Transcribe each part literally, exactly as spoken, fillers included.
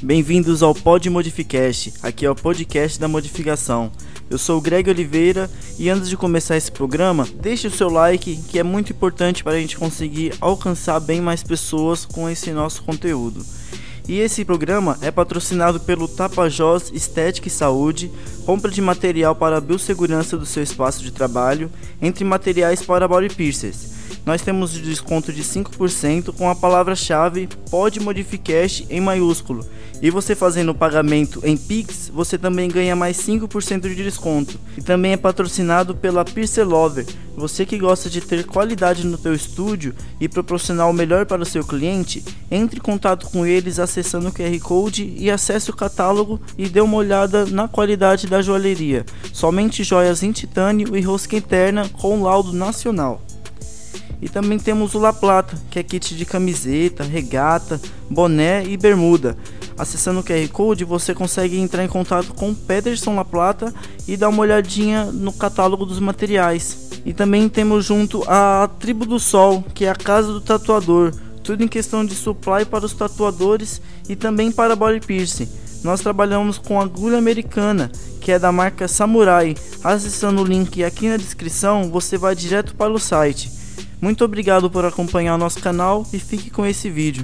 Bem-vindos ao Pod Modificast, aqui é o podcast da modificação. Eu sou o Greg Oliveira e antes de começar esse programa, deixe o seu like, que é muito importante para a gente conseguir alcançar bem mais pessoas com esse nosso conteúdo. E esse programa é patrocinado pelo Tapajós Estética e Saúde, compra de material para a biossegurança do seu espaço de trabalho, entre materiais para body piercers. Nós temos de desconto de cinco por cento com a palavra-chave PodModificast em maiúsculo. E você fazendo o pagamento em Pix, você também ganha mais cinco por cento de desconto. E também é patrocinado pela Piercer Lover. Você que gosta de ter qualidade no teu estúdio e proporcionar o melhor para o seu cliente, entre em contato com eles acessando o Q R Code e acesse o catálogo e dê uma olhada na qualidade da joalheria. Somente joias em titânio e rosca interna com laudo nacional. E também temos o La Plata, que é kit de camiseta, regata, boné e bermuda. Acessando o Q R Code você consegue entrar em contato com o Pederson La Plata e dar uma olhadinha no catálogo dos materiais. E também temos junto a Tribo do Sol, que é a casa do tatuador. Tudo em questão de supply para os tatuadores e também para body piercing. Nós trabalhamos com agulha americana, que é da marca Samurai. Acessando o link aqui na descrição você vai direto para o site. Muito obrigado por acompanhar o nosso canal e fique com esse vídeo.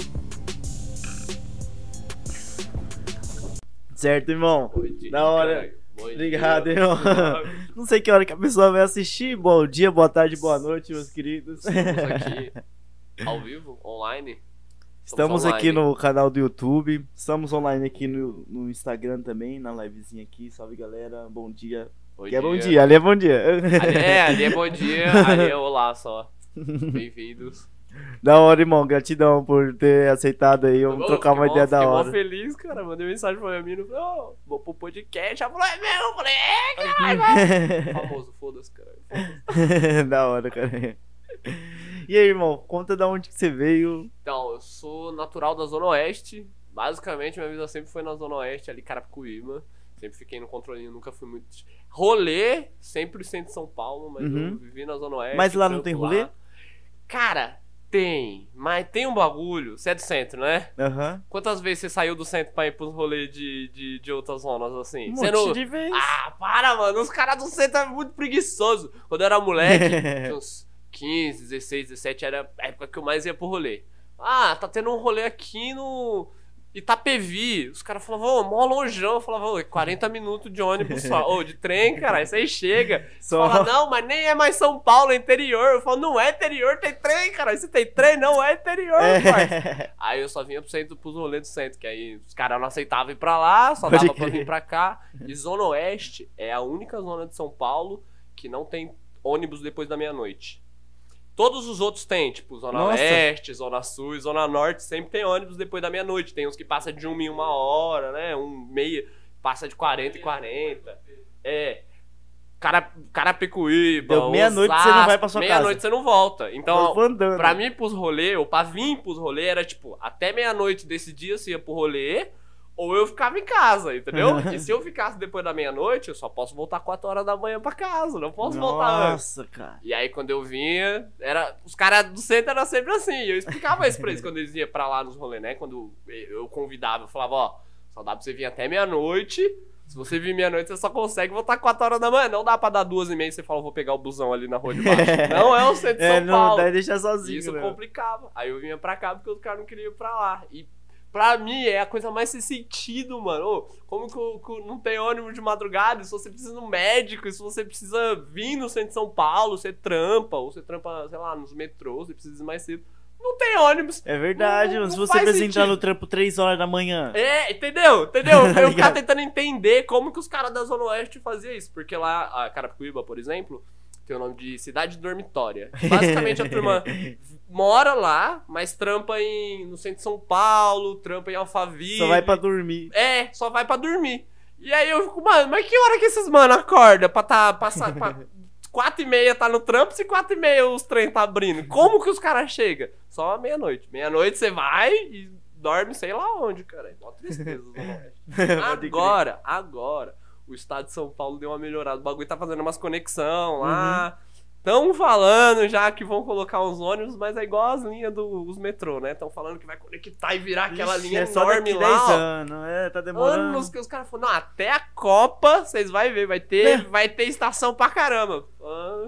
Certo, irmão? Dia, da hora. Obrigado, dia. Irmão. Não sei que hora que a pessoa vai assistir. Bom dia, boa tarde, boa noite, meus queridos. Estamos aqui ao vivo, online. Estamos online. aqui no canal do YouTube. Estamos online aqui no, no Instagram também, na livezinha aqui. Salve, galera. Bom dia. Bom que dia. é bom dia, ali é bom dia. Ali é, ali é bom dia, ali é olá só. Bem-vindos. Da hora, irmão. Gratidão por ter aceitado aí. Vamos oh, trocar uma bom, ideia da hora. Fiquei mó feliz, cara. Mandei mensagem pra minha mina. Falei, oh, vou pro podcast. Ela falou, é meu? Eu falei, é, caralho. Famoso, foda-se, cara. Foda-se. Da hora, cara. E aí, irmão? Conta da onde que você veio. Então, eu sou natural da Zona Oeste. Basicamente, minha vida sempre foi na Zona Oeste, ali Carapicuíba. Sempre fiquei no controlinho, nunca fui muito... Rolê, sempre centro de São Paulo, mas uhum. eu vivi na Zona Oeste. Mas lá não tem rolê? Lá. Cara, tem. Mas tem um bagulho. Você é do centro, né? Aham. Uhum. Quantas vezes você saiu do centro pra ir pros rolês de, de, de outras zonas, assim? Um você monte não... de vez. Ah, para, mano. Os caras do centro eram muito preguiçosos. Quando eu era moleque, tinha uns quinze, dezesseis, dezessete, era a época que eu mais ia pro rolê. Ah, tá tendo um rolê aqui no... Itapevi, os caras falavam, ô, mó longeão, eu falava, ô, quarenta minutos de ônibus só, ô, de trem, cara, isso aí chega. Só... Fala, não, mas nem é mais São Paulo, é interior. Eu falo, não é interior, tem trem, cara, se tem trem, não é interior, é. Pai. Aí eu só vinha pro centro, pros rolês do centro, que aí os caras não aceitavam ir pra lá, só dava pra vir pra cá. E Zona Oeste é a única zona de São Paulo que não tem ônibus depois da meia-noite. Todos os outros tem, tipo, Zona Nossa. Leste, Zona Sul e Zona Norte, sempre tem ônibus depois da meia-noite. Tem uns que passa de uma em uma hora, né? Um meia, passa de quarenta e quarenta. É. Cara, Carapicuíba, Deu meia-noite você não vai pra sua meia casa. Meia-noite você não volta. Então, andando. pra mim, pros rolê, ou pra vir pros rolê, era tipo, até meia-noite desse dia você ia pro rolê, ou eu ficava em casa, entendeu? E se eu ficasse depois da meia-noite, eu só posso voltar quatro horas da manhã pra casa, não posso Nossa, voltar antes. Nossa, cara. E aí quando eu vinha, era, os caras do centro eram sempre assim, eu explicava isso pra eles quando eles iam pra lá nos rolês, né? Quando eu convidava, eu falava, ó, só dá pra você vir até meia-noite, se você vir meia-noite você só consegue voltar quatro horas da manhã, não dá pra dar duas e meia e você fala, vou pegar o busão ali na rua de baixo. Não é o centro de São é, não, Paulo. Daí deixar sozinho. Isso né? complicava. Aí eu vinha pra cá porque os caras não queriam ir pra lá. E pra mim é a coisa mais sem sentido, mano. Ô, como que, que não tem ônibus de madrugada? Se você precisa de um médico, se você precisa vir no centro de São Paulo, você trampa, ou você trampa, sei lá, nos metrôs, você precisa ir mais cedo. Não tem ônibus. É verdade, não, não se você precisa entrar no trampo três horas da manhã. É, entendeu? Entendeu? Aí eu ficava tentando entender como que os caras da Zona Oeste faziam isso. Porque lá, a Carapicuíba, por exemplo, tem o nome de cidade dormitória. Basicamente a turma mora lá, mas trampa em, no centro de São Paulo, trampa em Alphaville. Só vai pra dormir. É, só vai pra dormir. E aí eu fico, mano, mas que hora que esses mano acordam pra tá, passar, pra quatro e meia tá no trampo, se quatro e meia os trem tá abrindo? Como que os caras chegam? Só meia-noite. Meia-noite você vai e dorme sei lá onde, cara. É mó tristeza. Agora, agora, o estado de São Paulo deu uma melhorada. O bagulho tá fazendo umas conexão lá. Uhum. Estão falando já que vão colocar uns ônibus, mas é igual as linhas dos metrô, né? Estão falando que vai conectar e virar aquela Ixi, linha é só enorme daqui lá. dez ó. anos, é, tá demorando. Anos que os caras falaram, não, até a Copa, vocês vão ver, vai ter, É. vai ter estação pra caramba. Ah,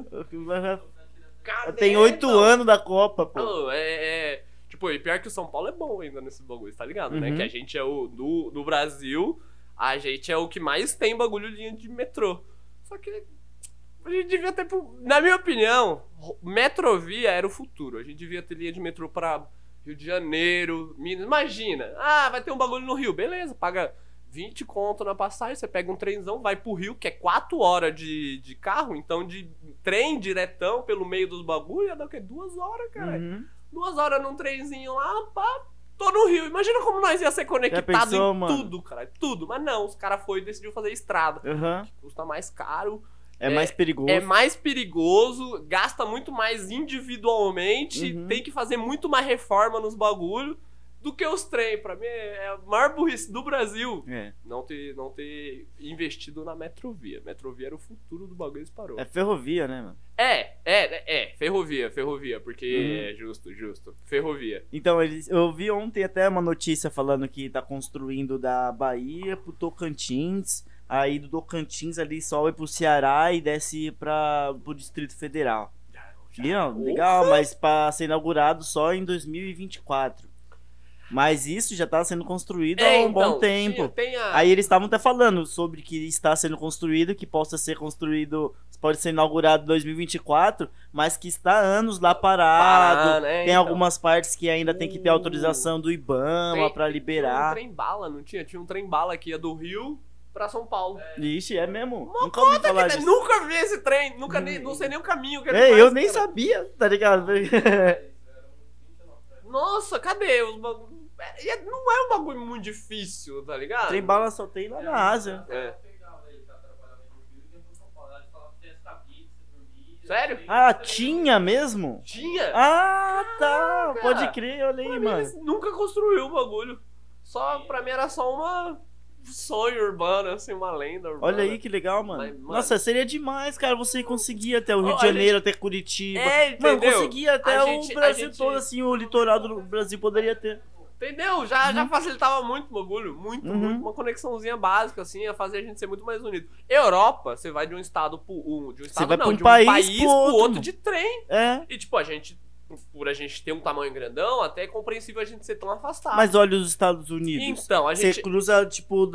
cadê, Tem oito então? anos da Copa, pô. Não, é, é- Tipo, e pior que o São Paulo é bom ainda nesse bagulho, tá ligado, né? Uhum. Que a gente é o... Do, do Brasil, a gente é o que mais tem bagulho de linha de metrô. Só que a gente devia ter... Na minha opinião, metrovia era o futuro. A gente devia ter linha de metrô pra Rio de Janeiro, Minas. Imagina, ah, vai ter um bagulho no Rio. Beleza, paga vinte conto na passagem, você pega um trenzão, vai pro Rio, que é quatro horas de, de carro. Então, de trem diretão pelo meio dos bagulhos, ia dar o quê? Duas horas, cara. Uhum. Duas horas num trenzinho lá, pá, tô no Rio. Imagina como nós ia ser conectado pensou, em mano? tudo, cara. Tudo. Mas não, os caras foram e decidiu fazer estrada. Uhum. Custa mais caro, É, É- mais perigoso. é mais perigoso, gasta muito mais individualmente, Uhum. tem que fazer muito mais reforma nos bagulhos do que os trem. Pra mim, é a maior burrice do Brasil É. não ter, não ter investido na metrovia. Metrovia era o futuro do bagulho e parou. É ferrovia, né, mano? É, é, é, ferrovia, ferrovia, porque Uhum. é justo, justo. Ferrovia. Então, eles, eu vi ontem até uma notícia falando que tá construindo da Bahia pro Tocantins. Aí do Tocantins ali sobe pro Ceará e desce pra, pro Distrito Federal. E, ó, legal, mas pra ser inaugurado só em dois mil e vinte e quatro. Mas isso já tá sendo construído há um bom tempo. tinha- tem a- Aí eles estavam até falando sobre que está sendo construído, que possa ser construído, pode ser inaugurado em dois mil e vinte e quatro, mas que está há anos lá parado. Parado, né? Tem Então. algumas partes que ainda tem que ter Uh. autorização do IBAMA Tem- pra Tinha um liberar. trem bala, não tinha? Tinha um trem bala que ia do Rio pra São Paulo. Ixi, é mesmo? Nunca ouvi Puta falar que- disso. Nunca vi esse trem, nunca nem, não sei nem o caminho que ele É, faz, eu nem cara. sabia, tá ligado? Nossa, cadê os bagulho? É, é- Não é um bagulho muito difícil, tá ligado? Trem bala só tem lá na Ásia. É. Sério? Ah, tinha mesmo? Tinha? Ah, tá. Caraca. Pode crer, olha aí, Pra mim, mano. eles nunca construiu o bagulho. Só, pra mim era só uma sonho urbano, assim, uma lenda urbana. Olha aí que legal, mano. Mas, mano- Nossa, seria demais, cara. Você conseguir até o Rio Ó, de a Janeiro, até Curitiba. É, Mano, entendeu? conseguia até A o gente- a Brasil gente- todo, assim, o litoral do Brasil poderia ter. Entendeu? Já, já facilitava muito o bagulho. Muito, Uhum. muito. Uma conexãozinha básica, assim, ia fazer a gente ser muito mais unido. Europa, você vai de um estado pro um. De um estado vai não, pra um de um país país, pro pro outro. outro de trem. É. E tipo, a gente, por a gente ter um tamanho grandão, até é compreensível a gente ser tão afastado. Mas olha os Estados Unidos. Então, a Você gente. cruza, tipo,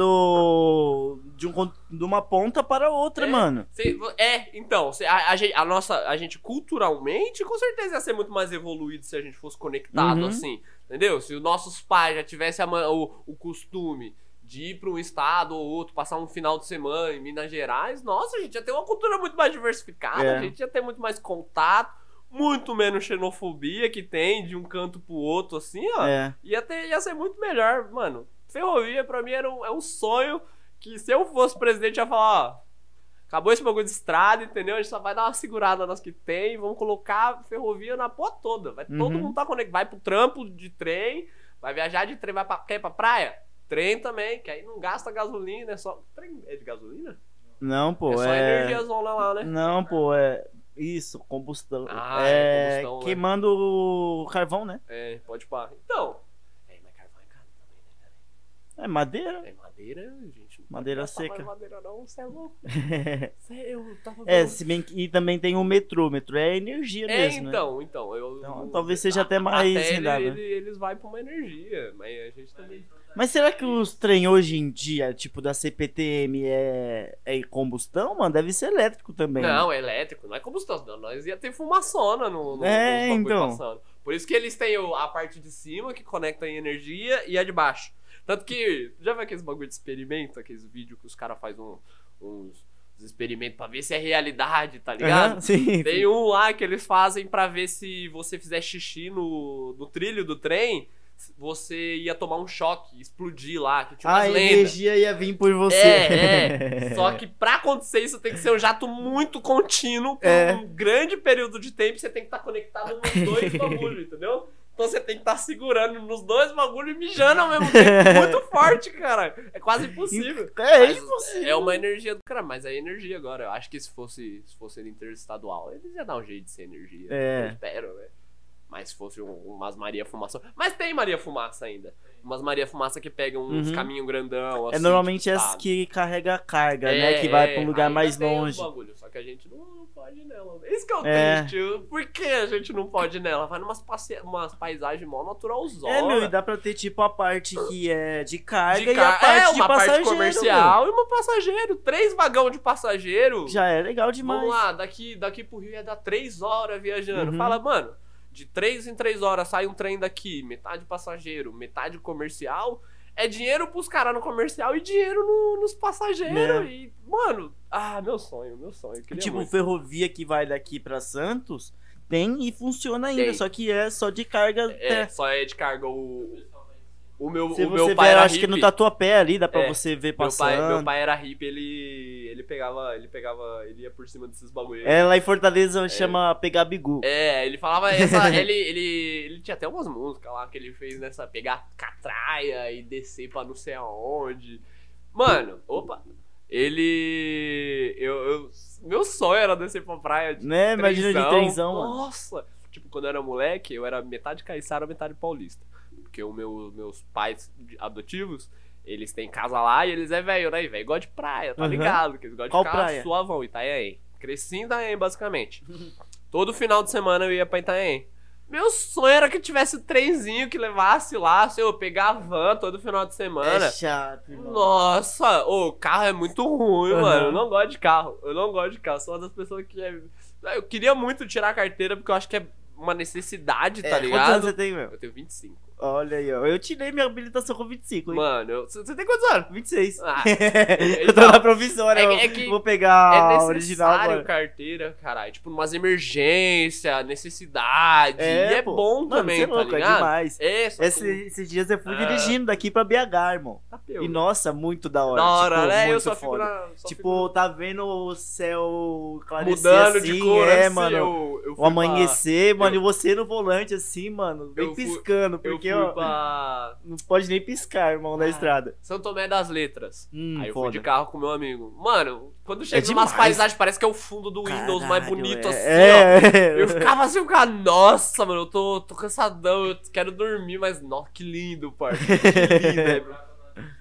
do. De, um, con- de uma ponta para outra, É. mano. Cê- é, então, cê- a, a gente, a nossa, a gente culturalmente, com certeza ia ser muito mais evoluído se a gente fosse conectado Uhum. assim, entendeu? Se os nossos pais já tivessem a ma- o, o costume de ir pra um estado ou outro, passar um final de semana em Minas Gerais, nossa, a gente ia ter uma cultura muito mais diversificada, É. a gente ia ter muito mais contato, muito menos xenofobia que tem de um canto pro outro, assim, ó. É. Ia, ter, ia ser muito melhor, mano. Ferrovia, pra mim, era um, é um sonho que se eu fosse presidente, eu ia falar, ó, acabou esse bagulho de estrada, entendeu? A gente só vai dar uma segurada nas que tem, vamos colocar ferrovia na porra toda. Vai, Todo Uhum. mundo tá conectado. Vai pro trampo de trem, vai viajar de trem, vai pra, quer ir pra praia? Trem também, que aí não gasta gasolina, é só... Trem é de gasolina? Não, pô, é só é. energia zona lá, né? Não, pô, é. Isso, combustão. Ah, é combustão, né? Queimando o carvão, né? É, pode pá. Então... É, mas carvão é caro também, né, cara? É madeira. É madeira, gente. Não Madeira pode gastar seca. mais madeira não, você é louco. Cê- eu tava É, vendo- se bem que. E também tem o metrô. O metrô é energia É, mesmo, né? então, então, eu, Então, eu- talvez seja até mais até ele- rendável. ele- eles vão pra uma energia, mas a gente também... Mas será que os trem hoje em dia, tipo da C P T M, é, é combustão, mano? Deve ser elétrico também. Não, é elétrico, não é combustão, não, nós ia ter fumaçona no, no, É, nos bagulho então. passando. Por isso que eles têm o- a parte de cima que conecta em energia e a de baixo. Tanto que, já viu aqueles bagulho de experimento, aqueles vídeos que os caras fazem um, uns, uns experimentos pra ver se é realidade, tá ligado? Aham, sim. Tem um lá que eles fazem pra ver se você fizer xixi no, no trilho do trem, você ia tomar um choque, explodir lá, que tinha A umas lendas. energia ia vir por você. É, é. Só que pra acontecer isso tem que ser um jato muito contínuo por É. um grande período de tempo. Você tem que estar conectado nos dois bagulhos, entendeu? Então você tem que estar tá segurando nos dois bagulhos e mijando ao mesmo tempo. Muito forte, cara. É quase impossível. É mas impossível. É uma energia do cara, mas é energia agora. Eu acho que se fosse, se fosse interestadual, eles iam dar um jeito de ser energia. É. Eu espero, né? Mas se fosse um, umas Maria Fumaça. Mas tem Maria Fumaça ainda. Umas Maria Fumaça que pegam uns Uhum. caminhos grandão. Assim, É normalmente tipo, essas sabe? que carrega a carga, É, né? Que vai pra um lugar ainda mais tem uns longe. bagulho, só que a gente não, não pode ir nela. Isso que é o É. triste. Por que a gente não pode ir nela? Vai numas passe... umas paisagens mó naturalzona. É, meu, e dá pra ter tipo a parte que é de carga de e a car... parte é, de uma passageiro. parte comercial e uma passageiro. Três vagão de passageiro. Meu. Já é legal demais. Vamos lá, daqui, daqui pro Rio ia dar três horas viajando. Uhum. Fala, mano, de três em três horas sai um trem daqui, metade passageiro, metade comercial. É dinheiro pros caras no comercial e dinheiro no, nos passageiros. É. E, mano, ah, meu sonho, meu sonho. Eu queria Tipo, muito. ferrovia que vai daqui pra Santos tem e funciona ainda, Tem. só que é só de carga. É, É. só é de carga o. O meu, Se o você meu pai ver, era acho que hippie. no Tatuapé ali dá pra É, você ver Meu passando. pai, meu pai era hippie, ele. Ele pegava. Ele pegava. Ele ia por cima desses bagulho. É, lá em Fortaleza chama pegar bigu. É, ele falava essa. ele, ele, ele tinha até umas músicas lá que ele fez nessa. Pegar catraia e descer pra não sei aonde. Mano, opa! Ele. Eu, eu- meu sonho era descer pra praia de Né? Imagina de trenzão. trenzão, mano. Nossa! Tipo, quando eu era moleque, eu era metade caiçara, metade paulista. Porque os meu, meus pais adotivos, eles têm casa lá e eles é velho, né? E velho gosta de praia, tá Uhum. ligado? Que eles gostam Qual de ficar praia? suavão, Itanhaém. Cresci em Itanhaém, basicamente. Todo final de semana eu ia pra Itanhaém. Meu sonho era que tivesse um trenzinho que levasse lá, se eu pegar a van todo final de semana. É chato, irmão. Nossa, o carro é muito ruim, Uhum. mano. Eu não gosto de carro. Eu não gosto de carro. Sou uma das pessoas que é... Eu queria muito tirar a carteira porque eu acho que é uma necessidade, tá É, quantos ligado? anos você tem, meu? Eu tenho vinte e cinco. Olha aí, ó. Eu tirei minha habilitação com vinte e cinco, hein? Mano, eu- você tem quantos anos? vinte e seis. Ah, eu tô então, na provisória, é- é eu que vou pegar É a original necessário agora. carteira, caralho. Tipo, umas emergências, necessidade. e é pô. bom Mano, também, você é tá louco, ligado? é demais. É, só que Esse- esses dias eu fui Ah. dirigindo daqui pra B H, irmão. tá peu. E nossa, muito da hora. Da hora, tipo, né? muito Eu só fico foda. na... Só Tipo, fico tá vendo o céu clarecer mudando assim, de cor, é, assim, mano. eu, eu O fui amanhecer, mano, eu- e você no volante assim, mano, bem Eu fui- piscando, Pra, eu porque, fui ó, pra não pode nem piscar, irmão, na Ah, estrada. São Tomé das Letras. Hum, Aí eu foda. fui de carro com meu amigo. Mano, quando chega É umas demais. paisagens, parece que é o fundo do Windows mais Caralho, bonito, é, assim, ó. é. Eu ficava assim, eu ficava, nossa, mano, eu tô, tô cansadão, eu quero dormir, mas, nossa, que lindo, parça. Que lindo, é.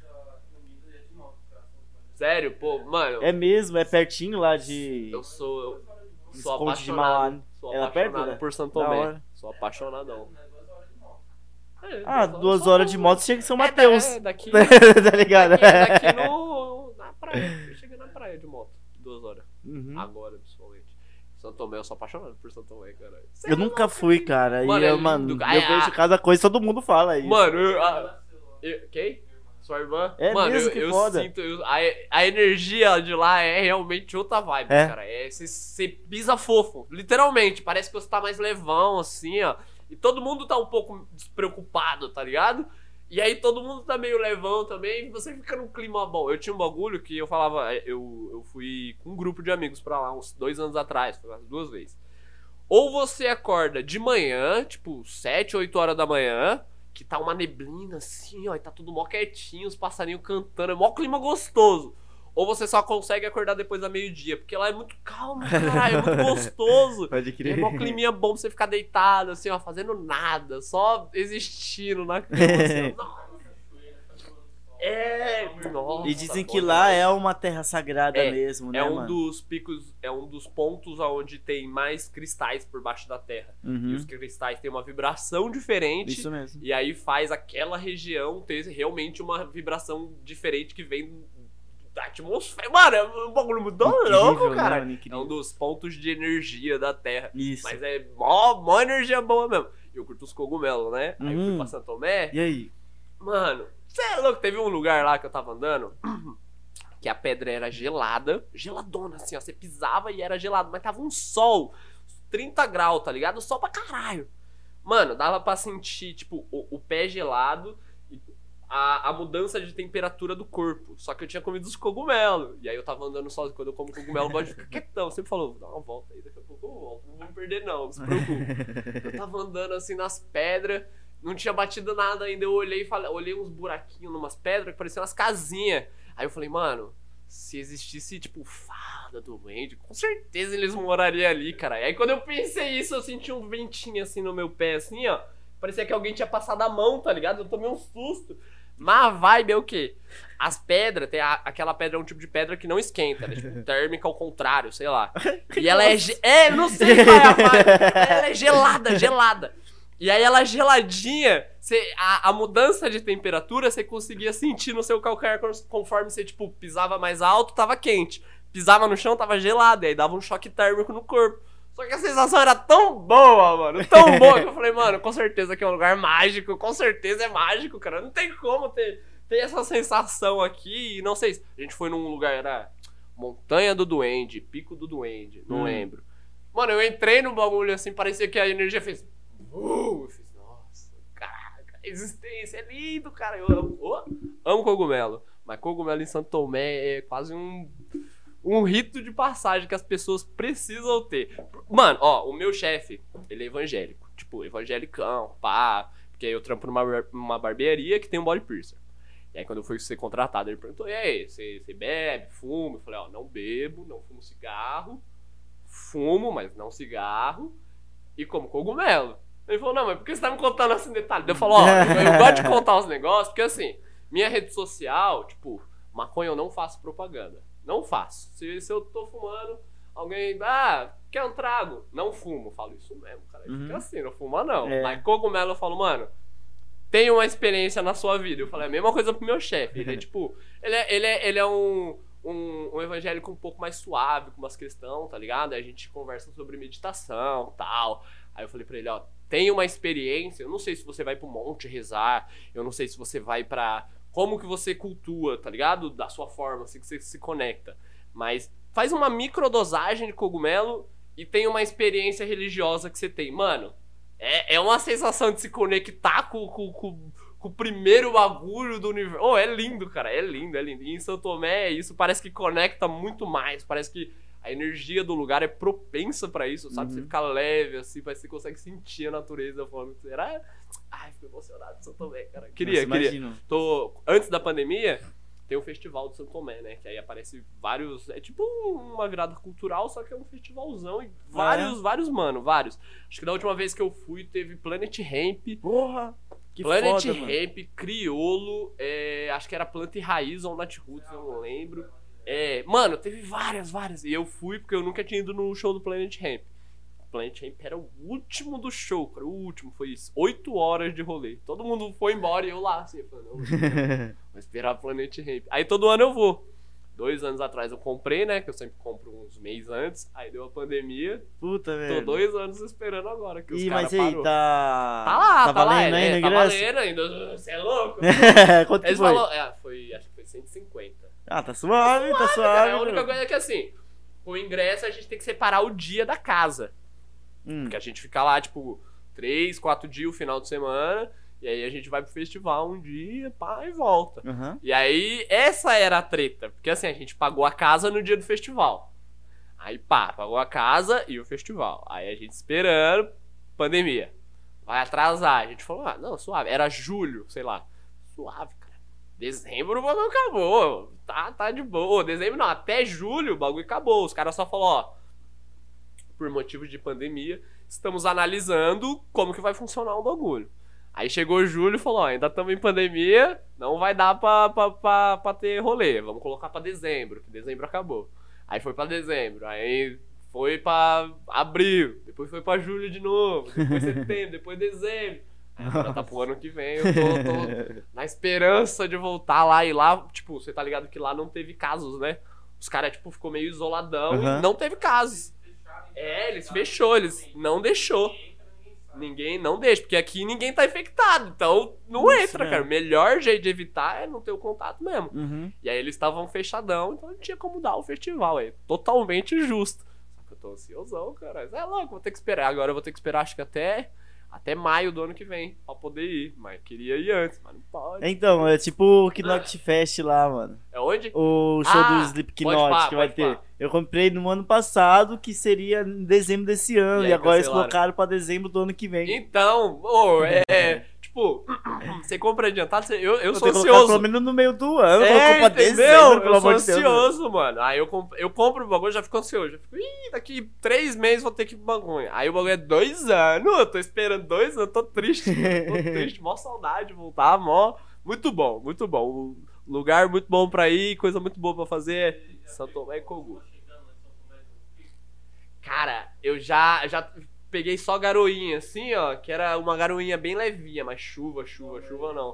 Sério, pô, mano, É mesmo, é pertinho lá de... eu sou, eu sou Esconde de apaixonado. Mauá. Sou É lá apaixonado perto, né? por Santo Da Tomé. hora. Sou apaixonadão. É, Ah, duas duas só- horas de moto chega em São É, Mateus. É, daqui, Tá ligado? daqui, daqui no, na praia. Eu cheguei na praia de moto, duas horas. Uhum. Agora, principalmente. Santo Tomé, eu sou apaixonado por Santo Tomé, cara. Eu nunca fui, cara. Mano, e é eu, lindo, mano, cara. eu Ah, vejo cada coisa, todo mundo fala aí. Mano, eu, a, eu- quem? Sua irmã? É Mano, mesmo, eu, que eu foda. sinto. eu- a, a energia de lá é realmente outra vibe, É. cara. É, você, você pisa fofo, literalmente. Parece que você tá mais levão, assim, ó. E todo mundo tá um pouco despreocupado, tá ligado? E aí todo mundo tá meio levão também, e você fica num clima bom. Eu tinha um bagulho que eu falava, eu, eu fui com um grupo de amigos pra lá, uns dois anos atrás, foi umas duas vezes. Ou você acorda de manhã, tipo, sete, oito horas da manhã, que tá uma neblina assim, ó, e tá tudo mó quietinho, os passarinhos cantando, é mó clima gostoso. Ou você só consegue acordar depois da meio-dia, porque lá é muito calmo, caralho, é muito gostoso. Pode É crer. mó climinha bom pra você ficar deitado, assim, ó, fazendo nada, só existindo na cama, assim, ó. Nossa. É, nossa. E dizem bom que lá demais. é uma terra sagrada É, mesmo, né, É um mano? dos picos, é um dos pontos onde tem mais cristais por baixo da terra. E Uhum. os cristais têm uma vibração diferente. Isso mesmo. E aí faz aquela região ter realmente uma vibração diferente que vem da atmosfera. Mano, é um bagulho muito Incrível, louco, né, cara. mano? É Incrível. um dos pontos de energia da Terra. Isso. Mas é mó, mó energia boa mesmo. Eu curto os cogumelos, né? Aí eu fui Uhum. pra Santo Tomé. E aí? Mano, você é louco? Teve um lugar lá que eu tava andando que a pedra era gelada. Geladona, assim, ó. Você pisava e era gelado. Mas tava um sol. trinta graus, tá ligado? Sol pra caralho. Mano, dava pra sentir, tipo, o, o pé gelado e a, a mudança de temperatura do corpo. Só que eu tinha comido os cogumelos. E aí eu tava andando sozinho. Quando eu como cogumelo, eu gosto de ficar quietão. Sempre falou, dá uma volta aí, daqui a pouco eu volto. Não vou me perder não, não se preocupe. Eu tava andando assim nas pedras, não tinha batido nada ainda. Eu olhei e falei, olhei uns buraquinhos numas pedras que pareciam umas casinhas. Aí eu falei, mano, se existisse, tipo, fada do duende, com certeza eles morariam ali, cara. E aí quando eu pensei isso, eu senti um ventinho assim no meu pé, assim, ó. Parecia que alguém tinha passado a mão, tá ligado? Eu tomei um susto. Mas a vibe é o quê? As pedras, tem a, aquela pedra é um tipo de pedra que não esquenta, ela é tipo térmica ao contrário, sei lá. E ela é... Ge- é, não sei qual é a vibe. Ela é gelada, gelada. E aí ela geladinha, você, a, a mudança de temperatura você conseguia sentir no seu calcanhar conforme você, tipo, pisava mais alto, tava quente. Pisava no chão, tava gelado, e aí dava um choque térmico no corpo. Só que a sensação era tão boa, mano, tão boa, que eu falei, mano, com certeza que é um lugar mágico, com certeza é mágico, cara. Não tem como ter, ter essa sensação aqui, e não sei se... A gente foi num lugar, era Montanha do Duende, Pico do Duende, não hum. lembro. Mano, eu entrei no bagulho assim, parecia que a energia fez... Uh, eu fiz, nossa, caraca, a existência é lindo, cara. Eu amo, oh, amo cogumelo, mas cogumelo em Santo Tomé é quase um... um rito de passagem que as pessoas precisam ter. Mano, ó, o meu chefe, ele é evangélico. Tipo, evangelicão, pá. Porque eu trampo numa, numa barbearia que tem um body piercer. E aí quando eu fui ser contratado, ele perguntou, e aí, você, você bebe, fuma? Eu falei, ó, não bebo, não fumo cigarro. Fumo, mas não cigarro. E como cogumelo. Ele falou, não, mas por que você tá me contando assim detalhe? Eu falo, ó, eu, eu gosto de contar os negócios, porque assim, minha rede social, tipo, maconha eu não faço propaganda. Não faço. Se, se eu tô fumando, alguém... Ah, quer um trago? Não fumo. Eu falo isso mesmo, cara. Uhum. Fica assim, não fuma não. É. Mas cogumelo eu falo, mano, tem uma experiência na sua vida. Eu falei a mesma coisa pro meu chefe. Ele é tipo... Ele é, ele é, ele é um, um, um evangélico um pouco mais suave com umas questões, tá ligado? Aí a gente conversa sobre meditação e tal. Aí eu falei pra ele, ó, tem uma experiência. Eu não sei se você vai pro monte rezar. Eu não sei se você vai pra... Como que você cultua, tá ligado? Da sua forma, assim, que você se conecta. Mas faz uma microdosagem de cogumelo e tem uma experiência religiosa que você tem. Mano, é, é uma sensação de se conectar com, com, com, com o primeiro bagulho do universo. Oh, é lindo, cara, é lindo, é lindo. E em São Tomé, isso parece que conecta muito mais. Parece que a energia do lugar é propensa pra isso, sabe? Uhum. Você fica leve, assim, parece que você consegue sentir a natureza falando que será... Ai, fico emocionado de São Tomé, cara. Queria, Nossa, queria. Imagino. Tô... Antes da pandemia, tem o Festival de São Tomé, né? Que aí aparece vários... É tipo uma virada cultural, só que é um festivalzão. E vários, é. vários, mano, vários. Acho que da última vez que eu fui, teve Planet Hemp. Porra! Que Planet foda, Hemp, mano. Criolo, é... acho que era Planta e Raiz ou Nat Roots, eu não lembro. É... Mano, teve várias, várias. E eu fui porque eu nunca tinha ido no show do Planet Hemp. Planet Hemp era o último do show, cara. O último, foi isso. Oito horas de rolê. Todo mundo foi embora e eu lá, assim. Eu falei, não, vou esperar Planet Hemp. Aí todo ano eu vou. Dois anos atrás eu comprei, né? Que eu sempre compro uns meses antes. Aí deu a pandemia. Puta, velho. Tô dois anos esperando agora que os caras parou. Mas aí, tá... Tá lá, tá, tá valendo lá. ainda, é, tá valendo ainda. Você é louco? Quanto Eles foi? Falou, é, foi? Acho que foi cento e cinquenta. Ah, tá suave, tá suave. Tá suave cara. A única coisa é que assim, o ingresso a gente tem que separar o dia da casa. Hum. Porque a gente fica lá, tipo, três, quatro dias o final de semana. E aí a gente vai pro festival um dia, pá, e volta. Uhum. E aí, essa era a treta. Porque assim, a gente pagou a casa no dia do festival. Aí, pá, pagou a casa e o festival. Aí a gente esperando, pandemia. Vai atrasar. A gente falou, ah, não, suave. Era julho, sei lá. Suave, cara. Dezembro o bagulho acabou. Tá, tá de boa. Dezembro não, até julho o bagulho acabou. Os caras só falaram, ó, por motivos de pandemia, estamos analisando como que vai funcionar o bagulho. Aí chegou julho e falou, ó, ainda estamos em pandemia, não vai dar pra, pra, pra, pra ter rolê, vamos colocar pra dezembro, que dezembro acabou. Aí foi pra dezembro, aí foi pra abril, depois foi pra julho de novo, depois setembro, depois dezembro. Aí agora tá pro ano que vem, eu tô, tô na esperança de voltar lá, e lá, tipo, você tá ligado que lá não teve casos, né? Os caras, tipo, ficou meio isoladão uhum. e não teve casos. É, eles fechou, eles não deixou. Ninguém não deixa, porque aqui ninguém tá infectado, então não Isso entra, mesmo. cara. O melhor jeito de evitar é não ter o contato mesmo. Uhum. E aí eles estavam fechadão, então não tinha como dar o festival, é totalmente justo. Só que eu tô ansiosão, cara. É louco, vou ter que esperar. Agora eu vou ter que esperar, acho que até até maio do ano que vem pra poder ir. Mas queria ir antes, mas não pode. Então, é tipo o Knocked Fest lá, mano. É onde? O show Ah, do Slipknot que vai ter. Pá. Eu comprei no ano passado, que seria em dezembro desse ano. E E, aí, agora eles cancelaram. colocaram pra dezembro do ano que vem. Então, oh, é. Tipo, você compra adiantado, você- eu, eu Vou sou ter que colocar ansioso. pelo menos no meio do ano. É, Colocou pra entendeu? dezembro, pelo Eu sou amor de Deus. ansioso, mano. Aí eu, comp eu compro o bagulho e já fico ansioso. Já fico, ih, daqui três meses vou ter que ir pro bagulho. Aí o bagulho é dois anos, eu tô esperando dois anos, eu tô triste, mano. Tô triste, mó saudade de voltar, mó. Muito bom, muito bom. Um lugar muito bom pra ir, coisa muito boa pra fazer. Santo Tomé e Congu. Cara, eu já, já peguei só garoinha, assim, ó, que era uma garoinha bem levinha, mas chuva, chuva, chuva não.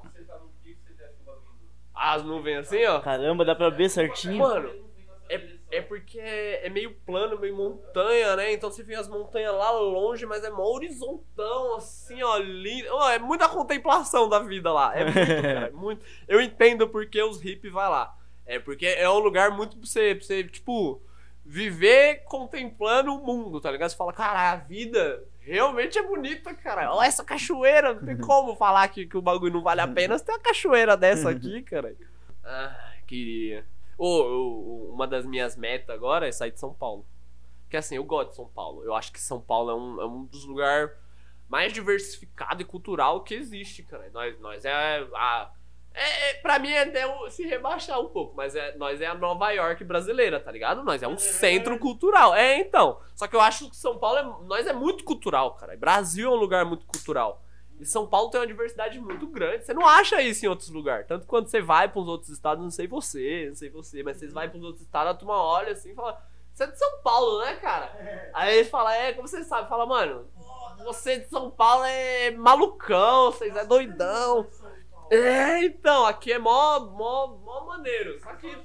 As nuvens assim, ó. Caramba, dá pra ver certinho. Mano, é, é porque é, é meio plano, meio montanha, né? Então você vê as montanhas lá longe, mas é mó horizontão, assim, ó, lindo. Ó, é muita contemplação da vida lá. É muito, cara, é muito. Eu entendo porque os hippies vai lá. É porque é um lugar muito pra você, pra você, tipo, viver contemplando o mundo, tá ligado? Você fala, cara, a vida realmente é bonita, cara. Olha essa cachoeira, não tem como falar que, que o bagulho não vale a pena. Você tem uma cachoeira dessa aqui, cara. Ah, queria. Ô, oh, uma das minhas metas agora é sair de São Paulo. Porque assim, eu gosto de São Paulo. Eu acho que São Paulo é um, é um dos lugares mais diversificado e cultural que existe, cara. Nós, nós é a... É, é, pra mim é até um- se rebaixar um pouco, mas é, nós é a Nova York brasileira, tá ligado? Nós é um centro cultural. É, então. Só que eu acho que São Paulo, é, nós é muito cultural, cara. Brasil é um lugar muito cultural. E São Paulo tem uma diversidade muito grande. Você não acha isso em outros lugares. Tanto quando você vai pros outros estados, não sei você, não sei você, mas vocês vai pros outros estados, a turma olha assim e fala, você é de São Paulo, né, cara? Aí ele fala, é, como você sabe? Fala, mano, você de São Paulo é malucão, vocês é doidão. É, então, aqui é mó, mó, mó maneiro. Só que.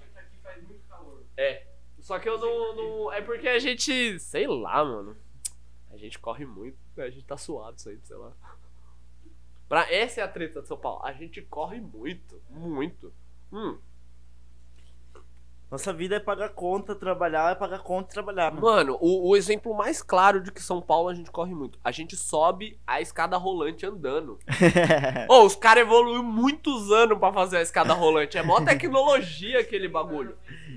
É. Só que eu não, não. É porque a gente. Sei lá, mano. A gente corre muito. A gente tá suado isso aí, sei lá. Pra, essa é a treta de São Paulo. A gente corre muito. Muito. Hum. Nossa vida é pagar conta, trabalhar, é pagar conta e trabalhar, mano. Mano, o, o exemplo mais claro de que São Paulo a gente corre muito. A gente sobe a escada rolante andando. Ô, os caras evoluíram muitos anos pra fazer a escada rolante. É mó tecnologia aquele bagulho.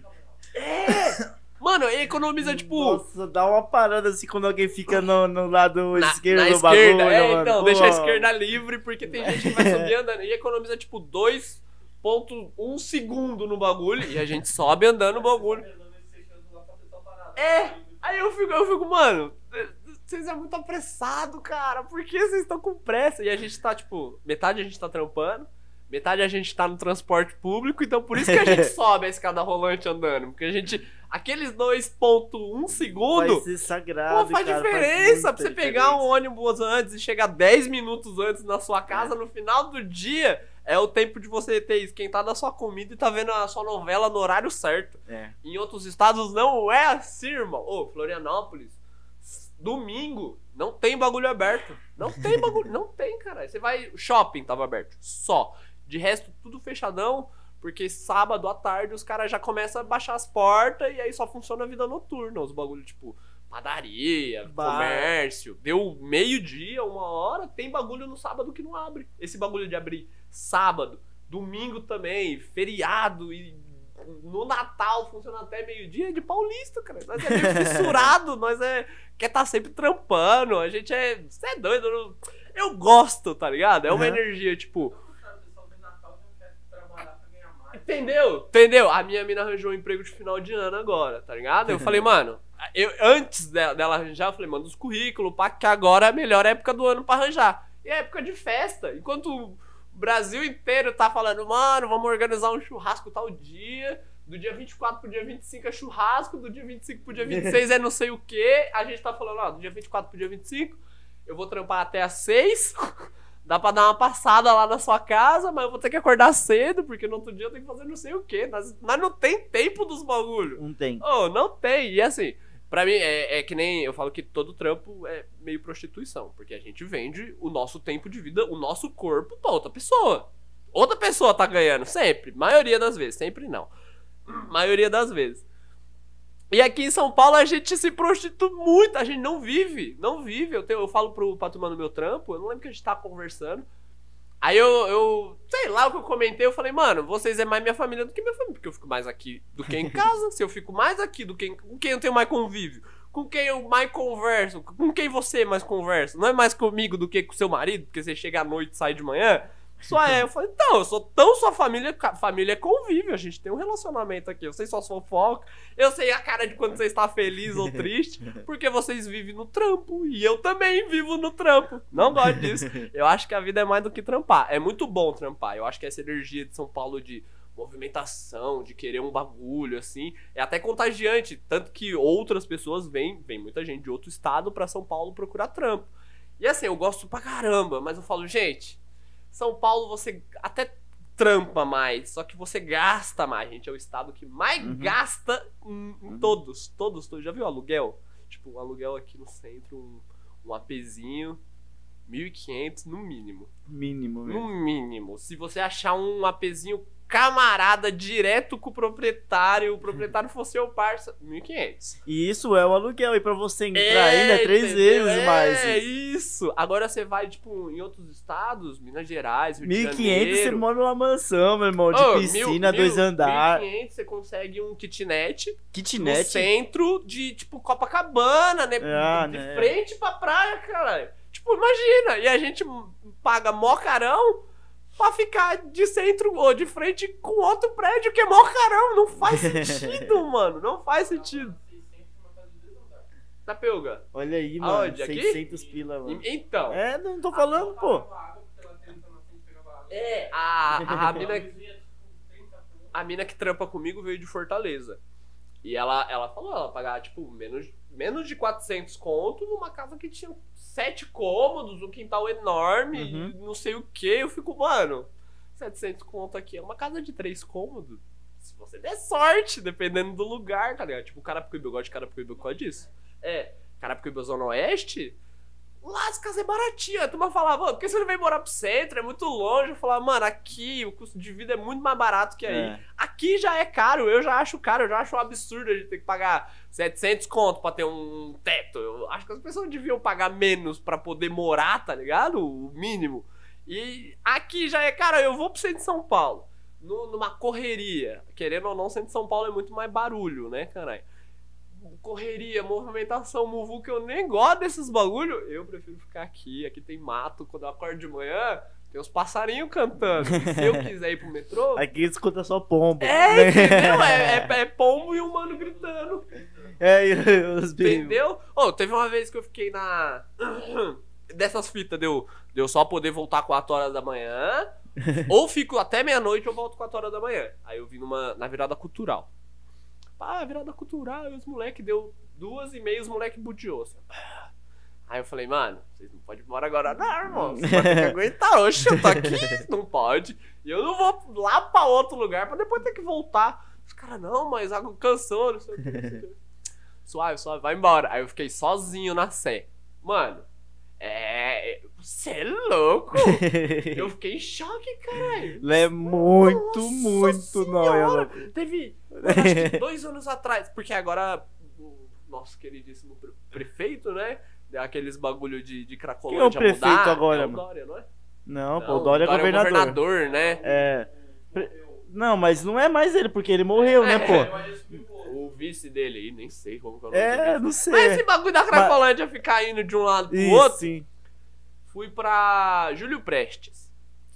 É! Mano, e economiza, tipo... Nossa, dá uma parada assim quando alguém fica no, no lado na, esquerdo na do esquerda, bagulho, é, mano. então, Pô. deixa a esquerda livre, porque tem gente que vai subir andando. E economiza, tipo, dois ponto um segundo no bagulho. E a gente sobe andando no bagulho. É! Aí eu fico, eu fico, mano... Vocês é muito apressado, cara. Por que vocês estão com pressa? E a gente tá, tipo, metade a gente tá trampando, metade a gente tá no transporte público, então por isso que a gente sobe a escada rolante andando. Porque a gente. Aqueles dois ponto um Vai segundos. ser sagrado, Pô, faz cara, diferença pra muita você pegar um ônibus antes e chegar dez minutos antes na sua casa, no final do dia. É o tempo de você ter esquentado a sua comida e tá vendo a sua novela no horário certo. É. Em outros estados não é assim, irmão. Ô, Florianópolis, domingo, não tem bagulho aberto. Não tem bagulho, não tem, cara. Você vai, shopping tava aberto, só. De resto, tudo fechadão, porque sábado à tarde os caras já começam a baixar as portas e aí só funciona a vida noturna. Os bagulhos, tipo, padaria, Bar. comércio. Deu meio-dia, uma hora, tem bagulho no sábado que não abre. Esse bagulho de abrir sábado, domingo também, feriado e no Natal funciona até meio-dia, é de paulista, cara. Nós é meio fissurado, nós é quer tá sempre trampando, a gente é, você é doido, eu, não- eu gosto, tá ligado? É uma Uhum. energia, tipo, entendeu? Entendeu? A minha mina arranjou um emprego de final de ano agora, tá ligado? Eu falei, mano, eu, antes dela, dela arranjar, eu falei, manda os currículos, pá, que agora é a melhor época do ano pra arranjar. E é época de festa. Enquanto o Brasil inteiro tá falando, mano, vamos organizar um churrasco tal dia. Do dia vinte e quatro pro dia vinte e cinco é churrasco, do dia vinte e cinco pro dia vinte e seis é não sei o que. A gente tá falando, ó, do dia vinte e quatro pro dia vinte e cinco, eu vou trampar até às seis. Dá pra dar uma passada lá na sua casa, mas eu vou ter que acordar cedo, porque no outro dia eu tenho que fazer não sei o que. Nós, nós não tem tempo dos bagulhos. Não tem. Oh, não tem. E assim, pra mim, é, é que nem eu falo que todo trampo é meio prostituição, porque a gente vende o nosso tempo de vida, o nosso corpo pra outra pessoa. Outra pessoa tá ganhando, sempre. Maioria das vezes, sempre não. Maioria das vezes. E aqui em São Paulo a gente se prostitui muito, a gente não vive, não vive. Eu, tenho, eu falo pro, pra turma no meu trampo, eu não lembro que a gente tava conversando. Aí eu, eu, sei lá o que eu comentei, eu falei, mano, vocês é mais minha família do que minha família, porque eu fico mais aqui do que em casa. Se eu fico mais aqui do que em, com quem eu tenho mais convívio, com quem eu mais converso, com quem você mais conversa, não é mais comigo do que com seu marido, porque você chega à noite e sai de manhã. Só é, eu falei, então, eu sou tão sua família, família é convívio, a gente tem um relacionamento aqui, eu sei só fofoca, eu sei a cara de quando você está feliz ou triste, porque vocês vivem no trampo, e eu também vivo no trampo, não gosto disso, eu acho que a vida é mais do que trampar, é muito bom trampar, eu acho que essa energia de São Paulo de movimentação, de querer um bagulho, assim, é até contagiante, tanto que outras pessoas vêm, vem muita gente de outro estado pra São Paulo procurar trampo, e assim, eu gosto pra caramba, mas eu falo, gente... São Paulo você até trampa mais, só que você gasta mais, gente. É o estado que mais uhum. gasta em, em todos, todos, todos. Já viu aluguel? Tipo, um aluguel aqui no centro, um, um APzinho, mil e quinhentos no mínimo. Mínimo, mesmo. No mínimo. Se você achar um APzinho camarada direto com o proprietário, o proprietário for seu parça, mil e quinhentos. E isso é o aluguel, e pra você entrar é, ainda é três entendeu? vezes é, mais. É isso. Agora você vai, tipo, em outros estados, Minas Gerais, Rio de Janeiro. mil e quinhentos você mora numa mansão, meu irmão, de oh, piscina, mil, dois andares. mil e quinhentos você consegue um kitnet. Kitnet? No centro de, tipo, Copacabana, né? Ah, de né? frente pra praia, caralho. Tipo, imagina. E a gente paga mó carão pra ficar de centro ou de frente com outro prédio que é mó carão. Não faz sentido, mano. Não faz sentido. Na Pelga. Olha aí, mano. Aonde? Aqui? seiscentos pila, mano. Então. É, não tô falando, pô. É, a, a, a mina... A mina que trampa comigo veio de Fortaleza. E ela, ela falou, ela pagava, tipo, menos, menos de quatrocentos conto numa casa que tinha sete cômodos, um quintal enorme, uhum. não sei o que. Eu fico, mano, setecentos conto aqui é uma casa de três cômodos. Se você der sorte, dependendo do lugar, tá ligado? Tipo, Carapicuíba, eu gosto de Carapicuíba por causa disso. É, Carapicuíba Zona Oeste, lá as casas é baratinha. A turma falava, por que você não vem morar pro centro? É muito longe. Eu falava, mano, aqui o custo de vida é muito mais barato que aí. É. Aqui já é caro, eu já acho caro, eu já acho um absurdo a gente ter que pagar setecentos conto pra ter um teto. Eu acho que as pessoas deviam pagar menos pra poder morar, tá ligado? O mínimo. E aqui já é caro, eu vou pro centro de São Paulo, no, numa correria. Querendo ou não, o centro de São Paulo é muito mais barulho, né, caralho? Correria, movimentação, muvuca, eu nem gosto desses bagulho. Eu prefiro ficar aqui. Aqui tem mato. Quando eu acordo de manhã, tem os passarinhos cantando. E se eu quiser ir pro metrô... Aqui escuta só pombo. É, entendeu? É, é, é pombo e um mano gritando. É, os entendeu? Oh, teve uma vez que eu fiquei na... Dessas fitas, deu, deu só poder voltar quatro horas da manhã. Ou fico até meia-noite ou volto quatro horas da manhã. Aí eu vim numa, na virada cultural. Ah, virada cultural, e os moleques deu duas e meia, os moleques budiou. Assim. Aí eu falei, mano, vocês não podem ir embora agora não, irmão. Você vai ter que aguentar. Oxe, eu tô aqui, não pode. E eu não vou lá pra outro lugar pra depois ter que voltar. Os caras, não, mas água cansou, não sei o que, não sei o que. Suave, suave, vai embora. Aí eu fiquei sozinho na Sé. Mano, é... Você é louco? Eu fiquei em choque, caralho. É muito, Nossa muito senhora. Nóia. Teve, acho que dois anos atrás, porque agora o nosso queridíssimo prefeito, né? Deu aqueles bagulho de, de Cracolândia mudar. Quem é o prefeito agora, é o mano? Dória, não é? Não, não pô, o Dória é governador. É o governador, né? É. Não, mas não é mais ele, porque ele morreu, é, né, pô? O vice dele aí, nem sei como que é o nome É, não sei. Mas esse bagulho da Cracolândia mas... ficar indo de um lado pro Isso, outro. Sim. Fui pra Júlio Prestes.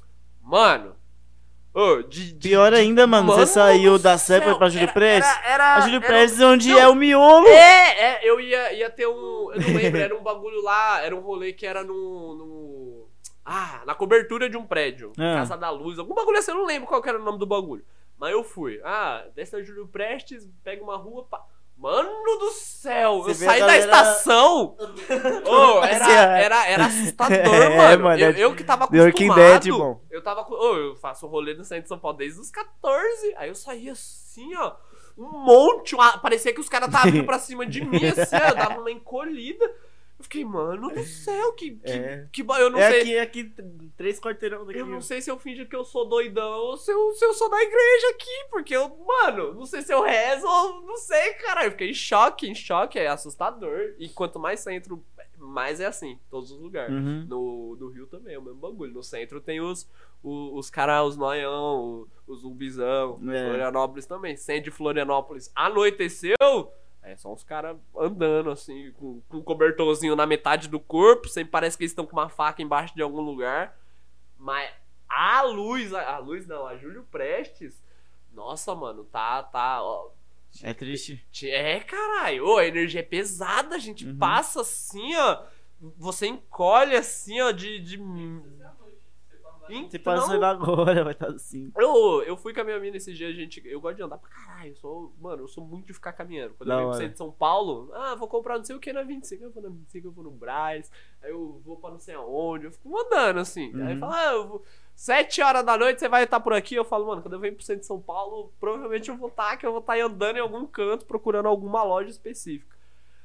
Mano. Oh, de, de, Pior ainda, mano, mano você saiu da Sé pra Júlio era, Prestes. Era, era, a Júlio era, Prestes é onde não, é o miolo. É, é, eu ia, ia ter um. Eu não lembro, era um bagulho lá, era um rolê que era no. no ah, na cobertura de um prédio. Ah. Casa da Luz, algum bagulho assim, eu não lembro qual que era o nome do bagulho. Mas eu fui. Ah, desce a Júlio Prestes, pega uma rua. Pá. Mano do céu, você eu saí da estação. oh, era, era, era assustador, é, mano. mano eu, é eu que tava acostumado. Dead, bom. Eu tava. Oh, eu faço rolê no centro de São Paulo desde os catorze. Aí eu saí assim, ó. Um monte. Uma, parecia que os caras estavam vindo pra cima de mim, assim, ó. Eu dava uma encolhida. Eu fiquei, mano do céu, que... que, É. que eu não é sei... aqui, é aqui, três quarteirão daqui. Eu não sei se eu finjo que eu sou doidão ou se eu, se eu sou da igreja aqui, porque eu, mano, não sei se eu rezo ou não sei, cara. Eu fiquei em choque, em choque, é assustador. E quanto mais centro, mais é assim, todos os lugares. Uhum. No, no Rio também é o mesmo bagulho. No centro tem os, os, os caras, os noião, os zumbizão, É. Florianópolis também. Centro de Florianópolis anoiteceu, é só uns caras andando assim, com, com um cobertorzinho na metade do corpo, sempre parece que eles estão com uma faca embaixo de algum lugar. Mas a luz, a, a luz não, a Júlio Prestes, nossa, mano, tá, tá, ó. É triste. É, caralho, ô, a energia é pesada, a gente Uhum. passa assim, ó, você encolhe assim, ó, de... de... Se Então, passar agora, vai estar assim. eu, eu fui com a minha mina esses dias, gente, eu gosto de andar pra caralho, eu sou, mano, eu sou muito de ficar caminhando. Quando Da eu venho pro hora. centro de São Paulo, ah, vou comprar não sei o que na vinte e cinco, eu vou na vinte e cinco, eu vou no Brás, aí eu vou pra não sei aonde, eu fico andando assim. Uhum. Aí fala, ah, eu vou... sete horas da noite você vai estar por aqui, eu falo, mano, quando eu venho pro centro de São Paulo, provavelmente eu vou estar, que eu vou estar andando em algum canto, procurando alguma loja específica.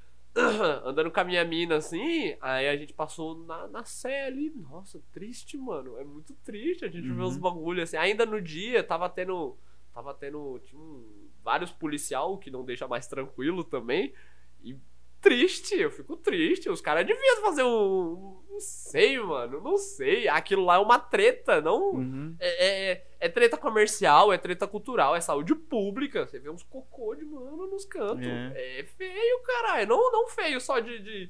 Andando com a minha mina assim, aí a gente passou na, na Sé ali. Nossa, triste, mano. É muito triste a gente Uhum. ver os bagulhos assim. Ainda no dia, tava tendo. Tava tendo. Tinha um, vários policial que não deixa mais tranquilo também. E triste, eu fico triste. Os caras deviam fazer um. Não sei, mano. Não sei. Aquilo lá é uma treta, não. Uhum. É, é, é treta comercial, é treta cultural, é saúde pública. Você vê uns cocô de mano nos cantos. É. É, feio, caralho. Não, não feio só de, de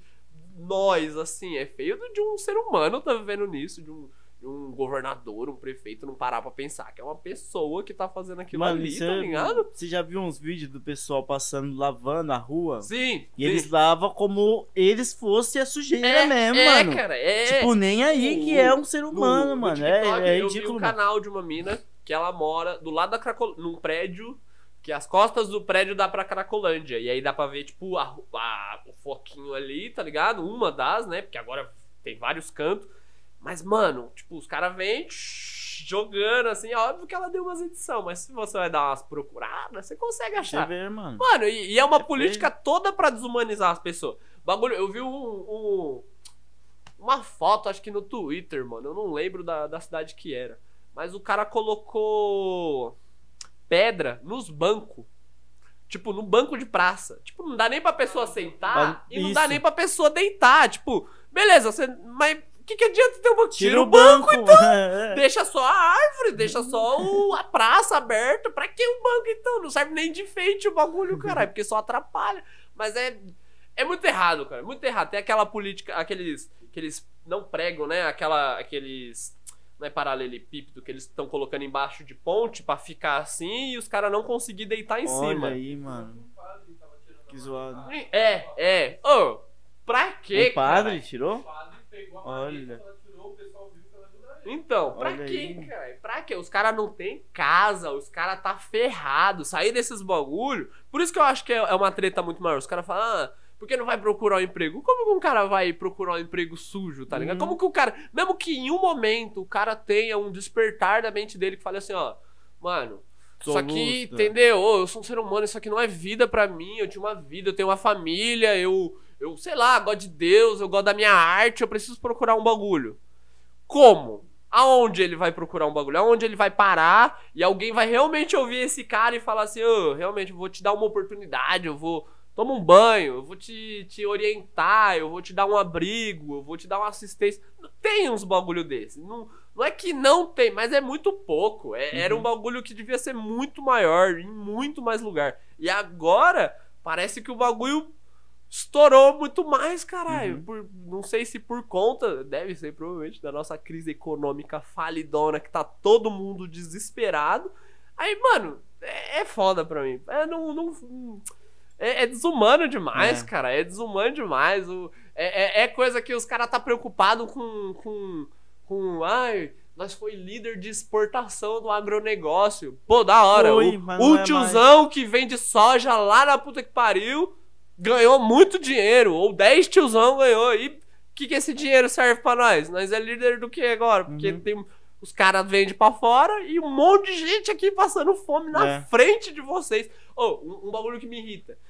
nós, assim. É feio de um ser humano tá vivendo nisso, de um, de um governador, um prefeito não parar pra pensar que é uma pessoa que tá fazendo aquilo Mano, ali, você, tá ligado? você já viu uns vídeos do pessoal passando, lavando a rua? Sim. E eles sim. lavam como eles fossem a sujeira é, mesmo, é, mano. cara, é. Tipo, nem aí No- que é um ser No- humano, no mano. TikTok, É, é eu vi ridículo, um mano. canal de uma mina que ela mora do lado da Cracolândia, num prédio que as costas do prédio dá pra Cracolândia. E aí dá pra ver, tipo, a, a- o foquinho ali, tá ligado? Uma das, né? Porque agora tem vários cantos. Mas, mano, tipo, os caras vêm jogando, assim. É óbvio que ela deu umas edições, mas se você vai dar umas procuradas, você consegue Deixa eu achar. ver, mano. Mano, e, e é uma É política toda pra desumanizar as pessoas. Bagulho, eu vi um, um- uma foto, acho que no Twitter, mano. Eu não lembro da, da cidade que era. Mas o cara colocou pedra nos bancos. Tipo, no banco de praça. Tipo, não dá nem pra pessoa sentar Mas e não dá isso. nem pra pessoa deitar. Tipo, beleza, você, mas o que, que adianta ter um banco? Tira o banco, é. Deixa só a árvore, deixa só o- a praça aberta. Pra que o banco, então? Não serve nem de enfeite o bagulho, caralho, porque só atrapalha. Mas é, é muito errado, cara. Muito errado. Tem aquela política, aqueles, aqueles não pregam, né? Aquela, aqueles... Não é paralelepípedo que eles estão colocando embaixo de ponte pra ficar assim e os caras não conseguir deitar em Olha cima. aí, mano. Que zoado. É, é. Ô, pra quê, O padre cara? tirou? Olha. Olha. Então, pra Olha quê, aí. cara? Pra quê? Os caras não tem casa, os caras tá ferrado. Sair desses bagulho. Por isso que eu acho que é é uma treta muito maior. Os caras falam, ah, por que não vai procurar um emprego? Como que um cara vai procurar um emprego sujo, tá ligado? Uhum. Como que o cara, mesmo que em um momento o cara tenha um despertar da mente dele que fale assim, ó, mano, Sou isso aqui, lúcido. entendeu? Ô, eu sou um ser humano, isso aqui não é vida pra mim. Eu tinha uma vida, eu tenho uma família, eu, eu sei lá, gosto de Deus, eu gosto da minha arte, eu preciso procurar um bagulho. Como? Aonde ele vai procurar um bagulho? Aonde ele vai parar e alguém vai realmente ouvir esse cara e falar assim, ô, realmente, eu vou te dar uma oportunidade, eu vou... Toma um banho, eu vou te, te orientar, eu vou te dar um abrigo, eu vou te dar uma assistência. Tem uns bagulho desse. Não, não é que não tem, mas é muito pouco. É- Era um bagulho que devia ser muito maior, em muito mais lugar. E agora, parece que o bagulho estourou muito mais, caralho. Uhum. Por, não sei se por conta, deve ser provavelmente, da nossa crise econômica falidona, que tá todo mundo desesperado. Aí, mano, é, é foda pra mim. É, não... não É, é desumano demais, É. cara. É desumano demais. O, é, é, é coisa que os caras tá preocupado com, com, com. Ai, nós foi líder de exportação do agronegócio. Pô, da hora. Foi, o mas não o é tiozão que vende soja lá na puta que pariu ganhou muito dinheiro. Ou dez tiozão ganhou. E o que, que esse dinheiro serve pra nós? Nós é líder do que agora? Porque Uhum. tem. Os caras vendem pra fora e um monte de gente aqui passando fome na É. frente de vocês. Oh, um, um bagulho que me irrita.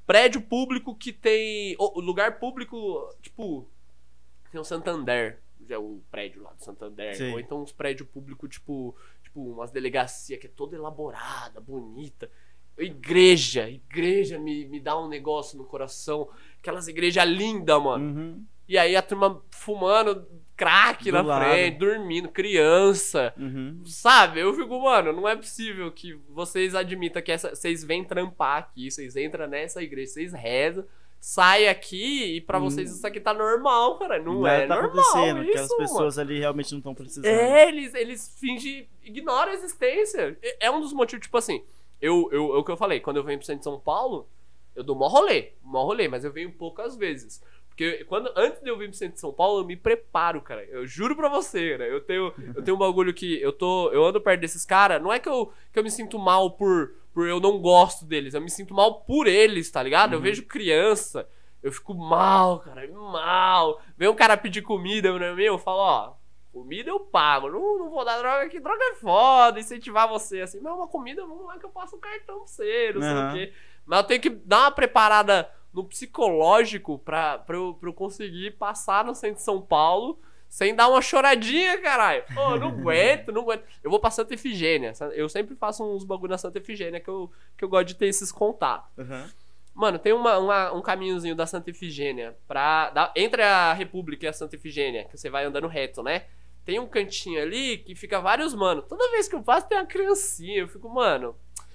prédio público que tem... O lugar público, tipo... Tem o Santander, já é o prédio lá do Santander. Sim. Ou então uns prédios públicos, tipo... Tipo, umas delegacias que é toda elaborada, bonita. Igreja, igreja me, me dá um negócio no coração. Aquelas igrejas lindas, mano. Uhum. E aí a turma fumando crack na lado. frente, dormindo, criança. Uhum. Sabe? Eu fico, mano, não é possível que vocês admitam que essa, vocês vêm trampar aqui, vocês entram nessa igreja, vocês rezam, saem aqui e pra hum. vocês isso aqui tá normal, cara. Não, não é tá normal acontecendo, isso, aquelas pessoas mano. ali realmente não estão precisando. É, eles, eles fingem, ignoram a existência. É um dos motivos, tipo assim, eu, eu, é o que eu falei, quando eu venho pro centro de São Paulo, eu dou mó rolê, mó rolê, mas eu venho poucas vezes. Porque quando, antes de eu vir pro centro de São Paulo, eu me preparo, cara. Eu juro pra você, cara. Eu tenho, eu tenho um bagulho que eu tô. Eu ando perto desses caras. Não é que eu, que eu me sinto mal por, por eu não gosto deles. Eu me sinto mal por eles, tá ligado? Uhum. Eu vejo criança. Eu fico mal, cara. Mal. Vem um cara pedir comida pra mim, eu falo, ó. Comida eu pago. Não, não vou dar droga aqui. Droga é foda. Incentivar você assim. Mas uma comida, vamos lá que eu passo um cartão pra você. Não uhum. sei o quê. Mas eu tenho que dar uma preparada no psicológico pra, pra, eu, pra eu conseguir passar no centro de São Paulo sem dar uma choradinha, caralho. Pô, não aguento, não aguento. Eu vou pra Santa Efigênia. Eu sempre faço uns bagulho na Santa Efigênia que eu, que eu gosto de ter esses contatos. Uhum. Mano, tem uma, uma, um caminhozinho da Santa Efigênia pra, da, entre a República e a Santa Efigênia, que você vai andando reto, né? Tem um cantinho ali que fica vários, mano. Toda vez que eu passo tem uma criancinha. Eu fico, mano...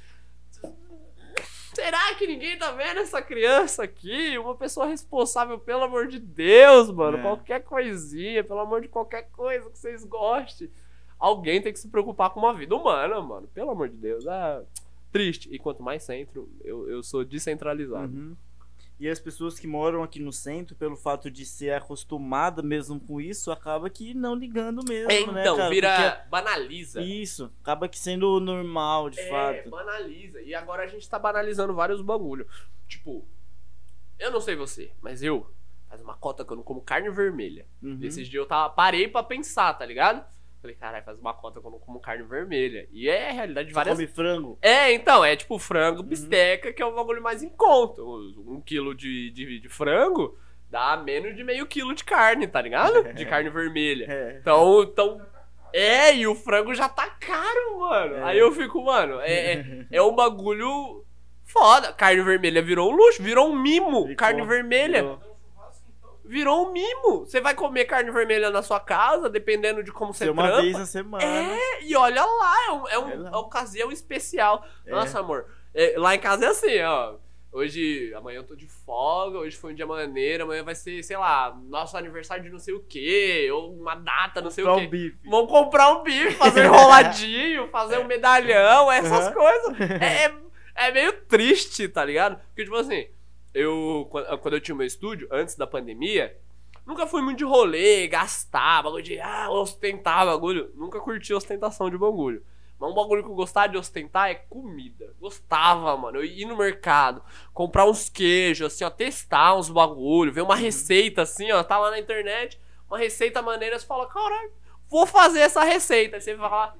Será que ninguém tá vendo essa criança aqui? Uma pessoa responsável, pelo amor de Deus, mano. É. Qualquer coisinha, pelo amor de qualquer coisa que vocês gostem. Alguém tem que se preocupar com uma vida humana, mano. Pelo amor de Deus. É triste. E quanto mais centro, eu, eu sou descentralizado. Uhum. E as pessoas que moram aqui no centro, pelo fato de ser acostumada mesmo com isso, acaba que não ligando mesmo, é, então, né, cara? vira... Porque banaliza. Isso, acaba que sendo normal, de é, fato. É, banaliza. E agora a gente tá banalizando vários bagulho. Tipo, eu não sei você, mas eu faz uma cota que eu não como carne vermelha. Uhum. Esses dias eu tava, parei pra pensar, tá ligado? Falei, caralho, faz uma cota que eu não como carne vermelha. E é a realidade de várias... Você come frango? É, então, é tipo frango, uhum. bisteca, que é o bagulho mais em conta. Um quilo de, de, de frango dá menos de meio quilo de carne, tá ligado? De carne vermelha. É. Então, então... É, e o frango já tá caro, mano. É. Aí eu fico, mano, é, é, é um bagulho foda. Carne vermelha virou um luxo, virou um mimo. Ficou, carne vermelha... Virou. Virou um mimo. Você vai comer carne vermelha na sua casa, dependendo de como você trampa. Uma vez na semana. É, e olha lá, é, um, é, um, é uma ocasião especial. É. Nossa, amor, é, lá em casa é assim, ó. Hoje, amanhã eu tô de folga, hoje foi um dia maneiro, amanhã vai ser, sei lá, nosso aniversário de não sei o quê, ou uma data, não sei comprar o quê. Um bife. Vamos comprar um bife, fazer enroladinho, fazer um medalhão, essas uhum. coisas. É, é, é meio triste, tá ligado? Porque, tipo assim... Eu, quando eu tinha o meu estúdio, antes da pandemia, nunca fui muito de rolê, gastar, bagulho de, ah, ostentar bagulho. Nunca curti ostentação de bagulho. Mas um bagulho que eu gostava de ostentar é comida. Gostava, mano. Eu ir no mercado, comprar uns queijos, assim, ó, testar uns bagulho, ver uma receita, assim, ó, tá lá na internet, uma receita maneira, você fala, caralho, vou fazer essa receita. Aí você fala...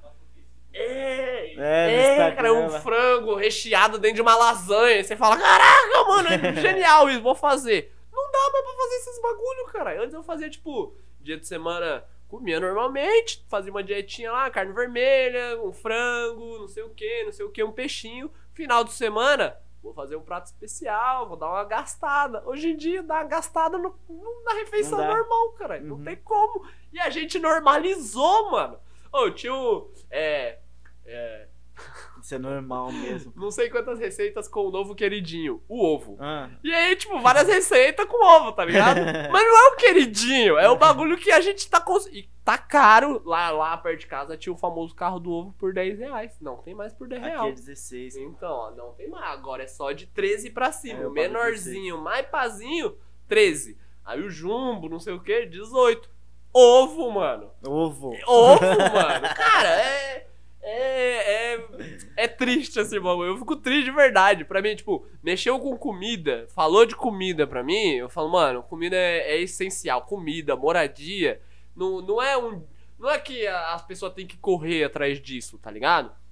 É, é, é cara, um frango recheado dentro de uma lasanha. Você fala, caraca, mano, é genial isso, vou fazer. Não dá mais pra fazer esses bagulho, cara. Antes eu fazia, tipo, dia de semana, comia normalmente, fazia uma dietinha lá, carne vermelha, um frango, não sei o que, não sei o que, um peixinho. Final de semana, vou fazer um prato especial, vou dar uma gastada. Hoje em dia, dá uma gastada no, no, na refeição normal, cara. Uhum. Não tem como. E a gente normalizou, mano. Ô, oh, tinha o... É... É... Isso é normal mesmo. Não sei quantas receitas com o novo queridinho, o ovo. Ah. E aí, tipo, várias receitas com ovo, tá ligado? Mas não é o queridinho, é o bagulho que a gente tá conseguindo. Tá caro. Lá, lá perto de casa tinha o famoso carro do ovo por dez reais. Não tem mais por dez reais. Aqui é dezesseis. Então, ó, não tem mais. Agora é só de treze pra cima. É, o menorzinho, mais pazinho, treze. Aí o jumbo, não sei o que, dezoito. Ovo, mano. Ovo. Ovo, mano. Cara, é... É, é, é triste assim, bagulho. Eu fico triste de verdade. Pra mim, tipo, mexeu com comida, falou de comida pra mim, eu falo, mano, comida é, é essencial. Comida, moradia, não, não é um... Não é que as pessoas têm que correr atrás disso, tá ligado?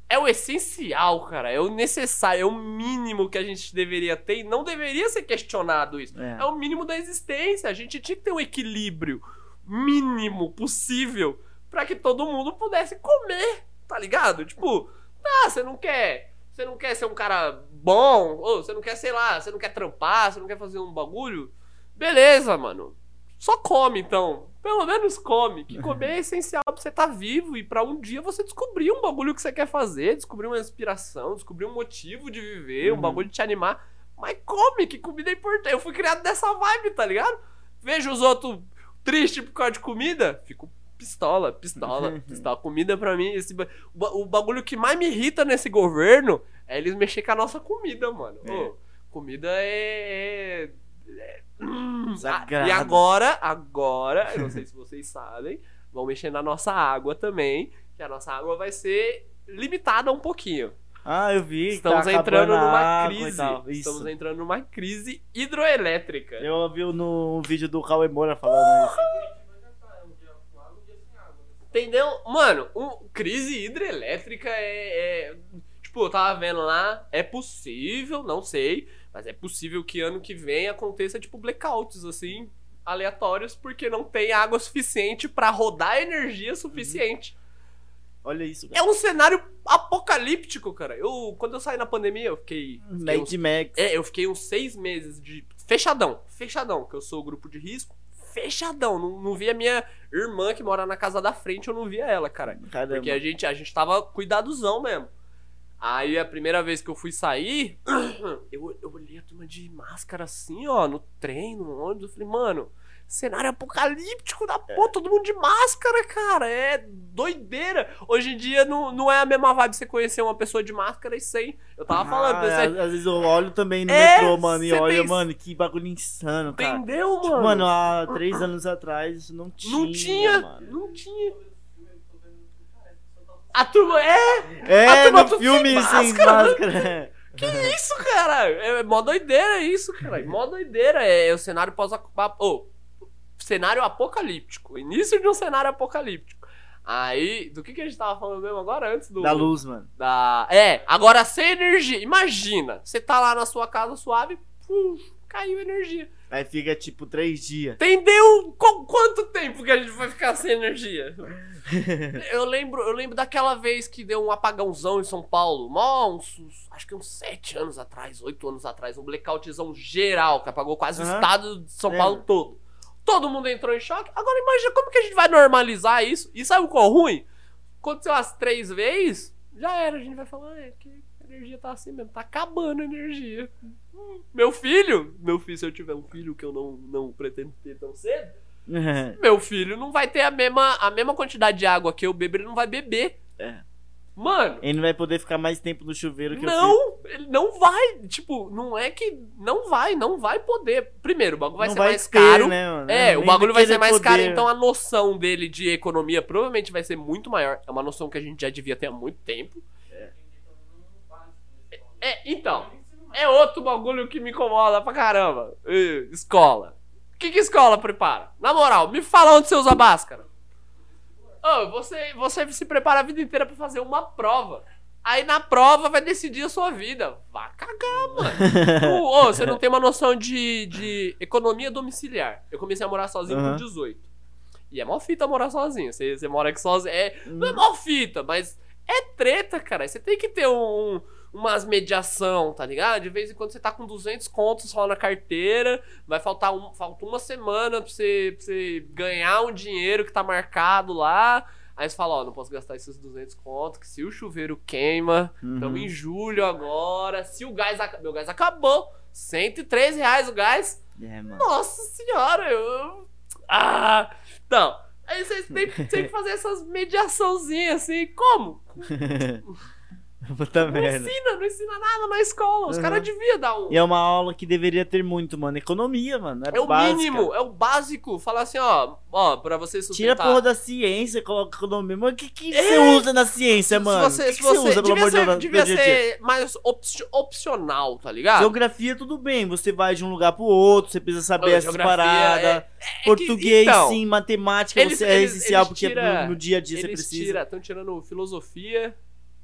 é o essencial, cara. É o necessário, é o mínimo que a gente deveria ter e não deveria ser questionado isso. É, é o mínimo da existência. A gente tinha que ter um equilíbrio mínimo possível pra que todo mundo pudesse comer, tá ligado? Tipo, ah, você não quer... Você não quer ser um cara bom, ou você não quer, sei lá, você não quer trampar, você não quer fazer um bagulho? Beleza, mano. Só come, então. Pelo menos come. Que comer é essencial pra você estar vivo e pra um dia você descobrir um bagulho que você quer fazer, descobrir uma inspiração, descobrir um motivo de viver, uhum. um bagulho de te animar. Mas come, que comida é importante. Eu fui criado dessa vibe, tá ligado? Vejo os outros tristes por causa de comida, fico pistola, pistola, pistola. Comida pra mim, esse, o, o bagulho que mais me irrita nesse governo é eles mexer com a nossa comida, mano. É. Ô, comida é... é, é hum, ah, e agora, agora, eu não sei se vocês sabem, vão mexer na nossa água também, que a nossa água vai ser limitada um pouquinho. Ah, eu vi. Estamos tá entrando numa crise. Estamos entrando numa crise hidroelétrica. Eu vi no vídeo do Cauê Moura falando isso. Entendeu? Mano, um, crise hidrelétrica é, é... Tipo, eu tava vendo lá, é possível, não sei, mas é possível que ano que vem aconteça, tipo, blackouts, assim, aleatórios, porque não tem água suficiente pra rodar energia suficiente. Uhum. Olha isso. Cara. É um cenário apocalíptico, cara. Eu, quando eu saí na pandemia, eu fiquei... fiquei uns, Max. É, eu fiquei uns seis meses de... Fechadão, fechadão, que eu sou o grupo de risco. Fechadão, não, não via minha irmã que mora na casa da frente, eu não via ela, cara. Caramba. Porque a gente, a gente tava cuidadozão mesmo. Aí a primeira vez que eu fui sair, eu, eu olhei a turma de máscara assim, ó, no trem, no ônibus, eu falei, mano, cenário apocalíptico da porra, todo mundo de máscara, cara, é doideira. Hoje em dia não, não é a mesma vibe você conhecer uma pessoa de máscara e sem. Eu tava ah, falando pra você. Às, às vezes eu olho também no é, metrô, mano, e olha, tem... mano, que bagulho insano, cara. Entendeu, mano? Tipo, mano, há três anos atrás isso não tinha. Não tinha, mano. não tinha. A turma é. É, a turma no filme sem máscara. Sem máscara. Que isso, cara? É mó doideira isso, cara. Mó doideira. É, é o cenário pós-apocalíptico. Oh, cenário apocalíptico. Início de um cenário apocalíptico. Aí, do que, que a gente tava falando mesmo agora? Antes do... Da luz, mano. Da... É, agora sem energia. Imagina, você tá lá na sua casa suave, puf, caiu a energia. Aí fica tipo três dias. Entendeu? Qu- quanto tempo que a gente vai ficar sem energia? eu, lembro, eu lembro daquela vez que deu um apagãozão em São Paulo. Mó, uns, uns, acho que uns sete anos atrás, oito anos atrás. Um blackoutzão geral que apagou quase uhum. o estado de São é. Paulo todo. Todo mundo entrou em choque. Agora imagina como que a gente vai normalizar isso. E sabe o qual é ruim? Aconteceu as três vezes, já era. A gente vai falar, é que a energia tá assim mesmo. Tá acabando a energia. Hum, meu filho, meu filho, se eu tiver um filho que eu não, não pretendo ter tão cedo, uhum. meu filho não vai ter a mesma, a mesma quantidade de água que eu bebo, ele não vai beber. É. Mano... Ele não vai poder ficar mais tempo no chuveiro que não, eu Não, ele não vai. Tipo, não é que... Não vai, não vai poder. Primeiro, o bagulho vai não ser vai mais ter, caro. Né, mano? É, não, o bagulho vai ser mais poder. caro. Então a noção dele de economia provavelmente vai ser muito maior. É uma noção que a gente já devia ter há muito tempo. É, é então... É outro bagulho que me incomoda pra caramba. Uh, escola. O que que escola prepara? Na moral, me fala onde você usa máscara. Oh, você, você se prepara a vida inteira pra fazer uma prova. Aí na prova vai decidir a sua vida. Vá cagar, mano. oh, você não tem uma noção de, de economia domiciliar. Eu comecei a morar sozinho uhum. com dezoito. E é mó fita morar sozinho. Você, você mora aqui sozinho. É, não é mó fita, mas é treta, cara. Você tem que ter um... umas mediação, tá ligado? De vez em quando você tá com duzentos contos só na carteira, vai faltar um, falta uma semana pra você, pra você ganhar um dinheiro que tá marcado lá. Aí você fala, ó, não posso gastar esses duzentos contos, que se o chuveiro queima, estamos uhum. em julho agora, se o gás, ac... meu gás acabou, cento e três reais o gás. É, mano. Nossa senhora, eu... Ah, então, aí vocês têm, têm que fazer essas mediaçãozinhas assim, como? Puta não merda. ensina, não ensina nada na escola. Os uhum. caras deviam dar um... E é uma aula que deveria ter muito, mano. Economia, mano. É, é o básica. mínimo, é o básico. Falar assim, ó, ó, pra você sustentar... Tira a porra da ciência, coloca economia. Mas o que, que é. você usa na ciência, mano? Se você, que se que você você, usa, pelo amor de Deus? Devia ser mais op opcional, tá ligado? Geografia, tudo bem. Você vai de um lugar pro outro, você precisa saber essas paradas. É, é, Português, que, então, sim. Matemática, eles, você é eles, essencial, eles porque tira, no, no dia a dia você eles precisa. Estão tirando filosofia...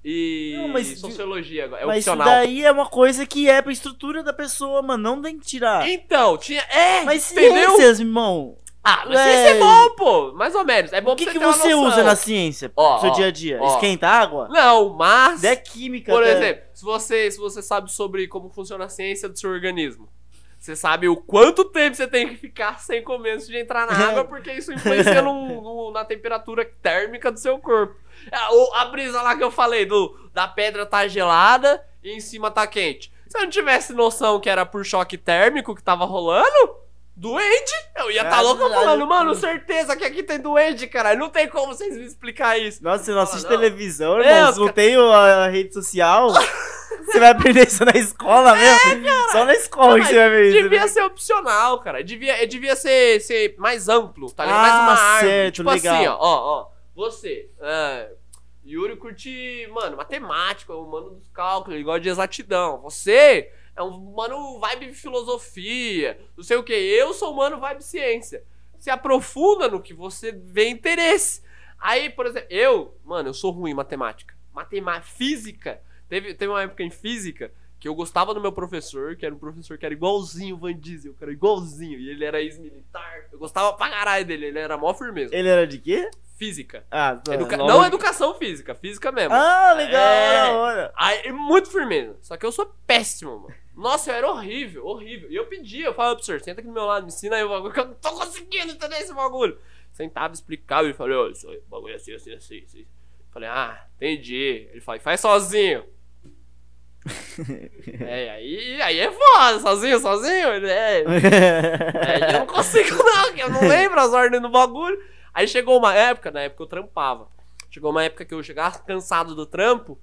e Não, mas- sociologia. É Mas opcional. isso daí é uma coisa que é pra estrutura da pessoa, mano. Não tem que tirar. Então, tinha... É, Mas entendeu? ciências, irmão. Ah, mas ciência é Véi. bom, pô. Mais ou menos. É bom O que, pra que ter uma você noção. usa na ciência Ó, no seu ó, dia a dia? ó. Esquenta água? Não, mas... É química. Por até. exemplo, se você, se você sabe sobre como funciona a ciência do seu organismo, você sabe o quanto tempo você tem que ficar sem comer antes de entrar na água, porque isso influencia no- no- na temperatura térmica do seu corpo. A, o- a brisa lá que eu falei, do, da pedra tá gelada e em cima tá quente. Se eu não tivesse noção que era por choque térmico que tava rolando... Duende? Eu ia tá Ah, louco verdade. falando, mano, certeza que aqui tem duende, cara. Não tem como vocês me explicar isso. Nossa, você não assiste não. televisão, É, irmão? os Você não ca- tem a rede social? Você vai aprender isso na escola mesmo? Só na escola que você vai ver isso. Devia né? ser opcional, cara. Devia, devia ser, ser mais amplo, tá ligado? mais Ah, uma árvore. certo, tipo legal. assim, ó, ó, ó. Você, ah, Yuri curte, mano, matemática, o mano dos cálculos, ele gosta de exatidão. Você é um mano vibe filosofia, não sei o que. Eu sou um mano vibe ciência. Se aprofunda no que você vê interesse. Aí, por exemplo, eu, mano, eu sou ruim em matemática. Matemática, física. Teve, teve uma época em física que eu gostava do meu professor, que era um professor que era igualzinho o Van Diesel, cara, igualzinho. E ele era ex-militar. Eu gostava pra caralho dele, ele era mó firmeza. Ele era de quê? Física. Ah, tá. Educa- lógico. Não educação física, física mesmo. Ah, legal, É. da hora. Aí, muito firmeza. Só que eu sou péssimo, mano. Nossa, eu era horrível, horrível. E eu pedia, eu falava pro senhor, senta aqui do meu lado, me ensina aí o bagulho, que eu não tô conseguindo entender esse bagulho. Sentava, explicava e falei, olha, isso aí, o bagulho é assim, assim, assim, assim. Falei, ah, entendi. Ele falou, faz sozinho. É, aí, aí é foda, sozinho, sozinho. Ele é, é, eu não consigo não, que eu não lembro as ordens do bagulho. Aí chegou uma época, na época eu trampava. Chegou uma época que eu chegava cansado do trampo.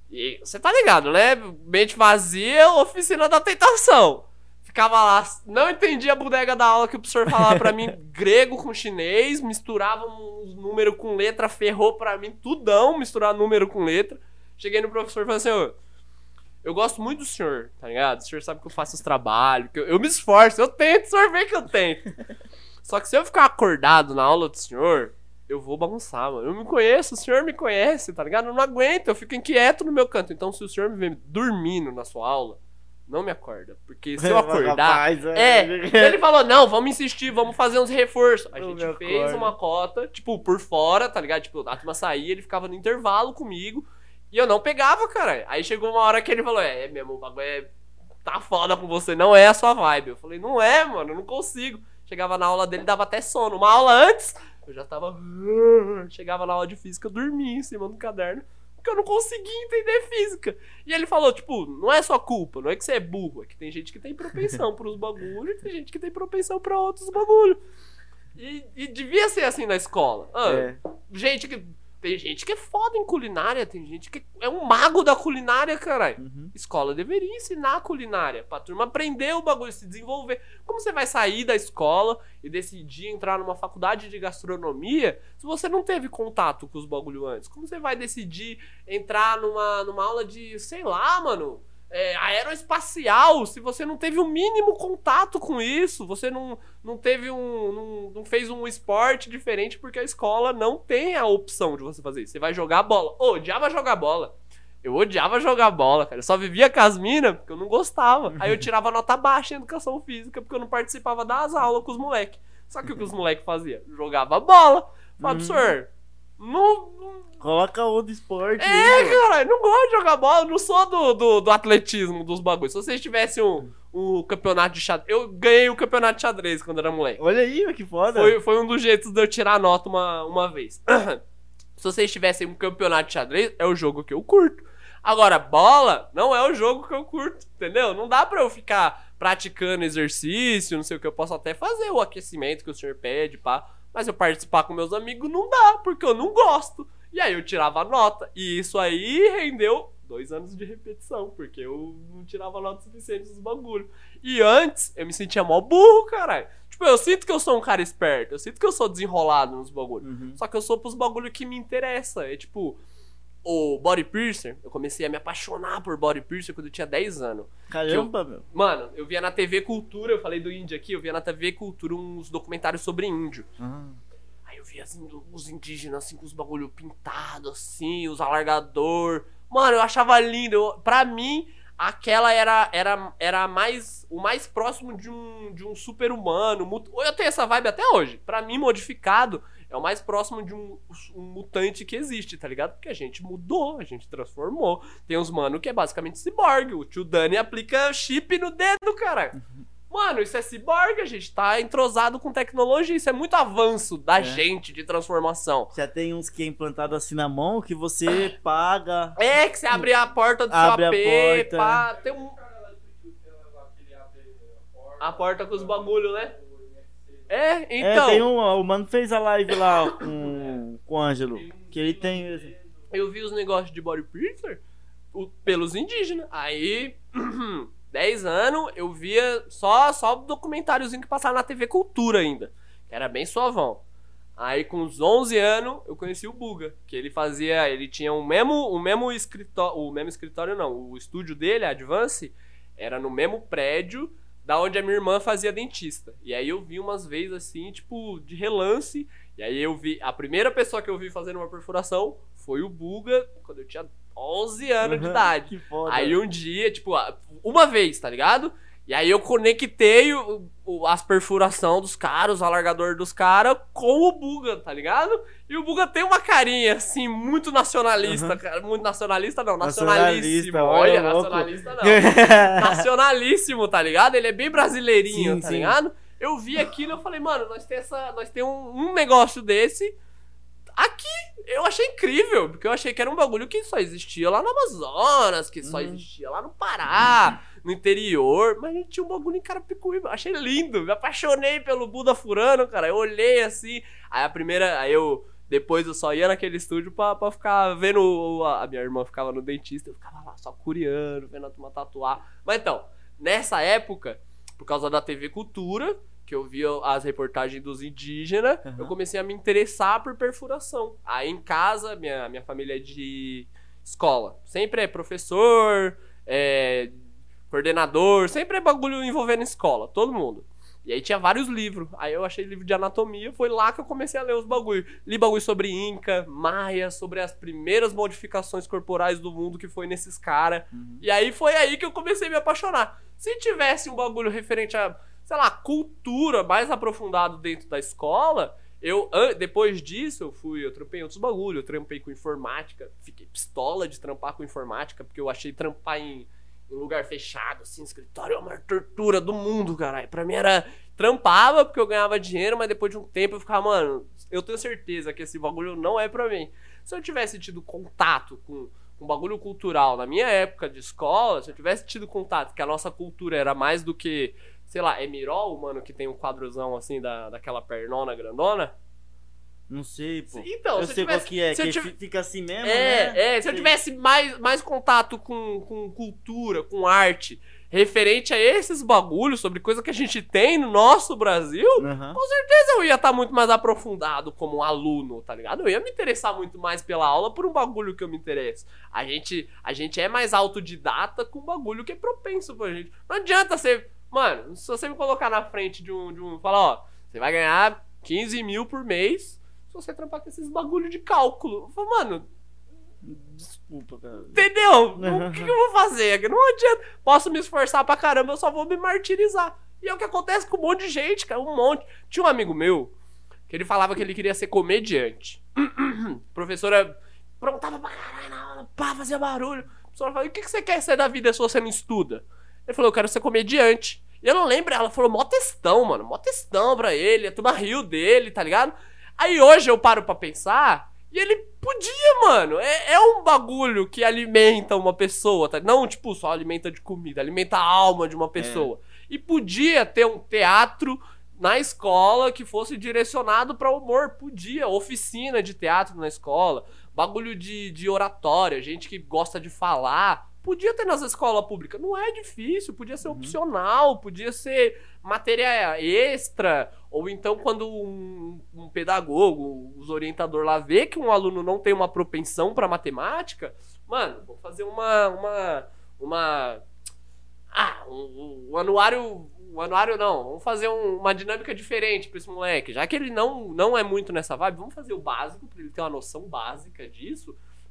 E você tá ligado, né? Mente vazia, oficina da tentação. Ficava lá, não entendia a bodega da aula que o professor falava pra mim, grego com chinês, misturava uns número com letra, ferrou pra mim, tudão, misturar número com letra. Cheguei no professor e falei assim, ô, eu gosto muito do senhor, tá ligado? O senhor sabe que eu faço os trabalhos, que eu, eu me esforço, eu tento, o senhor vê que eu tento. Só que se eu ficar acordado na aula do senhor, eu vou bagunçar, mano. Eu me conheço, o senhor me conhece, tá ligado? Eu não aguento, eu fico inquieto no meu canto. Então, se o senhor me vê dormindo na sua aula, não me acorda. Porque se eu acordar... Rapaz, É, ele falou, não, vamos insistir, vamos fazer uns reforços. A Não gente me fez acorda. uma cota, tipo, por fora, tá ligado? Tipo, a turma saía, ele ficava no intervalo comigo. E eu não pegava, cara. Aí chegou uma hora que ele falou, é, mesmo, o bagulho é... tá foda com você, não é a sua vibe. Eu falei, não é, mano, eu não consigo. Chegava na aula dele, dava até sono. Uma aula antes, eu já tava... Chegava na aula de física, eu dormia em cima do caderno. Porque eu não conseguia entender física. E ele falou, tipo, não é sua culpa, não é que você é burro. É que tem gente que tem propensão pros bagulhos e tem gente que tem propensão pra outros bagulhos. E, e devia ser assim na escola. Ah, É. gente que... Tem gente que é foda em culinária, tem gente que é um mago da culinária, caralho. Uhum. Escola deveria ensinar a culinária, pra turma aprender o bagulho, se desenvolver. Como você vai sair da escola e decidir entrar numa faculdade de gastronomia se você não teve contato com os bagulho antes? Como você vai decidir entrar numa, numa aula de, sei lá, mano, é, aeroespacial se você não teve o mínimo contato com isso? Você não, não teve um... Não, não fez um esporte diferente porque a escola não tem a opção de você fazer isso. Você vai jogar bola. Ô, odiava jogar bola. Eu odiava jogar bola, cara. Eu só vivia com as minas porque eu não gostava. Aí eu tirava nota baixa em educação física porque eu não participava das aulas com os moleques. Só que o que os moleques faziam? Jogava bola. Falava, professor, não, não... Coloca outro esporte. É, aí, pô. cara, eu não gosto de jogar bola. Eu não sou do, do, do atletismo, dos bagulhos. Se vocês tivessem um, um campeonato de xadrez... Eu ganhei o campeonato de xadrez quando era moleque. Olha aí, que foda. Foi, foi um dos jeitos de eu tirar nota uma, uma vez. Se vocês tivessem um campeonato de xadrez, é o jogo que eu curto. Agora, bola não é o jogo que eu curto, entendeu? Não dá pra eu ficar praticando exercício, não sei o que. Eu posso até fazer o aquecimento que o senhor pede, pá. Mas eu participar com meus amigos não dá, porque eu não gosto. E aí eu tirava nota. E isso aí rendeu dois anos de repetição, porque eu não tirava nota suficiente dos bagulhos. E antes, eu me sentia mó burro, caralho. Tipo, eu sinto que eu sou um cara esperto, eu sinto que eu sou desenrolado nos bagulhos. Uhum. Só que eu sou pros bagulhos que me interessam. É tipo, o body piercer, eu comecei a me apaixonar por body piercer quando eu tinha dez anos. Caramba, meu. Mano, eu via na T V Cultura, eu falei do índio aqui, eu via na T V Cultura uns documentários sobre índio. Ah. Aí eu via assim, os indígenas assim com os bagulho pintado assim, os alargador, Mano, eu achava lindo. Eu, pra mim, aquela era, era, era mais, o mais próximo de um, de um super-humano. Eu tenho essa vibe até hoje. Pra mim, modificado é o mais próximo de um, um mutante que existe, tá ligado? Porque a gente mudou, a gente transformou. Tem uns mano que é basicamente ciborgue. O tio Dani aplica chip no dedo, cara. Mano, isso é ciborgue, a gente tá entrosado com tecnologia, isso é muito avanço da é. gente de transformação. Já tem uns que é implantado assim na mão, que você paga... É, que você abre a porta do abre seu A P, a porta. pá, tem um... A porta com os bagulho, né? É, então... É, tem um, o mano fez a live lá com, com o Ângelo, que ele tem... Eu vi os negócios de body piercer pelos indígenas, aí... dez anos, eu via só só documentáriozinho que passava na T V Cultura ainda, que era bem suavão. Aí com uns onze anos, eu conheci o Buga, que ele fazia, ele tinha o mesmo, o mesmo escritório, o mesmo escritório não, o estúdio dele, a Advance, era no mesmo prédio da onde a minha irmã fazia dentista. E aí eu vi umas vezes assim, tipo, de relance, e aí eu vi, a primeira pessoa que eu vi fazendo uma perfuração foi o Buga, quando eu tinha onze anos uhum, de idade. Que foda. Aí um dia, tipo, uma vez, tá ligado? E aí eu conectei o, o, as perfurações dos caras, os alargadores dos caras com o Buga, tá ligado? E o Buga tem uma carinha, assim, muito nacionalista, uhum. cara. Muito nacionalista não, nacionalíssimo. Nacionalista, olha, olha nacionalista não. Nacionalíssimo, tá ligado? Ele é bem brasileirinho, sim, tá sim. ligado? Eu vi aquilo e eu falei, mano, nós temos essa, nós temos um, um negócio desse aqui. Eu achei incrível, porque eu achei que era um bagulho que só existia lá no Amazonas, que só uhum. existia lá no Pará, no interior, mas a gente tinha um bagulho em Carapicuíba. Achei lindo, me apaixonei pelo Buda furando, cara. Eu olhei assim, aí a primeira, aí eu, depois eu só ia naquele estúdio pra, pra ficar vendo, a minha irmã ficava no dentista, eu ficava lá só curiando, vendo a turma tatuar. Mas então, nessa época, por causa da T V Cultura, que eu via as reportagens dos indígenas, uhum. eu comecei a me interessar por perfuração. Aí em casa, minha, minha família é de escola. Sempre é professor, é coordenador, sempre é bagulho envolvendo escola, todo mundo. E aí tinha vários livros. Aí eu achei livro de anatomia, foi lá que eu comecei a ler os bagulhos. Li bagulho sobre Inca, Maia, sobre as primeiras modificações corporais do mundo que foi nesses caras. Uhum. E aí foi aí que eu comecei a me apaixonar. Se tivesse um bagulho referente a, sei lá, cultura mais aprofundado dentro da escola, eu, depois disso, eu fui, eu trampei em outros bagulhos, eu trampei com informática, fiquei pistola de trampar com informática, porque eu achei trampar em, em lugar fechado, assim, escritório é a maior tortura do mundo, caralho. Pra mim era, trampava porque eu ganhava dinheiro, mas depois de um tempo eu ficava, mano, eu tenho certeza que esse bagulho não é pra mim. Se eu tivesse tido contato com um bagulho cultural na minha época de escola, se eu tivesse tido contato que a nossa cultura era mais do que, sei lá, Emirol, mano, que tem um quadrozão assim da, daquela pernona grandona. Não sei, pô. Então, eu se sei eu tivesse, qual que é, que tive... fica assim mesmo, é, né? É, se eu tivesse mais, mais contato com, com cultura, com arte, referente a esses bagulhos, sobre coisa que a gente tem no nosso Brasil, uhum. com certeza eu ia estar muito mais aprofundado como aluno, tá ligado? Eu ia me interessar muito mais pela aula por um bagulho que eu me interesso. A gente, a gente é mais autodidata com um bagulho que é propenso pra gente. Não adianta você... Mano, se você me colocar na frente de um... De um falar, ó, você vai ganhar quinze mil por mês se você trampar com esses bagulho de cálculo. Eu falo, mano... Desculpa, cara. Entendeu? Uhum. O que, que eu vou fazer? Não adianta. Posso me esforçar pra caramba, eu só vou me martirizar. E é o que acontece com um monte de gente, cara. Um monte. Tinha um amigo meu que ele falava que ele queria ser comediante. Professora perguntava pra caralho na aula, pá, fazia barulho. A professora falava, o que, que você quer ser da vida se você não estuda? Ele falou, eu quero ser comediante. E eu não lembro, ela falou, mó textão, mano. Mó textão pra ele, a turma riu dele, tá ligado? Aí hoje eu paro pra pensar... E ele podia, mano. É, é um bagulho que alimenta uma pessoa, tá? Não, tipo, só alimenta de comida. Alimenta a alma de uma pessoa. É. E podia ter um teatro na escola que fosse direcionado pra humor. Podia. Oficina de teatro na escola. Bagulho de, de oratória. Gente que gosta de falar. Podia ter nas escolas públicas. Não é difícil. Podia ser uhum. opcional. Podia ser matéria extra. Ou então quando um, um pedagogo, os orientador lá vê que um aluno não tem uma propensão pra matemática, mano, vou fazer uma... uma, uma ah, um, um anuário... Um anuário não. Vamos fazer um, uma dinâmica diferente pra esse moleque. Já que ele não, não é muito nessa vibe, vamos fazer o básico pra ele ter uma noção básica disso.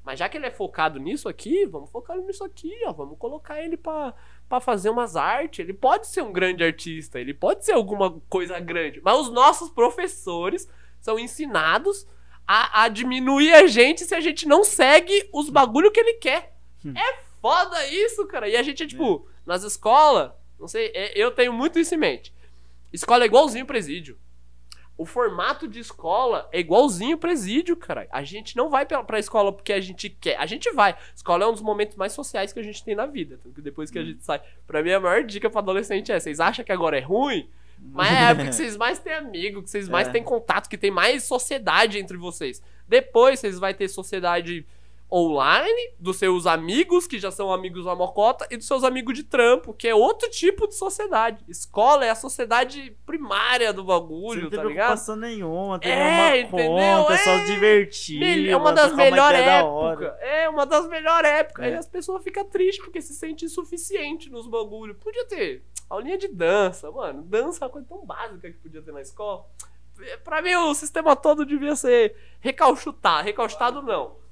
Mas já que ele é focado nisso aqui, vamos focar nisso aqui, ó. Vamos colocar ele pra, pra fazer umas artes. Ele pode ser um grande artista, ele pode ser alguma coisa grande. Mas os nossos professores são ensinados a, a diminuir a gente se a gente não segue os bagulho que ele quer. Hum. É foda isso, cara. E a gente é tipo, é. nas escolas, não sei, eu tenho muito isso em mente. Escola é igualzinho presídio. O formato de escola é igualzinho presídio, cara. A gente não vai pra, pra escola porque a gente quer. A gente vai. Escola é um dos momentos mais sociais que a gente tem na vida. Tanto que depois que a gente sai... Pra mim, a maior dica pra adolescente é: vocês acham que agora é ruim? Mas é a época que vocês mais têm amigo, que vocês mais é. têm contato, que tem mais sociedade entre vocês. Depois, vocês vão ter sociedade online, dos seus amigos, que já são amigos da mocota, e dos seus amigos de trampo, que é outro tipo de sociedade. Escola é a sociedade primária do bagulho, não tem tá ligado? preocupação nenhuma, tem é, uma conta, é, é só se divertir. É uma das melhores épocas. É uma das melhores épocas. É. Aí as pessoas ficam tristes porque se sentem insuficiente nos bagulhos. Podia ter aulinha de dança, mano. Dança é uma coisa tão básica que podia ter na escola. Pra mim, o sistema todo devia ser recalchutado. Recalchutado, não.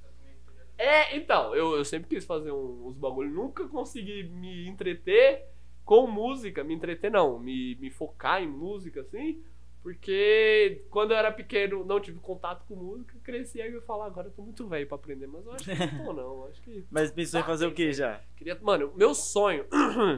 É, então, eu, eu sempre quis fazer um, uns bagulho, nunca consegui me entreter com música, me entreter não, me, me focar em música, assim, porque quando eu era pequeno não tive contato com música, cresci aí eu falar, agora eu tô muito velho pra aprender, mas eu acho que não tô não, acho que... Mas pensou em fazer o que já? Queria, mano, meu sonho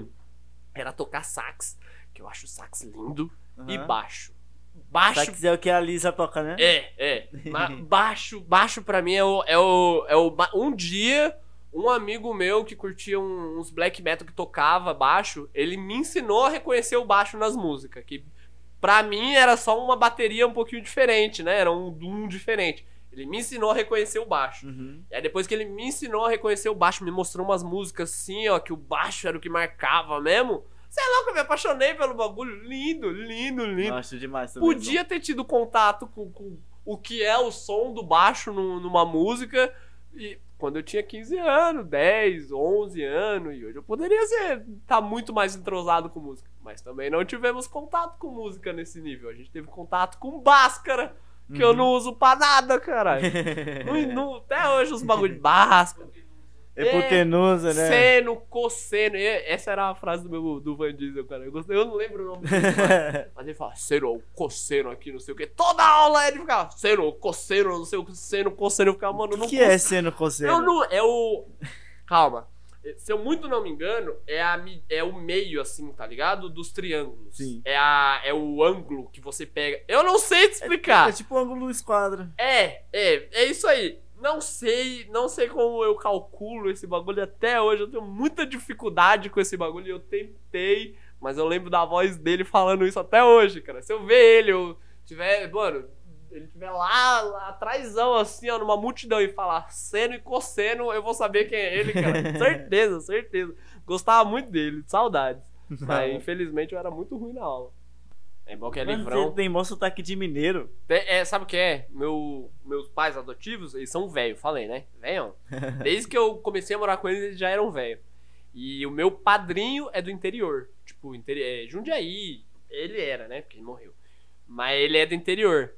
era tocar sax, que eu acho sax lindo, uhum. e baixo. Baixo. Sax é o que a Lisa toca, né? É, é. baixo, baixo pra mim é o, é o, é o... Um dia, um amigo meu que curtia um, uns black metal que tocava baixo, ele me ensinou a reconhecer o baixo nas músicas. Que pra mim era só uma bateria um pouquinho diferente, né? Era um doom diferente. Ele me ensinou a reconhecer o baixo. Uhum. E aí depois que ele me ensinou a reconhecer o baixo, me mostrou umas músicas assim, ó, que o baixo era o que marcava mesmo. Sei lá, que eu me apaixonei pelo bagulho. Lindo, lindo, lindo. Acho demais também. Podia ter tido contato com, com o que é o som do baixo no, numa música. E quando eu tinha quinze anos, dez, onze anos. E hoje eu poderia ser, tá muito mais entrosado com música. Mas também não tivemos contato com música nesse nível. A gente teve contato com Bhaskara, que uhum. eu não uso pra nada, caralho. não, não, até hoje os bagulho de Bhaskara. Hipotenusa, né? Seno, cosseno. Essa era a frase do meu do Van Diesel, cara. Eu, gostei, eu não lembro o nome dele, mas, mas ele fala seno, cosseno aqui, não sei o que. Toda aula ele ficava seno, cosseno, não sei o que, seno, cosseno. Eu ficava, mano, não. O que é seno, cosseno? Eu não, é o. Calma. Se eu muito não me engano, é, a, é o meio, assim, tá ligado? Dos triângulos. Sim. É, a, é o ângulo que você pega. Eu não sei te explicar. É, é tipo o ângulo esquadra. É, é, é isso aí. Não sei, não sei como eu calculo esse bagulho até hoje. Eu tenho muita dificuldade com esse bagulho. Eu tentei, mas eu lembro da voz dele falando isso até hoje, cara. Se eu ver ele, eu tiver, mano, ele tiver lá, lá atrásão, assim, ó, numa multidão e falar seno e cosseno, eu vou saber quem é ele, cara. Certeza, certeza. Gostava muito dele, saudades. Mas infelizmente eu era muito ruim na aula. É igual que é livrão. Você tem mó sotaque de mineiro. É, sabe o que é? Meu, meus pais adotivos, eles são velho, falei, né? Velho. Desde que eu comecei a morar com eles, eles já eram velho. E o meu padrinho é do interior. Tipo, interi é, Jundiaí. Ele era, né? Porque ele morreu. Mas ele é do interior.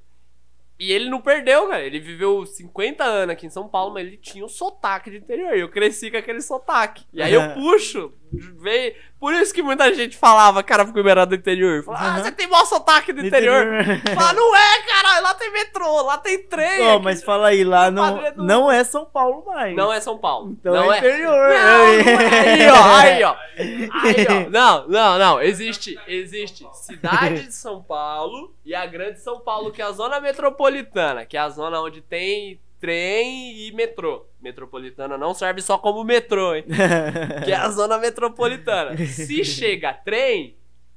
E ele não perdeu, cara. Ele viveu cinquenta anos aqui em São Paulo, mas ele tinha um sotaque de interior. E eu cresci com aquele sotaque. E aí eu puxo, veio... Por isso que muita gente falava, cara, porque eu era do interior. Falava, ah, você tem maior sotaque do interior. Fala, não é, caralho, lá tem metrô, lá tem trem. Oh, mas fala aí, lá não, do... não é São Paulo mais. Não é São Paulo. Então não é interior. É... Não, não é. Aí, ó, aí, ó. Aí, ó. Não, não, não. Existe, existe cidade de São Paulo e a grande São Paulo, que é a zona metropolitana, que é a zona onde tem trem e metrô. Metropolitana não serve só como metrô, hein? Que é a zona metropolitana. Se chega trem,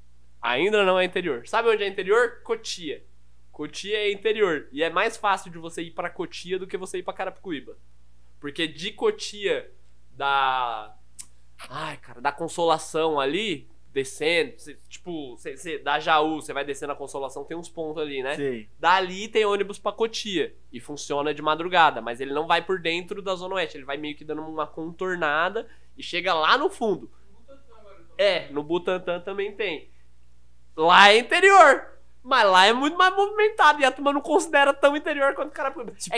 ainda não é interior. Sabe onde é interior? Cotia. Cotia é interior. E é mais fácil de você ir pra Cotia do que você ir pra Carapicuíba. Porque de Cotia, da... Ai, cara, da Consolação ali... Descendo, cê, tipo, cê, cê, da Jaú, você vai descendo a Consolação, tem uns pontos ali, né? Sim. Dali tem ônibus pra Cotia. E funciona de madrugada, mas ele não vai por dentro da Zona Oeste. Ele vai meio que dando uma contornada e chega lá no fundo. É, no Butantã também tem. Lá é interior. Mas lá é muito mais movimentado. E a turma não considera tão interior quanto o cara. Tipo... É que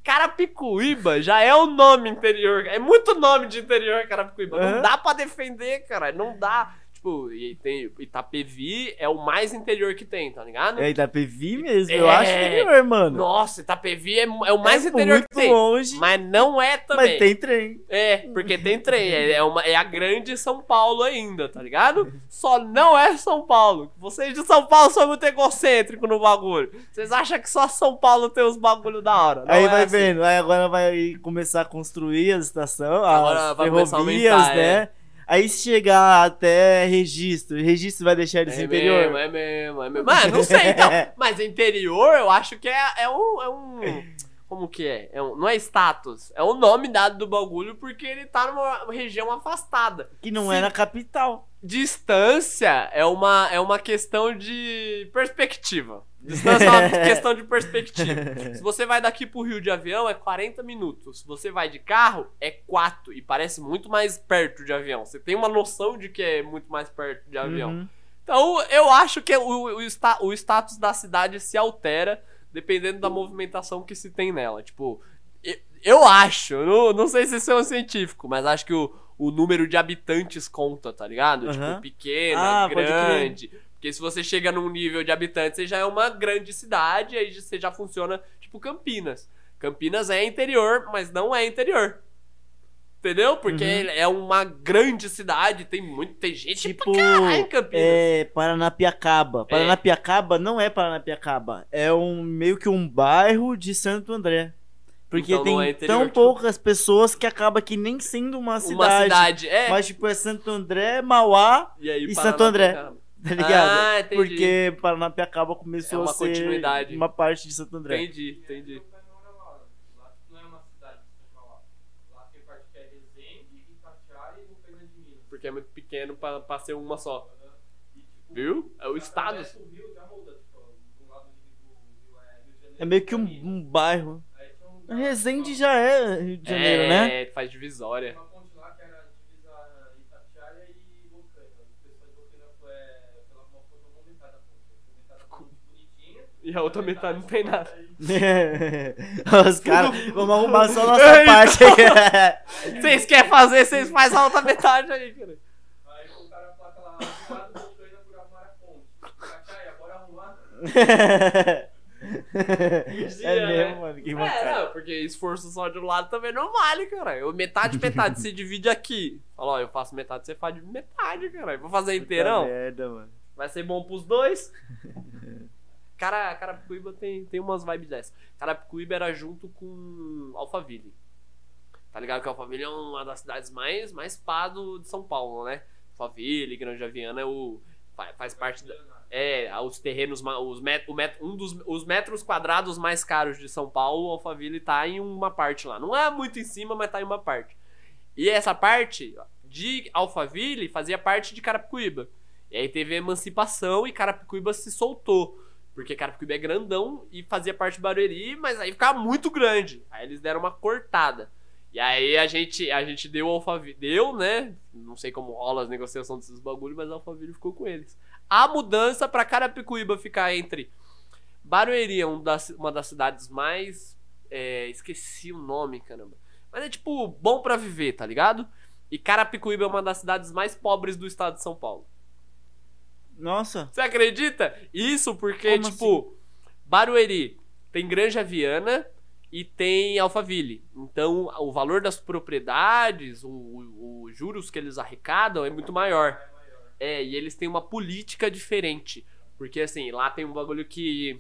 Carapicuíba já é o nome interior. É muito nome de interior, Carapicuíba. Uhum. Não dá pra defender, cara. Não dá. Tipo, e tem, Itapevi é o mais interior que tem, tá ligado? É Itapevi mesmo, É. eu acho interior, mano. Nossa, Itapevi é, é o mais é interior muito que tem. longe, Mas não é também. mas tem trem. É, porque tem trem. É, é, uma, é a grande São Paulo ainda, tá ligado? Só não é São Paulo. Vocês de São Paulo são muito egocêntricos no bagulho. Vocês acham que só São Paulo tem os bagulho da hora. Não Aí é vai assim. vendo, aí agora vai começar a construir as estações, Agora as vai começar a ferrovias, aumentar, né? é. Aí se chegar até registro, registro vai deixar eles É interior? mesmo, é mesmo, é mesmo. Mas não sei, então. Mas interior, eu acho que é, é um... É um como que é? é um, não é status. É o nome dado do bagulho porque ele tá numa região afastada. Que não Se- é na capital. Distância é uma, é uma questão de perspectiva. Distância é uma questão de perspectiva. Se você vai daqui pro Rio de avião, é quarenta minutos. Se você vai de carro, é quatro. E parece muito mais perto de avião. Você tem uma noção de que é muito mais perto de avião. Uhum. Então, eu acho que o, o, sta- o status da cidade se altera dependendo da movimentação que se tem nela. Tipo, eu, eu acho, eu não, não sei se isso é um científico, mas acho que o, o número de habitantes conta, tá ligado? Uhum. Tipo, pequena, Ah, pode grande. Porque se você chega num nível de habitantes, você já é uma grande cidade, aí você já funciona tipo Campinas. Campinas é interior, mas não é interior. Entendeu? Porque Uhum. é uma grande cidade, tem muito, tem gente Tipo, pra caralho em Campinas. é Paranapiacaba. Paranapiacaba não é Paranapiacaba. É um, meio que um bairro de Santo André. Porque Então não tem é interior, tão tipo- poucas pessoas que acaba que nem sendo uma cidade. Uma cidade, é. Mas tipo, é Santo André, Mauá E, aí, e Santo André. Paranapiacaba. Tá ligado? Ah, entendi. Porque Paranapiacaba começou É uma a ser continuidade. uma parte de Santo André. Entendi, entendi. Lá não é uma cidade que você fala. Lá tem parte que é Resende, Itatiaia e Fernando de Minas. Porque é muito pequeno pra, pra ser uma só. E, tipo, Viu? É o estado. atravessa o rio já muda, tipo, do lado do rio, do é, Rio de Janeiro. É meio que um, Minas. um bairro. Aí tinha um- Resende já é Rio de Janeiro, é, né? faz divisória. uma ponte lá que era divisa Itatiaia e Bocaina. O pessoal de Bocaina foi é, pela uma foto uma metade da ponte. Foi metade da ponte bonitinha. E a outra metade não tem nada. Os caras, vamos arrumar só a nossa parte aqui. Vocês querem fazer, vocês fazem a outra metade aí, cara. Aí colocaram a placa lá do lado, Bocaina por arrumar a ponte. Itatiaia, bora arrumar. É mesmo, mano. Que É, bacana. não, porque esforço só de um lado também não vale, cara. Eu, metade, metade, se divide aqui. Fala, ó, eu faço metade, você faz metade, cara. Eu vou fazer inteirão. Puta merda, mano. Vai ser bom pros dois. Cara, Carapicuíba tem, tem umas vibes dessas. Carapicuíba era junto com Alphaville. Tá ligado que Alphaville é uma das cidades mais, mais pá do, de São Paulo, né? Alphaville, Granja Viana é o, faz, faz parte da... É, os terrenos, ma- os met, o met, um dos os metros quadrados mais caros de São Paulo, o Alphaville tá em uma parte lá. Não é muito em cima, mas tá em uma parte. E essa parte de Alphaville fazia parte de Carapicuíba. E aí teve a emancipação e Carapicuíba se soltou. Porque Carapicuíba é grandão e fazia parte de Barueri, mas aí ficava muito grande. Aí eles deram uma cortada. E aí a gente, a gente deu Alphaville, deu, né? Não sei como rola as negociações desses bagulhos, mas Alphaville ficou com eles. A mudança pra Carapicuíba ficar entre Barueri, é um das, uma das cidades mais... É, esqueci o nome, caramba. Mas é tipo, bom pra viver, tá ligado? E Carapicuíba é uma das cidades mais pobres do estado de São Paulo. Nossa. Você acredita? Isso porque, Como tipo, Barueri tem Granja Viana e tem Alphaville. Então, o valor das propriedades, o, o- os juros que eles arrecadam é muito maior. É, e eles têm uma política diferente. Porque, assim, lá tem um bagulho que...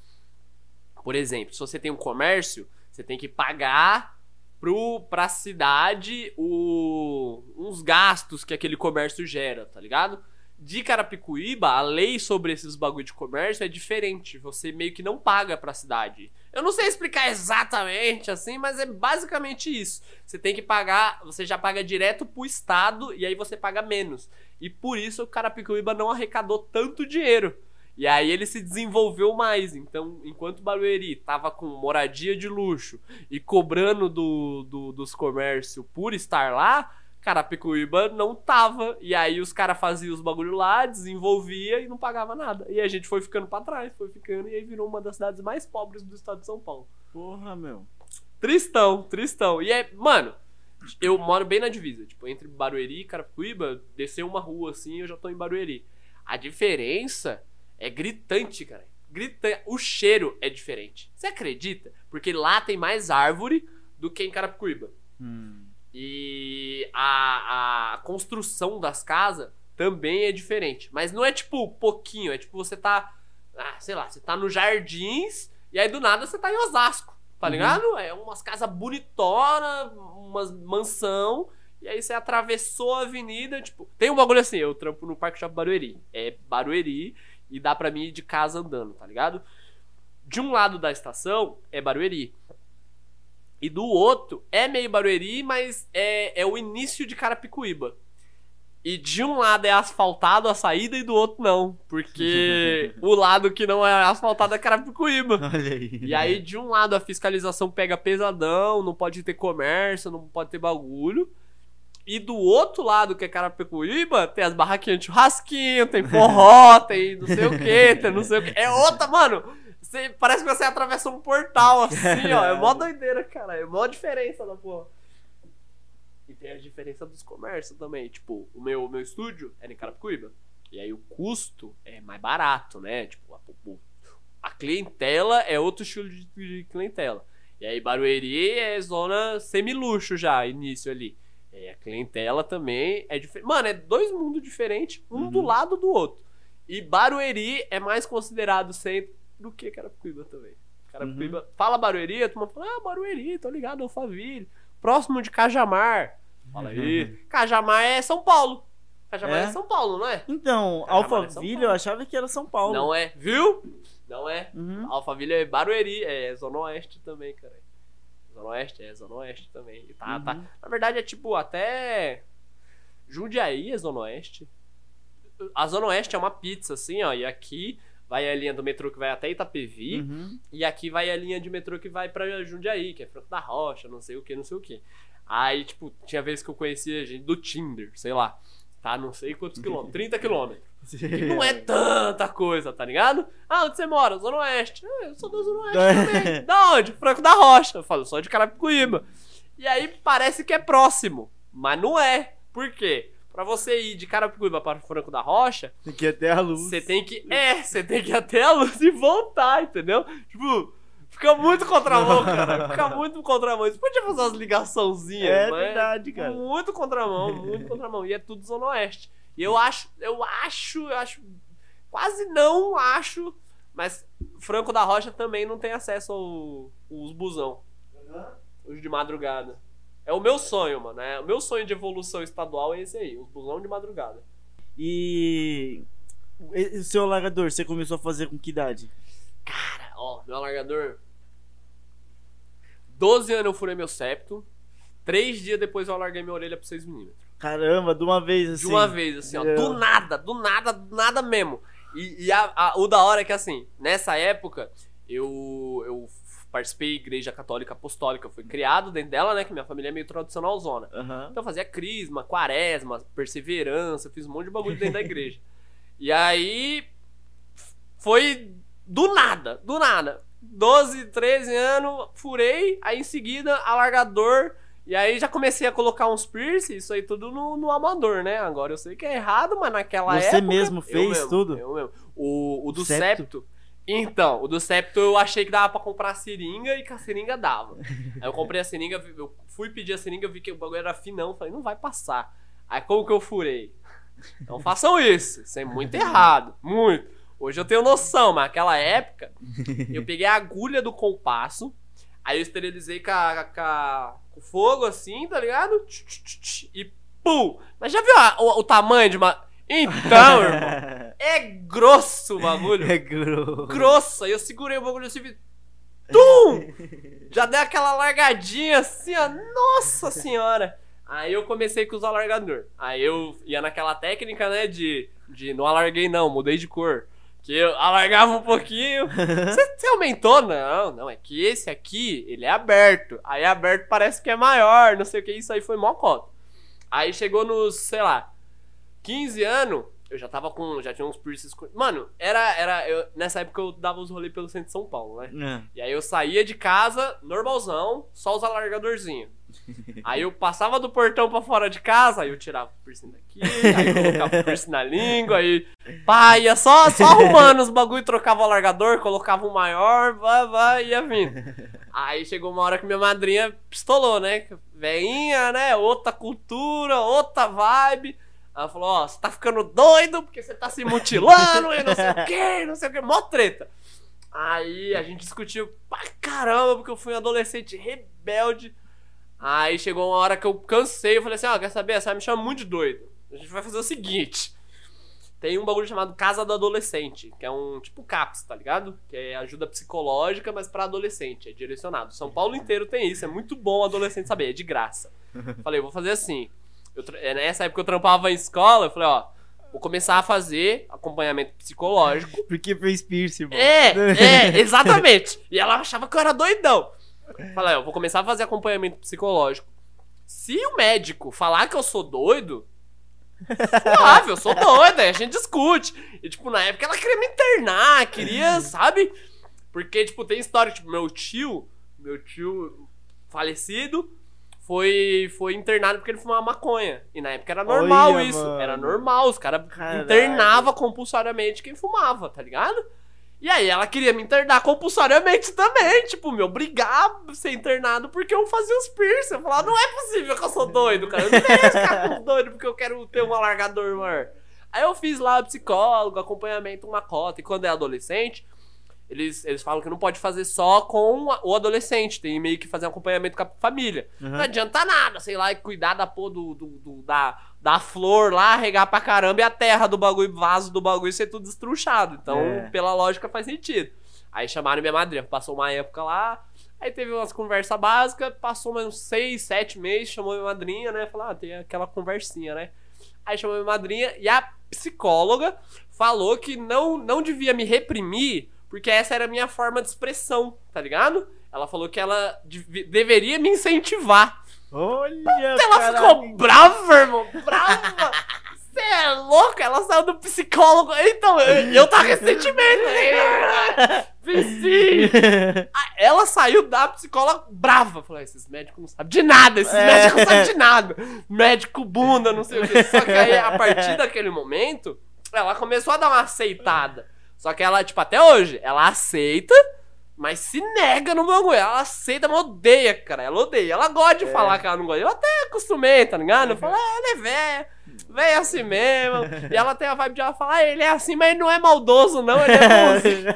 Por exemplo, se você tem um comércio, você tem que pagar pro, pra cidade o, uns gastos que aquele comércio gera, tá ligado? De Carapicuíba, a lei sobre esses bagulho de comércio é diferente. Você meio que não paga pra cidade. Eu não sei explicar exatamente assim, mas é basicamente isso. Você tem que pagar, você já paga direto pro estado e aí você paga menos. E por isso o Carapicuíba não arrecadou tanto dinheiro. E aí ele se desenvolveu mais. Então, enquanto Barueri tava com moradia de luxo e cobrando do, do, dos comércios por estar lá, Carapicuíba não tava. E aí os caras faziam os bagulho lá, desenvolvia e não pagava nada. E a gente foi ficando pra trás, foi ficando, e aí virou uma das cidades mais pobres do estado de São Paulo. Porra, meu. Tristão, tristão. E é, mano, eu moro bem na divisa. Tipo, entre Barueri e Carapicuíba, descer uma rua assim, eu já tô em Barueri. A diferença é gritante, cara. Gritante. O cheiro é diferente. Você acredita? Porque lá tem mais árvore do que em Carapicuíba. Hum. E a, a construção das casas também é diferente. Mas não é tipo pouquinho, é tipo você tá, ah, sei lá, você tá no Jardins e aí do nada você tá em Osasco, tá ligado? Uhum. É umas casas bonitonas, umas mansão, e aí você atravessou a avenida, tipo... Tem um bagulho assim, eu trampo no Parque Shopping Barueri. É Barueri e dá pra mim ir de casa andando, tá ligado? De um lado da estação é Barueri. E do outro é meio Barueri, mas é, é o início de Carapicuíba. E de um lado é asfaltado a saída e do outro não. Porque o lado que não é asfaltado é Carapicuíba. Olha aí. E aí de um lado a fiscalização pega pesadão, não pode ter comércio, não pode ter bagulho. E do outro lado, que é Carapicuíba, tem as barraquinhas de churrasquinho, tem forró, tem não sei o que, tem não sei o que. É outra, mano... Você, parece que você atravessa um portal assim, ó. É mó doideira, cara. É mó diferença da porra. E tem a diferença dos comércios também. Tipo, o meu, meu estúdio era em Carapicuíba. E aí o custo é mais barato, né? Tipo, a, a clientela é outro estilo de, de clientela. E aí Barueri é zona semi-luxo já, início ali. E aí a clientela também é diferente. Mano, é dois mundos diferentes, um uhum. do lado do outro. E Barueri é mais considerado centro do que Carapicuíba também. Carapicuíba, uhum. fala Barueri, a turma fala, ah, Barueri, tô ligado, Alphaville. Próximo de Cajamar. Fala aí. Uhum. Cajamar é São Paulo. Cajamar é, é São Paulo, não é? Então, Alphaville é eu achava que era São Paulo. Não é, viu? Não é. Uhum. Alphaville é Barueri, é Zona Oeste também, cara. Zona Oeste, é Zona Oeste também. E tá, uhum. tá. Na verdade é tipo até Jundiaí é Zona Oeste. A Zona Oeste é uma pizza, assim, ó, e aqui... Vai a linha do metrô que vai até Itapevi. Uhum. E aqui vai a linha de metrô que vai pra Jundiaí, que é Franco da Rocha, não sei o que, não sei o que. Aí, tipo, tinha vezes que eu conhecia gente do Tinder, sei lá. Tá, não sei quantos quilômetros. trinta quilômetros. Que não é tanta coisa, tá ligado? Ah, onde você mora? Zona Oeste. Ah, eu sou da Zona Oeste também. Da onde? Franco da Rocha. Eu falo, só de Carapicuíba. E aí parece que é próximo. Mas não é. Por quê? Pra você ir de Carapicuíba para Franco da Rocha... Tem que ir até a luz. Você tem que... É, você tem que ir até a luz e voltar, entendeu? Tipo, fica muito contramão, cara. Fica muito contramão. Você podia fazer umas ligaçãozinhas, É verdade, cara. Muito contramão, muito contramão. E é tudo Zona Oeste. E eu acho, eu acho, eu acho... Quase não acho... Mas Franco da Rocha também não tem acesso ao, aos busão. Uhum. Os de madrugada. É o meu sonho, mano. É, o meu sonho de evolução estadual é esse aí, os busão de madrugada. E o seu alargador, você começou a fazer com que idade? Cara, ó, meu alargador... doze anos eu furei meu septo. Três dias depois eu alarguei minha orelha por seis milímetros. Caramba, de uma vez assim. De uma vez, assim, ó. Do nada, do nada, do nada mesmo. E, e a, a, o da hora é que, assim, nessa época, eu... eu participei da Igreja Católica Apostólica, eu fui criado dentro dela, né, que minha família é meio tradicional zona. Uhum. Então eu fazia crisma, quaresma, perseverança, fiz um monte de bagulho dentro da igreja. E aí foi do nada, do nada. doze, treze anos, furei, aí em seguida alargador, e aí já comecei a colocar uns piercing, isso aí tudo no, no amador, né? Agora eu sei que é errado, mas naquela Você época... Você mesmo fez mesmo, tudo? Eu mesmo. O, o do septo... septo Então, o do septo eu achei que dava pra comprar a seringa e que a seringa dava. Aí eu comprei a seringa, eu fui pedir a seringa, eu vi que o bagulho era finão, falei, não vai passar. Aí como que eu furei? Não façam isso, isso é muito errado, muito. Hoje eu tenho noção, mas naquela época eu peguei a agulha do compasso, aí eu esterilizei com, a, com, a, com o fogo assim, tá ligado? E pum! Mas já viu a, o, o tamanho de uma... Então, irmão, é grosso o bagulho. É grosso. Grosso. Aí eu segurei o bagulho assim e... Tum! Já dei aquela largadinha assim, ó. Nossa senhora. Aí eu comecei com os alargador. Aí eu ia naquela técnica, né, de... de não alarguei não, mudei de cor. Que eu alargava um pouquinho. Você aumentou? Não, não. É que esse aqui, ele é aberto. Aí aberto parece que é maior, não sei o que. Isso aí foi mó cota. Aí chegou nos, sei lá... quinze anos, eu já tava com... Já tinha uns piercings... Com... Mano, era... era eu, nessa época eu dava os rolês pelo centro de São Paulo, né? É. E aí eu saía de casa, normalzão, só os alargadorzinhos. Aí eu passava do portão pra fora de casa, aí eu tirava o piercing daqui, aí colocava o piercing na língua, aí... Pá, ia só, só arrumando os bagulho, trocava o alargador, colocava um maior, vai, vai, ia vindo. Aí chegou uma hora que minha madrinha pistolou, né? Veinha, né? Outra cultura, outra vibe. Ela falou, ó, você tá ficando doido porque você tá se mutilando e não sei o que, não sei o que, mó treta. Aí a gente discutiu pra caramba, porque eu fui um adolescente rebelde. Aí chegou uma hora que eu cansei, eu falei assim, ó, quer saber? Essa me chama muito de doido. A gente vai fazer o seguinte. Tem um bagulho chamado Casa do Adolescente, que é um tipo CAPS, tá ligado? Que é ajuda psicológica, mas pra adolescente, é direcionado. São Paulo inteiro tem isso, é muito bom o adolescente saber, é de graça. Falei, vou fazer assim. Eu, nessa época eu trampava em escola, eu falei, ó, vou começar a fazer acompanhamento psicológico. Porque fez piercing, mano. É, é, exatamente. E ela achava que eu era doidão. Falei, ó, vou começar a fazer acompanhamento psicológico. Se o médico falar que eu sou doido, suave, eu sou doida, aí a gente discute. E, tipo, na época ela queria me internar, queria, sabe? Porque, tipo, tem história, tipo, meu tio, meu tio falecido, foi, foi internado porque ele fumava maconha. E na época era normal. Olha, isso, mano. Era normal, os caras internavam compulsoriamente quem fumava, tá ligado? E aí ela queria me internar compulsoriamente também, tipo, me obrigar a ser internado porque eu fazia os piercing. Eu falava, não é possível que eu sou doido, cara. Eu não tenho ficar doido porque eu quero ter um alargador maior. Aí eu fiz lá psicólogo, acompanhamento, uma cota. E quando é adolescente, eles, eles falam que não pode fazer só com o adolescente. Tem meio que fazer um acompanhamento com a família. Uhum. Não adianta nada, sei lá, cuidar da porra do, do, do, da, da flor lá, regar pra caramba e a terra do bagulho, vaso do bagulho ser tudo estruchado. Então, é. Pela lógica, faz sentido. Aí chamaram minha madrinha, passou uma época lá, aí teve umas conversas básicas, passou mais uns seis, sete meses, chamou minha madrinha, né? Falou, ah, tem aquela conversinha, né? Aí chamou minha madrinha e a psicóloga falou que não, não devia me reprimir, porque essa era a minha forma de expressão, tá ligado? Ela falou que ela dev- deveria me incentivar. Olha, Puta, ela caralho. Ficou brava, irmão, brava. Você é louco? Ela saiu do psicólogo. Então, eu, eu tava recentemente. Vici. Ela saiu da psicóloga brava. Falei, esses médicos não sabem de nada. Esses é. médicos não sabem de nada. Médico bunda, não sei o que. Só que aí, a partir daquele momento, ela começou a dar uma aceitada. Só que ela, tipo, até hoje, ela aceita, mas se nega no bagulho. Ela aceita, mas odeia, cara. Ela odeia. Ela gosta de é. falar que ela não gosta. Eu até acostumei, tá ligado? Eu falo, ah, ela é velha. Velha assim mesmo. E ela tem a vibe de ela falar, ah, ele é assim, mas ele não é maldoso, não. Ele é bonzinho.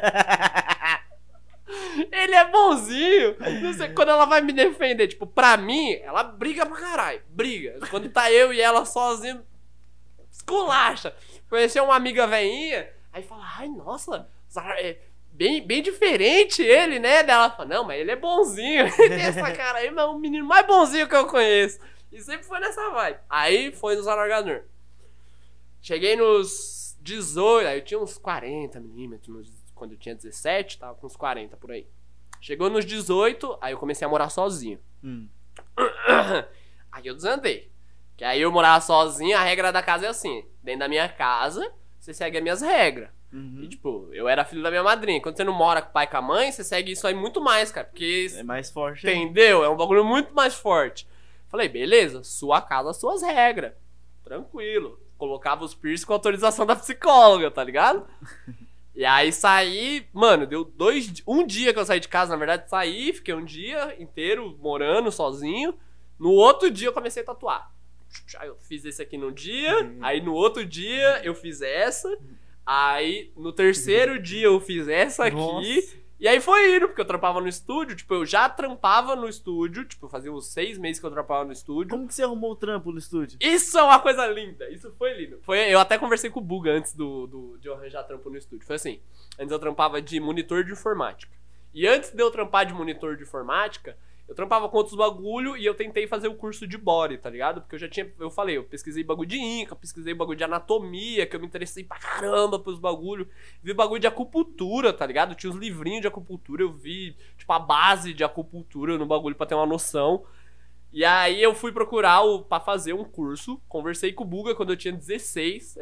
Ele é bonzinho. Não sei, quando ela vai me defender, tipo, pra mim, ela briga pra caralho. Briga. Quando tá eu e ela sozinho, esculacha. Conheceu uma amiga veinha, aí fala, ai, nossa, é bem, bem diferente ele, né? Daí ela fala, não, mas ele é bonzinho. Ele tem essa cara aí, mas é o menino mais bonzinho que eu conheço. E sempre foi nessa vibe. Aí foi nos alargador. Cheguei nos dezoito, aí eu tinha uns quarenta milímetros. Quando eu tinha dezessete, tava com uns quarenta por aí. Chegou nos dezoito, aí eu comecei a morar sozinho. Hum. Aí eu desandei. Que aí eu morava sozinho, a regra da casa é assim. Dentro da minha casa, você segue as minhas regras. Uhum. E tipo, eu era filho da minha madrinha. Quando você não mora com o pai e com a mãe, você segue isso aí muito mais, cara. Porque... é mais forte. Entendeu? Aí. É um bagulho muito mais forte. Falei, beleza, sua casa, suas regras. Tranquilo. Colocava os piercing com autorização da psicóloga, tá ligado? E aí saí, mano, deu dois... Um dia que eu saí de casa, na verdade, saí, fiquei um dia inteiro morando sozinho. No outro dia eu comecei a tatuar. Aí eu fiz esse aqui num dia, uhum. Aí no outro dia eu fiz essa, aí no terceiro dia eu fiz essa aqui. Nossa. E aí foi indo, porque eu trampava no estúdio, tipo, eu já trampava no estúdio, tipo, fazia uns seis meses que eu trampava no estúdio. Como que você arrumou o trampo no estúdio? Isso é uma coisa linda, isso foi lindo. Foi, eu até conversei com o Buga antes do, do, de eu arranjar trampo no estúdio. Foi assim, antes eu trampava de monitor de informática. E antes de eu trampar de monitor de informática, eu trampava com outros bagulho e eu tentei fazer o curso de body, tá ligado? Porque eu já tinha, eu falei, eu pesquisei bagulho de inca, pesquisei bagulho de anatomia, que eu me interessei pra caramba pros bagulho. Vi bagulho de acupuntura, tá ligado? Tinha uns livrinhos de acupuntura, eu vi, tipo, a base de acupuntura no bagulho pra ter uma noção. E aí eu fui procurar o, pra fazer um curso, conversei com o Buga quando eu tinha dezesseis. Eu,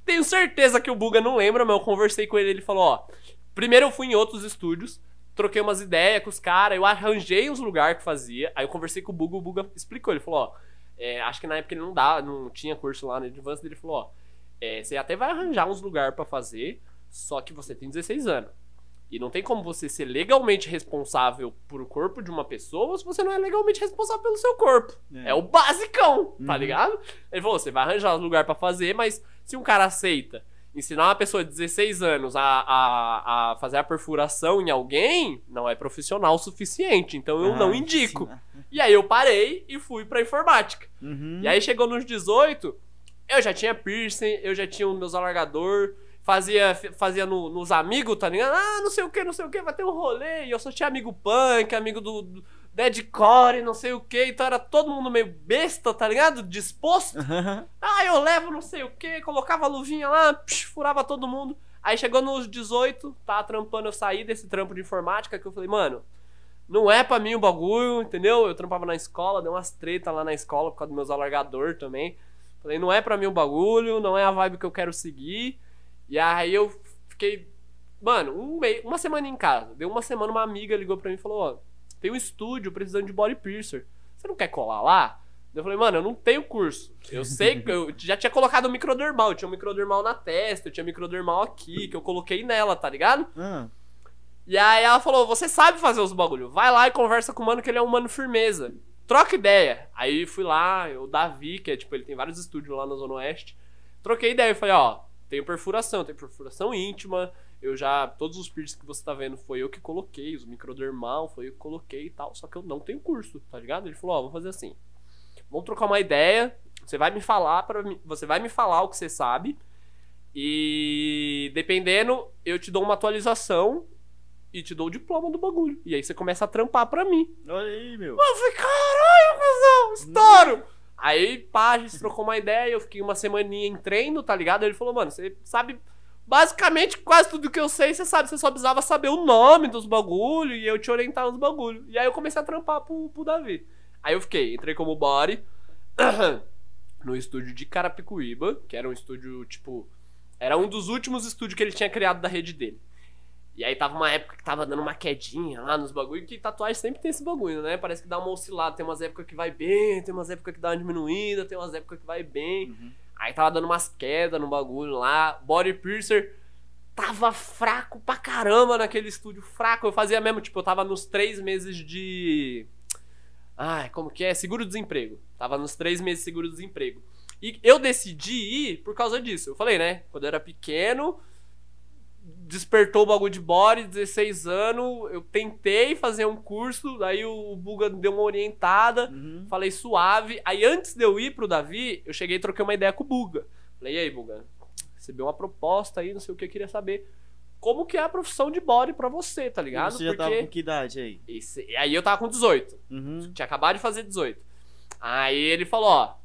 Tenho certeza que o Buga não lembra, mas eu conversei com ele, ele falou, ó... Primeiro eu fui em outros estúdios, troquei umas ideias com os caras, eu arranjei uns lugares que fazia, aí eu conversei com o Buga, o Buga explicou, ele falou, ó... É, acho que na época ele não dá, não tinha curso lá no Advanced, ele falou, ó... É, você até vai arranjar uns lugares pra fazer, só que você tem dezesseis anos. E não tem como você ser legalmente responsável por o corpo de uma pessoa se você não é legalmente responsável pelo seu corpo. É, é o basicão, tá uhum. ligado? Ele falou, você vai arranjar um lugar pra fazer, mas se um cara aceita ensinar uma pessoa de dezesseis anos a, a, a fazer a perfuração em alguém, não é profissional o suficiente, então eu ah, não indico. Sim. E aí eu parei e fui pra informática. Uhum. E aí chegou nos dezoito, eu já tinha piercing, eu já tinha os meus alargador, fazia, fazia no, nos amigos, tá ligado? Ah, não sei o que, não sei o que, vai ter um rolê. E eu só tinha amigo punk, amigo do, do deadcore, não sei o que. Então era todo mundo meio besta, tá ligado? Disposto. Uhum. Ah, eu levo não sei o que, colocava a luvinha lá, psh, furava todo mundo. Aí chegou nos dezoito, tava trampando, eu saí desse trampo de informática, que eu falei, mano, não é pra mim o bagulho, entendeu? Eu trampava na escola, dei umas tretas lá na escola por causa dos meus alargador também. Falei, não é pra mim o bagulho, não é a vibe que eu quero seguir. E aí eu fiquei, mano, um mês, uma semana em casa. Deu uma semana, uma amiga ligou pra mim e falou, ó, tem um estúdio precisando de body piercer. Você não quer colar lá? Eu falei, mano, eu não tenho curso. Eu sei que eu já tinha colocado o microdermal. Eu tinha um microdermal na testa, eu tinha um microdermal aqui, que eu coloquei nela, tá ligado? Uhum. E aí ela falou, você sabe fazer os bagulho. Vai lá e conversa com o mano, que ele é um mano firmeza. Troca ideia. Aí fui lá, o Davi, que é tipo, ele tem vários estúdios lá na Zona Oeste. Troquei ideia e falei, ó, tenho perfuração, tenho perfuração íntima. Eu já, todos os piercings que você tá vendo foi eu que coloquei, os microdermal foi eu que coloquei e tal. Só que eu não tenho curso, tá ligado? Ele falou, ó, vamos fazer assim. Vamos trocar uma ideia. Você vai me falar para mim, você vai me falar o que você sabe. E dependendo, eu te dou uma atualização e te dou o diploma do bagulho. E aí você começa a trampar pra mim. Olha aí, meu. Eu falei, caralho, cuzão, estouro. Hum. Aí, pá, a gente trocou uma ideia, eu fiquei uma semaninha em treino, tá ligado? Ele falou, mano, você sabe basicamente quase tudo que eu sei, você sabe, você só precisava saber o nome dos bagulhos e eu te orientar nos bagulhos. E aí eu comecei a trampar pro, pro Davi. Aí eu fiquei, entrei como body no estúdio de Carapicuíba, que era um estúdio, tipo, era um dos últimos estúdios que ele tinha criado da rede dele. E aí tava uma época que tava dando uma quedinha lá nos bagulhos, que tatuagem sempre tem esse bagulho, né? Parece que dá uma oscilada, tem umas épocas que vai bem, tem umas épocas que dá uma diminuída, tem umas épocas que vai bem. Uhum. Aí tava dando umas quedas no bagulho lá, body piercer tava fraco pra caramba naquele estúdio, fraco. Eu fazia mesmo, tipo, eu tava nos três meses de... Ai, como que é? Seguro-desemprego. Tava nos três meses de seguro-desemprego. E eu decidi ir por causa disso. Eu falei, né? Quando eu era pequeno... Despertou o bagulho de body, dezesseis anos, eu tentei fazer um curso, aí o Buga deu uma orientada, uhum. Falei suave, aí antes de eu ir pro Davi, eu cheguei e troquei uma ideia com o Buga. Falei, e aí, Buga, recebi uma proposta aí, não sei o que, eu queria saber como que é a profissão de body pra você, tá ligado? E você já Porque... tava com que idade aí? Esse... Aí eu tava com dezoito, uhum. Tinha acabado de fazer dezoito. Aí ele falou, ó,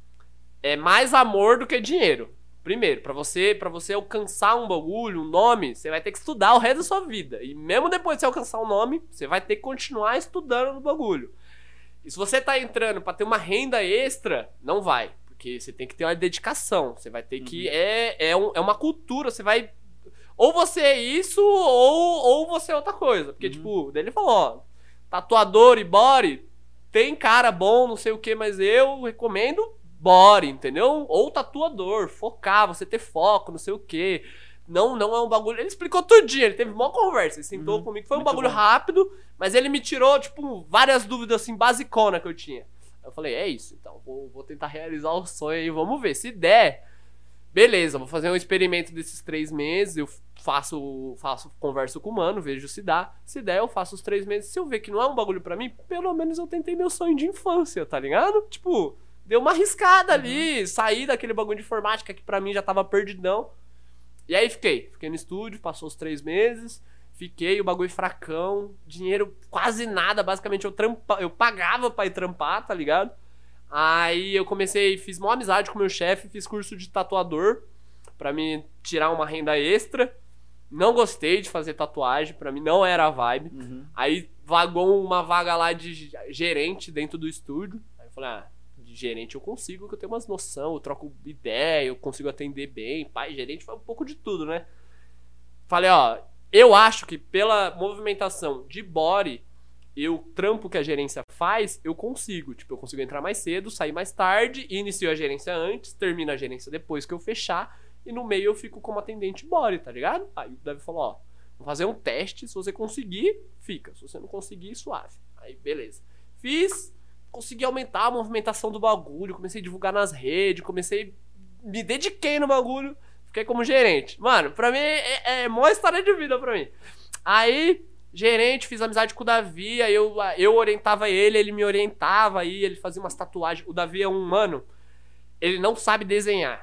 é mais amor do que dinheiro. Primeiro, pra você, pra você alcançar um bagulho, um nome, você vai ter que estudar o resto da sua vida. E mesmo depois de você alcançar um nome, você vai ter que continuar estudando no bagulho. E se você tá entrando pra ter uma renda extra, não vai. Porque você tem que ter uma dedicação. Você vai ter que... Uhum. É, é, um, é uma cultura, você vai... Ou você é isso, ou, ou você é outra coisa. Porque, uhum. tipo, daí ele falou, ó, tatuador e body, tem cara bom, não sei o que, mas eu recomendo... body, entendeu? Ou tatuador, focar, você ter foco, não sei o que. Não, não é um bagulho... Ele explicou tudinho, ele teve uma conversa, ele sentou uhum, comigo, foi um bagulho bom. rápido, mas ele me tirou, tipo, várias dúvidas, assim, basicona que eu tinha. Eu falei, é isso, então, vou, vou tentar realizar o sonho aí, vamos ver, se der, beleza, vou fazer um experimento desses três meses, eu faço, faço converso com o mano, vejo se dá, se der, eu faço os três meses, se eu ver que não é um bagulho pra mim, pelo menos eu tentei meu sonho de infância, tá ligado? Tipo... Deu uma arriscada ali, uhum. Saí daquele bagulho de informática que pra mim já tava perdidão. E aí fiquei, fiquei no estúdio, passou os três meses, fiquei, o bagulho fracão, dinheiro quase nada, basicamente eu, trampa, eu pagava pra ir trampar, tá ligado? Aí eu comecei, fiz uma amizade com o meu chefe, fiz curso de tatuador, pra me tirar uma renda extra. Não gostei de fazer tatuagem, pra mim não era a vibe. Uhum. Aí vagou uma vaga lá de gerente dentro do estúdio, aí eu falei, ah... de gerente eu consigo, que eu tenho umas noção, eu troco ideia, eu consigo atender bem, pai, gerente faz um pouco de tudo, né? Falei, ó, eu acho que pela movimentação de body e o trampo que a gerência faz, eu consigo. Tipo, eu consigo entrar mais cedo, sair mais tarde, inicio a gerência antes, termino a gerência depois que eu fechar, e no meio eu fico como atendente body, tá ligado? Aí o Davi falou, ó, vamos fazer um teste, se você conseguir, fica. Se você não conseguir, suave. Aí, beleza. Fiz, consegui aumentar a movimentação do bagulho, comecei a divulgar nas redes, comecei, me dediquei no bagulho, fiquei como gerente. Mano, pra mim é, é mó história de vida pra mim. Aí, gerente, fiz amizade com o Davi, aí eu, eu orientava ele, ele me orientava, aí ele fazia umas tatuagens. O Davi é um mano, ele não sabe desenhar.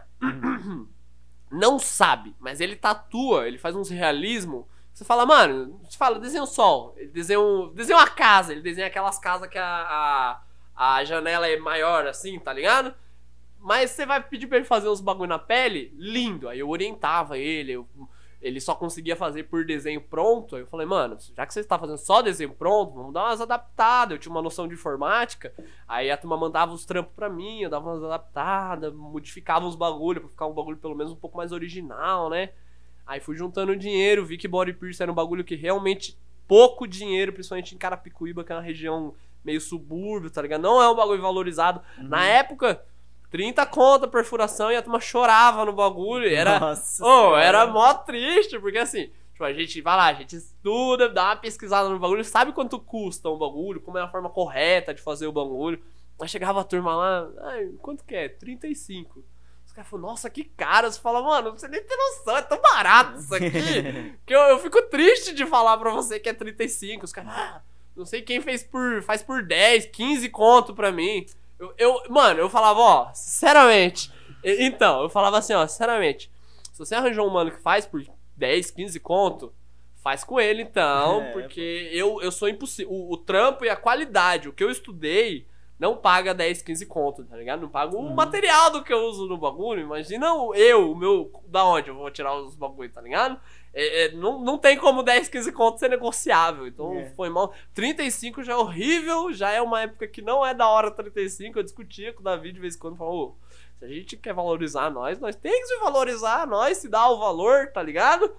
Não sabe, mas ele tatua, ele faz uns realismo. Você fala, mano, você fala, desenha um sol, ele desenha, um, desenha uma casa, ele desenha aquelas casas que a, a, a janela é maior assim, tá ligado? Mas você vai pedir pra ele fazer uns bagulho na pele, lindo. Aí eu orientava ele, eu, ele só conseguia fazer por desenho pronto. Aí eu falei, mano, já que você tá fazendo só desenho pronto, vamos dar umas adaptadas. Eu tinha uma noção de informática, aí a turma mandava os trampos pra mim, eu dava umas adaptadas, modificava uns bagulho pra ficar um bagulho pelo menos um pouco mais original, né? Aí fui juntando dinheiro, vi que body piercing era um bagulho que realmente pouco dinheiro, principalmente em Carapicuíba, que é uma região meio subúrbio, tá ligado? Não é um bagulho valorizado. Uhum. Na época, trinta conto a perfuração e a turma chorava no bagulho. Era, Nossa oh, era mó triste, porque assim, tipo, a gente vai lá, a gente estuda, dá uma pesquisada no bagulho, sabe quanto custa um bagulho, como é a forma correta de fazer o bagulho. Aí chegava a turma lá, ai, quanto que é? trinta e cinco. Os caras falaram, nossa, que caro. Você fala, mano, você nem tem noção, é tão barato isso aqui, que eu, eu fico triste de falar pra você que é trinta e cinco. Os caras, ah, não sei quem fez por, faz por dez, quinze conto pra mim. Eu, eu, mano, eu falava, ó, sinceramente, então, eu falava assim, ó, sinceramente, se você arranjou um mano que faz por dez, quinze conto, faz com ele então, é, porque eu, eu sou impossível, o, o trampo e a qualidade, o que eu estudei, não paga dez, quinze conto, tá ligado? Não paga o uhum. material do que eu uso no bagulho, imagina eu, o meu, da onde eu vou tirar os bagulho, tá ligado? É, é, não, não tem como dez, quinze conto ser negociável, então é. foi mal. trinta e cinco já é horrível, já é uma época que não é da hora trinta e cinco, eu discutia com o Davi de vez em quando, falou, oh, se a gente quer valorizar nós, nós tem que se valorizar nós, se dar o valor, tá ligado?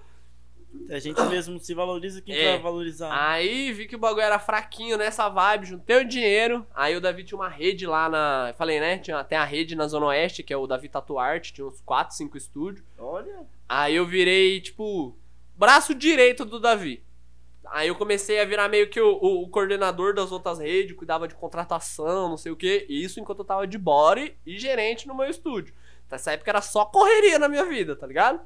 A gente mesmo se valoriza, quem é. vai valorizar? Aí vi que o bagulho era fraquinho nessa vibe, juntei o dinheiro. Aí o Davi tinha uma rede lá na... Falei, né? Tinha até a rede na Zona Oeste, que é o Davi Tatuarte. Tinha uns quatro, cinco estúdios. Olha. Aí eu virei, tipo, braço direito do Davi. Aí eu comecei a virar meio que o, o, o coordenador das outras redes, cuidava de contratação, não sei o quê. Isso enquanto eu tava de body e gerente no meu estúdio. Nessa época era só correria na minha vida, tá ligado?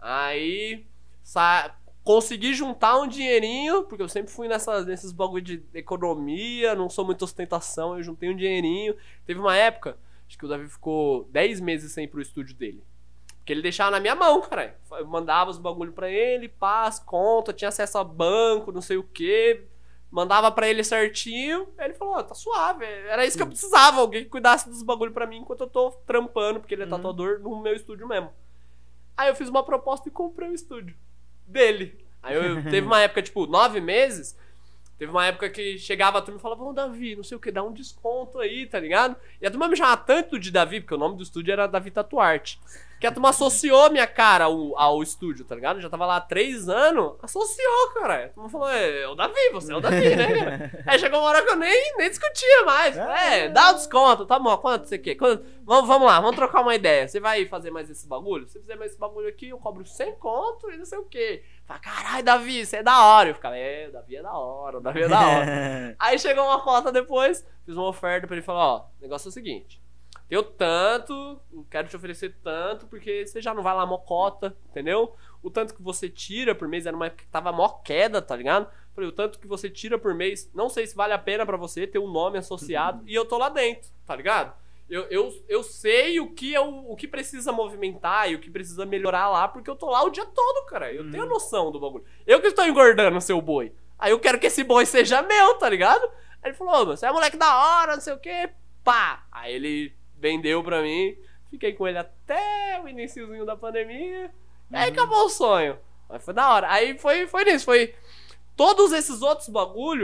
Aí... Sa- consegui juntar um dinheirinho, porque eu sempre fui nessas, nesses bagulho de economia, não sou muita ostentação, eu juntei um dinheirinho. Teve uma época, acho que o Davi ficou dez meses sem ir pro estúdio dele. Porque ele deixava na minha mão, cara. Eu mandava os bagulho pra ele, paz, conta, tinha acesso a banco, não sei o que. Mandava pra ele certinho, aí ele falou, ó, oh, tá suave. Era isso que eu precisava, alguém que cuidasse dos bagulho pra mim enquanto eu tô trampando, porque ele é uhum. tatuador no meu estúdio mesmo. Aí eu fiz uma proposta e comprei o estúdio dele. Aí eu, teve uma época, tipo, nove meses, teve uma época que chegava a turma e falava, ô Davi, não sei o que, dá um desconto aí, tá ligado? E a turma me chamava tanto de Davi, porque o nome do estúdio era Davi Tatuarte, que a turma associou a minha cara ao, ao estúdio, tá ligado? Eu já tava lá há três anos, associou, cara. A turma falou, é, é o Davi, você é o Davi, né, cara? Aí chegou uma hora que eu nem, nem discutia mais. É, dá o desconto, tá bom, quanto você quer? Quanto? Vamos, vamos lá, vamos trocar uma ideia. Você vai fazer mais esse bagulho? Se você fizer mais esse bagulho aqui, eu cobro cem conto e não sei o quê. Fala, caralho, Davi, você é da hora. Eu ficava, é, o Davi é da hora, o Davi é da hora. Aí chegou uma foto depois, fiz uma oferta pra ele falar, ó, o negócio é o seguinte, eu tanto, quero te oferecer tanto, porque você já não vai lá mocota, entendeu? O tanto que você tira por mês, era uma época que tava mó queda, tá ligado? Falei, o tanto que você tira por mês, não sei se vale a pena pra você ter um nome associado, e eu tô lá dentro, tá ligado? Eu, eu, eu sei o que, é o, o que precisa movimentar e o que precisa melhorar lá, porque eu tô lá o dia todo, cara. Eu hum. tenho noção do bagulho. Eu que estou engordando o seu boi. Aí eu quero que esse boi seja meu, tá ligado? Aí ele falou, ô, você é moleque da hora, não sei o que, pá. Aí ele vendeu pra mim, fiquei com ele até o iniciozinho da pandemia, e aí acabou o sonho. Mas foi da hora. Aí foi, foi nisso, foi... Todos esses outros bagulho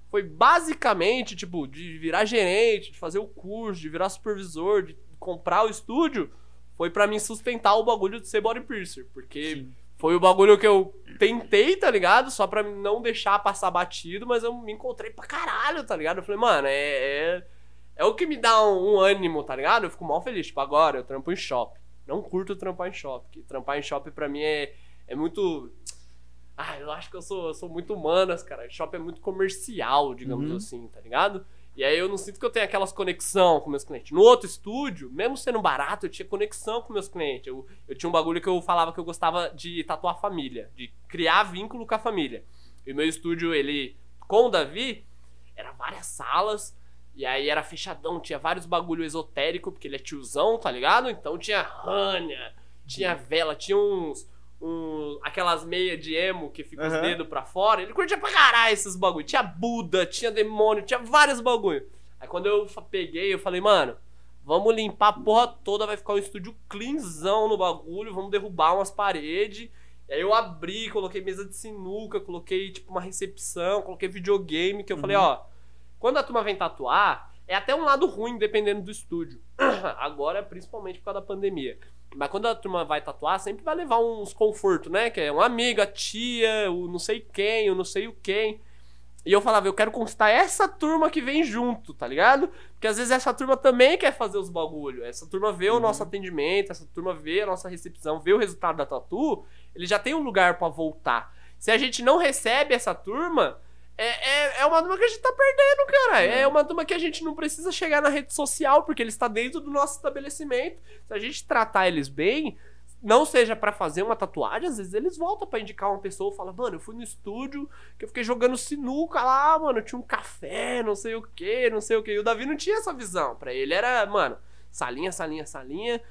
foi basicamente, tipo, de virar gerente, de fazer o curso, de virar supervisor, de comprar o estúdio, foi pra mim sustentar o bagulho de ser body piercer, porque Sim. foi o bagulho que eu tentei, tá ligado? Só pra não deixar passar batido, mas eu me encontrei pra caralho, tá ligado? Eu falei, mano, é... é... É o que me dá um, um ânimo, tá ligado? Eu fico mal feliz. Tipo, agora eu trampo em shopping. Não curto trampar em shopping. Porque trampar em shopping pra mim é, é muito... Ah, eu acho que eu sou, eu sou muito humanas, cara. Shopping é muito comercial, digamos uhum. assim, tá ligado? E aí eu não sinto que eu tenho aquelas conexão com meus clientes. No outro estúdio, mesmo sendo barato, eu tinha conexão com meus clientes. Eu, eu tinha um bagulho que eu falava que eu gostava de tatuar a família. De criar vínculo com a família. E o meu estúdio, ele... Com o Davi, era várias salas... E aí era fechadão, tinha vários bagulho esotérico, porque ele é tiozão, tá ligado? Então tinha rânia, tinha vela, tinha uns... uns aquelas meias de emo que fica uhum. os dedos pra fora. Ele curtia pra caralho esses bagulho. Tinha Buda, tinha demônio, tinha vários bagulho. Aí quando eu peguei, eu falei, mano, vamos limpar a porra toda, vai ficar um estúdio cleanzão no bagulho, vamos derrubar umas paredes. E aí eu abri, coloquei mesa de sinuca, coloquei tipo uma recepção, coloquei videogame, que eu uhum. falei, ó... Quando a turma vem tatuar, é até um lado ruim, dependendo do estúdio. Agora, principalmente por causa da pandemia. Mas quando a turma vai tatuar, sempre vai levar uns confortos, né? Que é um amigo, a tia, o não sei quem, o não sei o quem. E eu falava, eu quero conquistar essa turma que vem junto, tá ligado? Porque às vezes essa turma também quer fazer os bagulho. Essa turma vê uhum. o nosso atendimento, essa turma vê a nossa recepção, vê o resultado da tatu, ele já tem um lugar pra voltar. Se a gente não recebe essa turma... É, é, é uma turma que a gente tá perdendo, cara. É. é uma turma que a gente não precisa chegar na rede social, porque ele está dentro do nosso estabelecimento. Se a gente tratar eles bem, não seja pra fazer uma tatuagem, às vezes eles voltam pra indicar uma pessoa e falam, mano, eu fui no estúdio, que eu fiquei jogando sinuca lá, mano, tinha um café, não sei o que, não sei o que. E o Davi não tinha essa visão. Pra ele era, mano, salinha, salinha, salinha,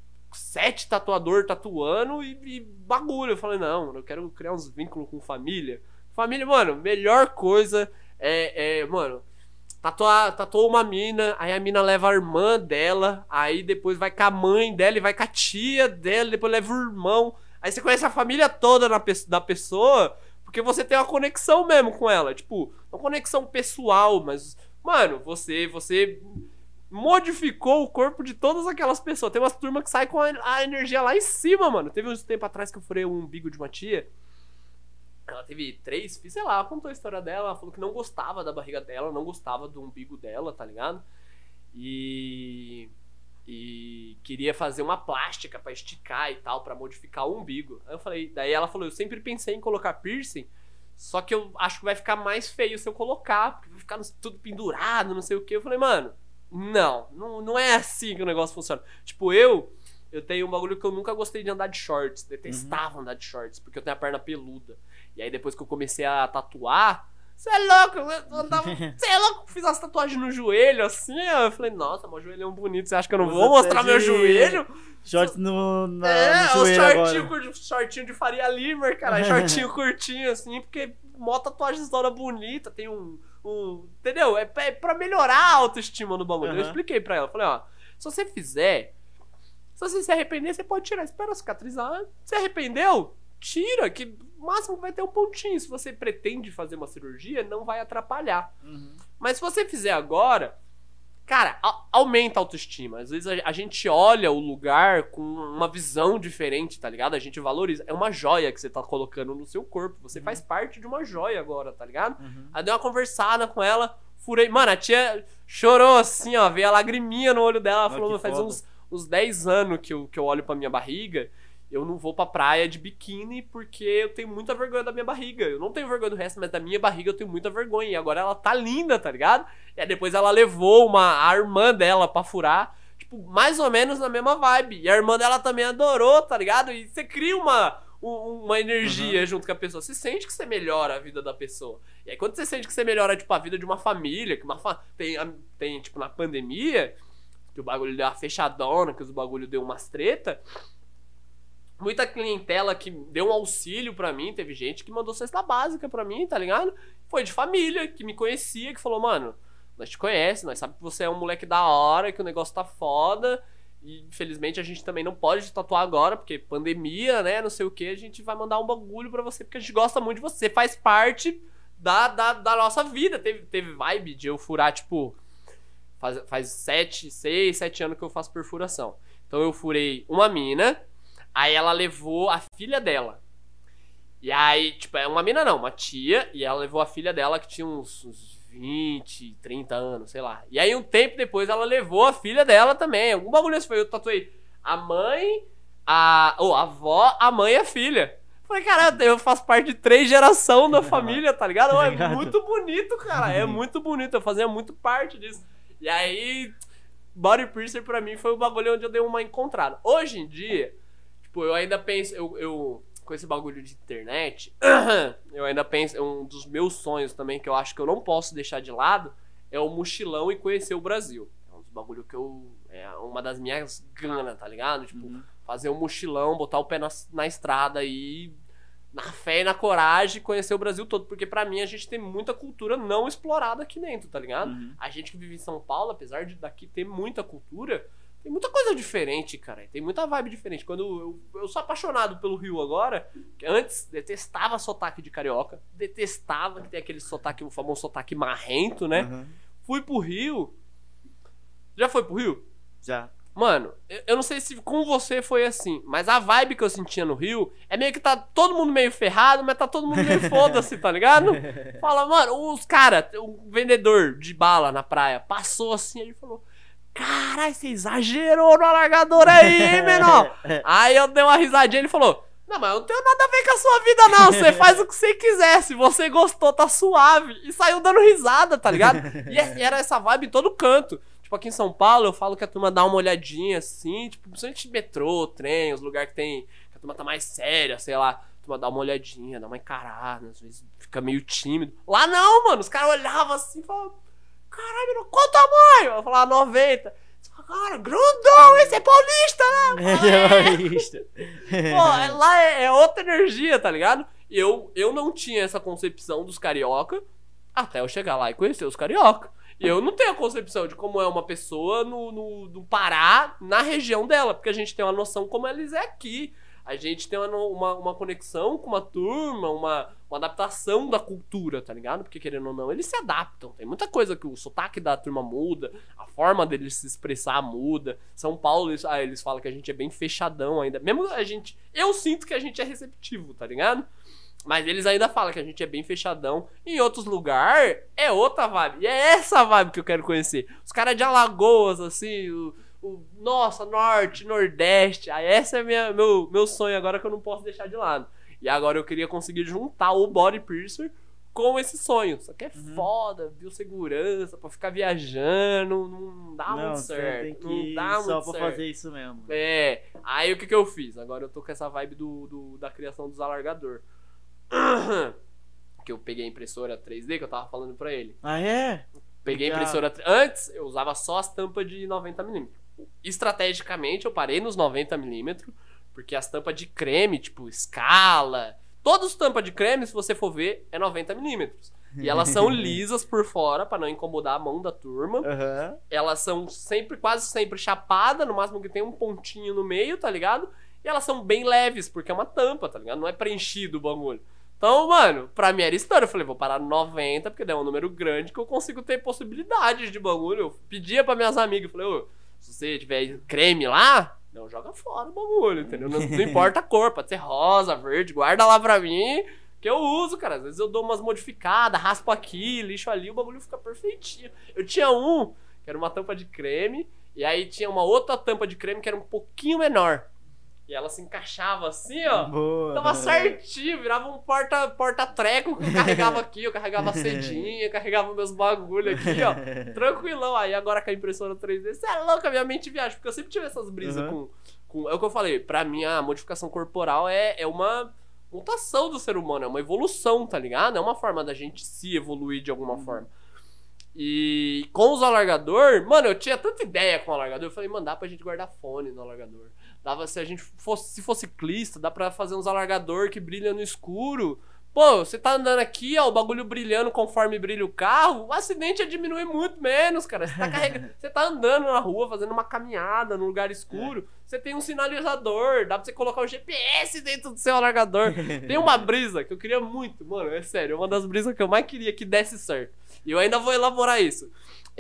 sete tatuador tatuando e, e bagulho. Eu falei, não, mano, eu quero criar uns vínculos com família. Família, mano, melhor coisa é, é mano, tatuar, tatuou uma mina, aí a mina leva a irmã dela, aí depois vai com a mãe dela e vai com a tia dela, depois leva o irmão. Aí você conhece a família toda na, da pessoa, porque você tem uma conexão mesmo com ela. Tipo, uma conexão pessoal, mas, mano, você, você modificou o corpo de todas aquelas pessoas. Tem umas turmas que saem com a, a energia lá em cima, mano. Teve uns tempo atrás que eu furei o umbigo de uma tia. Ela teve três filhos, sei lá, ela contou a história dela, ela falou que não gostava da barriga dela, não gostava do umbigo dela, tá ligado? E... E queria fazer uma plástica pra esticar e tal, pra modificar o umbigo. Aí eu falei, daí ela falou, eu sempre pensei em colocar piercing, só que eu acho que vai ficar mais feio se eu colocar, porque vai ficar tudo pendurado, não sei o que. Eu falei, mano, não, não, não é assim que o negócio funciona. Tipo, eu... Eu tenho um bagulho que eu nunca gostei de andar de shorts. Detestava uhum. andar de shorts, porque eu tenho a perna peluda. E aí depois que eu comecei a tatuar, você é louco, eu andava, você é louco, fiz as tatuagens no joelho, assim, ó. Eu falei, nossa, meu joelho é um bonito, você acha que eu não você vou mostrar meu joelho? Shorts no, na, é, no joelho É, shortinho, shortinho de Faria Limer, cara, shortinho curtinho, assim, porque mó tatuagem história bonita, tem um, um entendeu? É, é pra melhorar a autoestima no bagulho. Uhum. Eu expliquei pra ela, falei, ó, se você fizer... Se você se arrepender, você pode tirar. Espera cicatrizar. Se arrependeu, tira. Que o máximo vai ter um pontinho. Se você pretende fazer uma cirurgia, não vai atrapalhar. Uhum. Mas se você fizer agora, cara, a- aumenta a autoestima. Às vezes a, a gente olha o lugar com uma visão diferente, tá ligado? A gente valoriza. É uma joia que você tá colocando no seu corpo. Você uhum. faz parte de uma joia agora, tá ligado? Uhum. Aí dei uma conversada com ela, furei. Mano, a tia chorou assim, ó. Veio a lagriminha no olho dela. Ela falou, faz uns... Uns dez anos que eu, que eu olho pra minha barriga, eu não vou pra praia de biquíni porque eu tenho muita vergonha da minha barriga. Eu não tenho vergonha do resto, mas da minha barriga eu tenho muita vergonha. E agora ela tá linda, tá ligado? E aí depois ela levou uma, a irmã dela pra furar, tipo, mais ou menos na mesma vibe. E a irmã dela também adorou, tá ligado? E você cria uma, uma energia uhum. junto com a pessoa. Você sente que você melhora a vida da pessoa. E aí quando você sente que você melhora, tipo, a vida de uma família, que uma fa... tem, tem, tipo, na pandemia... que o bagulho deu uma fechadona, que o bagulho deu umas treta. Muita clientela que deu um auxílio pra mim, teve gente que mandou cesta básica pra mim, tá ligado? Foi de família, que me conhecia, que falou, mano, nós te conhece, nós sabe que você é um moleque da hora, que o negócio tá foda, e infelizmente a gente também não pode te tatuar agora, porque pandemia, né, não sei o que, a gente vai mandar um bagulho pra você, porque a gente gosta muito de você, faz parte da, da, da nossa vida. Teve, teve vibe de eu furar, tipo, faz, faz sete, seis, sete anos que eu faço perfuração. Então eu furei uma mina, aí ela levou a filha dela. E aí, tipo, é uma mina não, uma tia, e ela levou a filha dela que tinha uns, uns vinte, trinta anos, sei lá. E aí um tempo depois ela levou a filha dela também. Algum bagulho assim foi, eu tatuei a mãe, a, ou a avó, a mãe e a filha. Falei, cara, eu faço parte de três gerações da família, tá ligado? Oh, é muito bonito, cara, é muito bonito, eu fazia muito parte disso. E aí, body piercer pra mim foi o bagulho onde eu dei uma encontrada. Hoje em dia, tipo, eu ainda penso, eu... eu com esse bagulho de internet, eu ainda penso, um dos meus sonhos também, que eu acho que eu não posso deixar de lado, é o mochilão e conhecer o Brasil. É um dos bagulho que eu, é uma das minhas ganas, tá ligado? Tipo, uhum. fazer um mochilão, botar o pé na, na estrada e na fé e na coragem conhecer o Brasil todo, porque pra mim a gente tem muita cultura não explorada aqui dentro, tá ligado? Uhum. A gente que vive em São Paulo, apesar de daqui ter muita cultura, tem muita coisa diferente, cara. Tem muita vibe diferente. Quando eu, eu sou apaixonado pelo Rio agora, que antes detestava sotaque de carioca, detestava que tem aquele sotaque, o famoso sotaque marrento, né? Uhum. Fui pro Rio. Já foi pro Rio? Já. Mano, eu, eu não sei se com você foi assim, mas a vibe que eu sentia no Rio é meio que tá todo mundo meio ferrado, mas tá todo mundo meio foda-se, tá ligado? Fala, mano, os caras, o vendedor de bala na praia passou assim, ele falou: caralho, você exagerou no alargador aí, hein, menor? Aí eu dei uma risadinha e ele falou: não, mas eu não tenho nada a ver com a sua vida, não. Você faz o que você quiser. Se você gostou, tá suave. E saiu dando risada, tá ligado? E era essa vibe em todo canto. Tipo, aqui em São Paulo, eu falo que a turma dá uma olhadinha assim, tipo, principalmente metrô, trem, os lugares que tem. Que a turma tá mais séria, sei lá. A turma dá uma olhadinha, dá uma encarada, às vezes fica meio tímido. Lá não, mano. Os caras olhavam assim e falavam: caralho, qual o tamanho? Eu falava noventa. Você fala: cara, grandão, esse é paulista, né? É paulista. Pô, lá é, é outra energia, tá ligado? Eu, eu não tinha essa concepção dos carioca até eu chegar lá e conhecer os carioca. E eu não tenho a concepção de como é uma pessoa no, no, no Pará, na região dela, porque a gente tem uma noção como eles é aqui. A gente tem uma, uma, uma conexão com uma turma, uma, uma adaptação da cultura, tá ligado? Porque, querendo ou não, eles se adaptam. Tem muita coisa que o sotaque da turma muda, a forma deles se expressar muda. São Paulo, eles, ah, eles falam que a gente é bem fechadão ainda. Mesmo a gente... Eu sinto que a gente é receptivo, tá ligado? Mas eles ainda falam que a gente é bem fechadão. Em outros lugares, é outra vibe. E é essa vibe que eu quero conhecer. Os caras de Alagoas, assim... O, O, nossa, norte, nordeste. Aí esse é minha, meu, meu sonho agora que eu não posso deixar de lado. E agora eu queria conseguir juntar o body piercer com esse sonho. Só que é uhum. foda, biossegurança, pra ficar viajando, não dá não, muito certo. Tem que não dá só muito pra certo. fazer isso mesmo. É, aí o que que eu fiz? Agora eu tô com essa vibe do, do, da criação dos alargador. Que eu peguei a impressora três D que eu tava falando pra ele. Ah, é? Peguei a impressora... Antes eu usava só as tampas de noventa milímetros. Estrategicamente eu parei nos noventa milímetros, porque as tampas de creme, tipo escala, todas as tampas de creme, se você for ver, é noventa milímetros. E elas são lisas por fora pra não incomodar a mão da turma. Uhum. Elas são sempre, quase sempre chapadas, no máximo que tem um pontinho no meio, tá ligado? E elas são bem leves, porque é uma tampa, tá ligado? Não é preenchido o bagulho. Então, mano, pra mim era história. Eu falei, vou parar no noventa, porque daí é um número grande que eu consigo ter possibilidades de bagulho. Eu pedia pra minhas amigas, falei, ô, se você tiver creme lá, não joga fora o bagulho, entendeu? Não, não importa a cor, pode ser rosa, verde, guarda lá pra mim, que eu uso, cara. Às vezes eu dou umas modificadas, raspo aqui, lixo ali, o bagulho fica perfeitinho. Eu tinha um, que era uma tampa de creme, e aí tinha uma outra tampa de creme que era um pouquinho menor. E ela se encaixava assim, ó. Boa. Tava certinho, virava um porta, porta-treco que eu carregava aqui, eu carregava a cedinha, eu carregava meus bagulho aqui, ó. Tranquilão. Aí agora com a impressora três D, você é louco, a minha mente viaja, porque eu sempre tive essas brisas uhum. com, com... É o que eu falei, pra mim a modificação corporal é, é uma mutação do ser humano, é uma evolução, tá ligado? É uma forma da gente se evoluir de alguma uhum. forma. E com os alargador, mano, eu tinha tanta ideia com o alargador, eu falei, mano, dá pra gente guardar fone no alargador. Dava, se a gente fosse, se fosse ciclista, dá pra fazer uns alargador que brilham no escuro Pô, você tá andando aqui, ó, o bagulho brilhando conforme brilha o carro, o acidente ia diminuir muito menos, cara. Você tá carregando, você tá andando na rua, fazendo uma caminhada num lugar escuro, é. Você tem um sinalizador, dá pra você colocar o G P S dentro do seu alargador. Tem uma brisa que eu queria muito, mano, é sério, é uma das brisas que eu mais queria que desse certo. E eu ainda vou elaborar isso.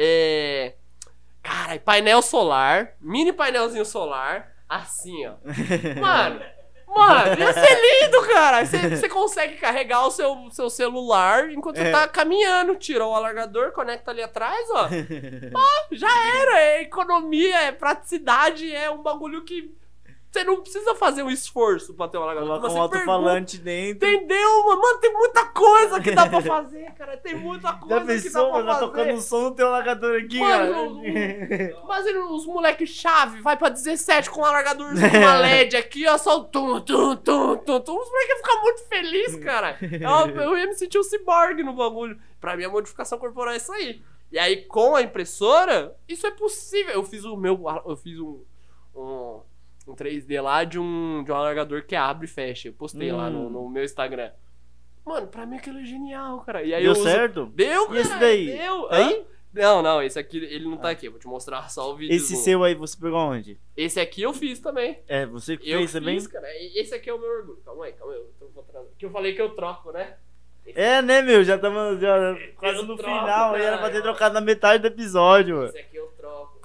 É... Cara, painel solar, mini painelzinho solar, assim, ó. Mano... Mano, ia ser lindo, cara. Você, você consegue carregar o seu, seu celular enquanto é. Você tá caminhando. Tira o alargador, conecta ali atrás, ó. Ah, já era. É economia, é praticidade, é um bagulho que você não precisa fazer um esforço pra ter um alargador. Coloca um alto-falante dentro. Entendeu, mano? Mano, tem muita coisa que dá pra fazer, cara. Tem muita coisa Já pensou, que dá pra mano, fazer. Tá tocando um som no teu alargador aqui, mano, cara. Imagina os moleque chave, vai pra dezessete com um alargadorzinho, uma L E D aqui, ó, só o tum, tum, tum, tum, tum. Os moleque iam ficar muito felizes, cara. Eu, eu ia me sentir um ciborgue no bagulho. Pra mim, a modificação corporal é isso aí. E aí, com a impressora, isso é possível. Eu fiz o meu, eu fiz um... um um três D lá de um, de um alargador que abre e fecha. Eu postei hum. lá no, no meu Instagram. Mano, pra mim aquilo é genial, cara. E aí deu eu uso... certo? Deu, cara. E esse daí? Deu. Tá aí? Não, não, esse aqui ele não tá aqui. Eu vou te mostrar só o vídeo. Esse seu aí você pegou onde? Esse aqui eu fiz também. É, você que eu fez fiz, também? Cara. Esse aqui é o meu orgulho. Calma aí, calma aí. Eu vou trazer. Que eu falei que eu troco, né? Esse é, né, meu? Já estamos quase eu no troco, final. Cara. Era pra ter trocado na metade do episódio, mano. Esse aqui eu troco.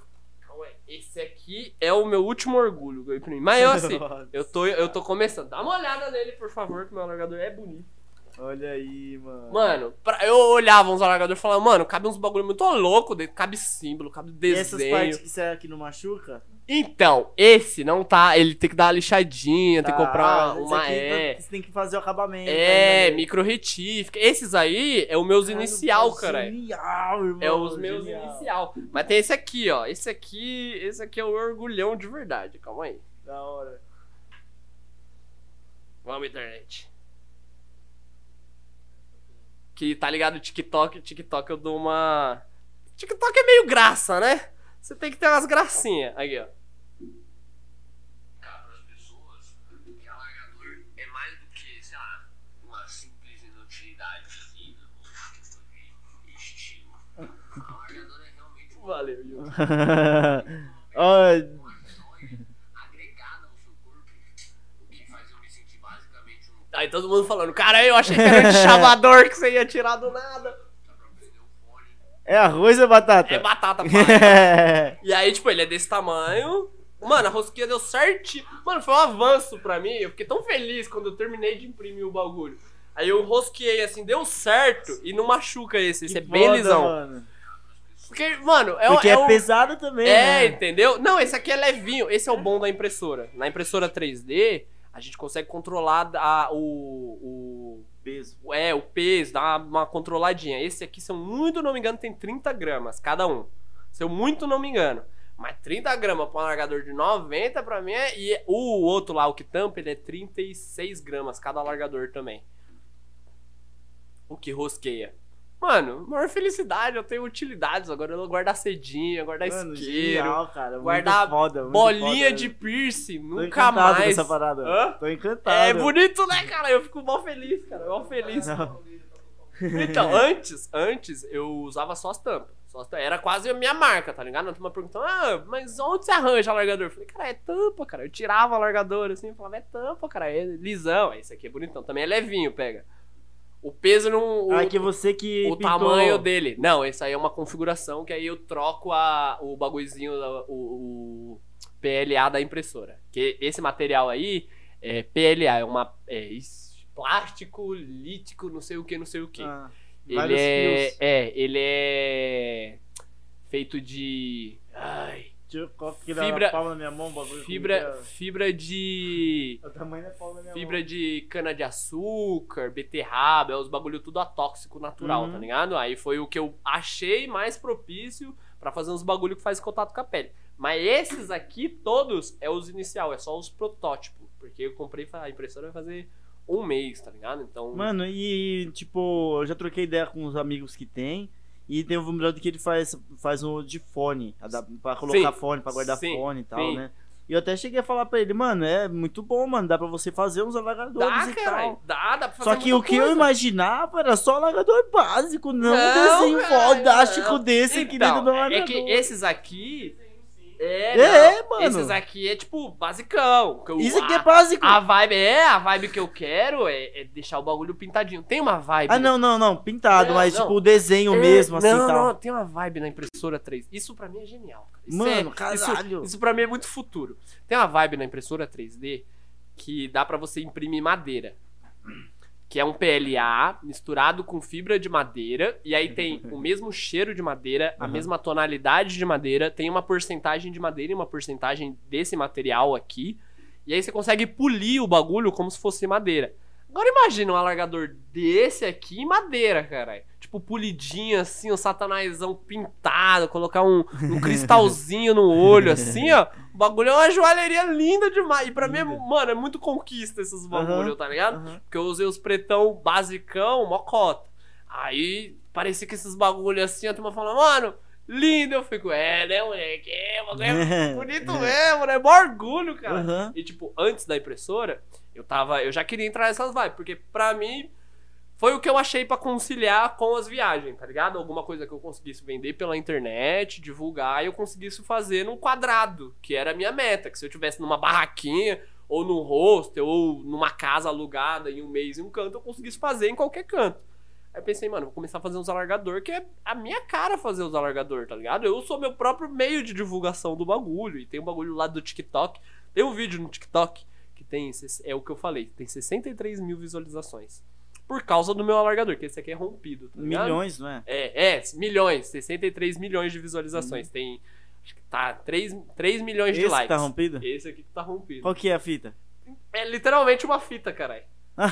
Esse aqui é o meu último orgulho que eu imprimi. Mas eu assim, eu tô, eu tô começando. Dá uma olhada nele, por favor, que meu alargador é bonito. Olha aí, mano. Mano, pra, eu olhava uns alargadores e falava, mano, cabe uns bagulho muito louco dentro. Cabe símbolo, cabe desenho. E essas partes que será que não machuca? Então, esse não tá. Ele tem que dar uma lixadinha, tá, tem que comprar uma. uma. É, tá, você tem que fazer o acabamento. É, né, micro retífica. Esses aí é os meus cara, inicial, cara. Genial, irmão. É os meus genial. inicial. Mas tem esse aqui, ó. Esse aqui. Esse aqui é o orgulhão de verdade. Calma aí. Da hora. Vamos, internet. Que tá ligado o TikTok, TikTok eu dou uma... TikTok é meio graça, né? Você tem que ter umas gracinhas. Aqui, ó. Para as pessoas, que alargador é mais do que, sei lá, uma simples inutilidade de vida, ou estilo. Alargador é realmente... Valeu, Yuri. Olha... Aí todo mundo falando, cara, eu achei que era de chavador que você ia tirar do nada. É arroz ou batata? É batata, pai. E aí, tipo, ele é desse tamanho. Mano, a rosquinha deu certinho. Mano, foi um avanço pra mim. Eu fiquei tão feliz quando eu terminei de imprimir o bagulho. Aí eu rosqueei assim, deu certo e não machuca esse. Esse é bem lisão. Mano. Porque, mano, é, Porque é, é um... pesado também, É, né? entendeu? Não, esse aqui é levinho. Esse é o bom da impressora. Na impressora três D... A gente consegue controlar a, o, o peso. É, o peso, dar uma, uma controladinha. Esse aqui, se eu muito não me engano, tem trinta gramas cada um. Se eu muito não me engano. Mas trinta gramas para um alargador de noventa pra mim é... E o outro lá, o que tampa, ele é trinta e seis gramas cada alargador também. O que rosqueia. Mano, maior felicidade, eu tenho utilidades agora. Eu vou guardar cedinha, guardar Mano, isqueiro, genial, cara. guardar foda, bolinha foda. de piercing, Tô nunca mais. Com essa parada. Hã? Tô encantado. É bonito, né, cara? Eu fico mal feliz, cara. Mal feliz. Não. Então, antes, antes eu usava só as tampas. Só as tampas. Era quase a minha marca, tá ligado? A turma perguntando, ah, mas onde você arranja alargador? Eu falei, cara, é tampa, cara. Eu tirava o alargador assim, eu falava, é tampa, cara, é lisão. Esse aqui é bonitão. Também é levinho, pega. O peso não... O, ah, que você que O pintou. tamanho dele. Não, esse aí é uma configuração que aí eu troco a, o bagulhozinho, o, o P L A da impressora. Que esse material aí é P L A, é uma... É isso, plástico, lítico, não sei o que, não sei o que. Ah, ele é... Fios. É, ele é... Feito de... Ai... Deixa eu colocar fibra, na palma da minha mão, bagulho. Fibra, fibra de... O tamanho da palma da minha Fibra mão. de cana-de-açúcar, beterraba, é os bagulho tudo atóxico natural, uhum. tá ligado? Aí foi o que eu achei mais propício pra fazer uns bagulho que faz contato com a pele. Mas esses aqui, todos, é os inicial, é só os protótipos. Porque eu comprei, a impressora vai fazer um mês, tá ligado? Então... Mano, e tipo, eu já troquei ideia com os amigos que tem. E tem um vibrador que ele faz, faz um de fone, pra colocar sim, fone, pra guardar sim, fone e tal, sim. né? E eu até cheguei a falar pra ele, mano, é muito bom, mano, dá pra você fazer uns alagadores Dá, e caralho. tal. Dá, dá pra fazer Só que o muita que eu coisa. imaginava era só alagador básico, não, um Não, desenho caralho, fodástico não. desse que Então, nem do é alagador. que esses aqui... É, É, não, mano. Esses aqui é tipo basicão. que eu- Isso aqui é a- básico. A vibe é, a vibe que eu quero é, é deixar o bagulho pintadinho. Tem uma vibe. Ah, não, não, não, pintado, Não, mas não. tipo o desenho É, mesmo, assim, não, tal. não, tem uma vibe na impressora três. Isso pra mim é genial, cara. Isso Mano, é, caralho. Isso, isso pra mim é muito futuro. Tem uma vibe na impressora três D que dá pra você imprimir madeira. Que é um P L A misturado com fibra de madeira. E aí tem o mesmo cheiro de madeira, a Uhum. mesma tonalidade de madeira. Tem uma porcentagem de madeira e uma porcentagem desse material aqui. E aí você consegue polir o bagulho como se fosse madeira. Agora imagina um alargador desse aqui em madeira, caralho. Tipo, polidinho assim, um satanásão pintado, colocar um, um cristalzinho no olho, assim, ó. O bagulho é uma joalheria linda demais. E pra mim, é, Linda. mano, é muito conquista esses bagulho, Aham, tá ligado? aham. Porque eu usei os pretão basicão, mocota. Aí, parecia que esses bagulho assim, a turma falando, mano, lindo. Eu fico, é, né, moleque? É, o bagulho é bonito mesmo, né? Mó orgulho, cara. Aham. E, tipo, antes da impressora, eu tava. Eu já queria entrar nessas vibes, porque pra mim foi o que eu achei pra conciliar com as viagens, tá ligado? Alguma coisa que eu conseguisse vender pela internet, divulgar, e eu conseguisse fazer num quadrado, que era a minha meta. Que se eu tivesse numa barraquinha, ou num hostel, ou numa casa alugada em um mês em um canto, eu conseguisse fazer em qualquer canto. Aí eu pensei, mano, vou começar a fazer uns alargador, que é a minha cara fazer os alargador, tá ligado? Eu sou meu próprio meio de divulgação do bagulho. E tem um bagulho lá do TikTok. Tem um vídeo no TikTok que tem, é o que eu falei, tem sessenta e três mil visualizações. Por causa do meu alargador, que esse aqui é rompido, tá ligado? Milhões, não é? É, é, milhões, sessenta e três milhões de visualizações. Tem, acho que tá três, três milhões de Esse likes. tá rompido? Esse aqui que tá rompido. Qual que é a fita? É literalmente uma fita, caralho. Ah.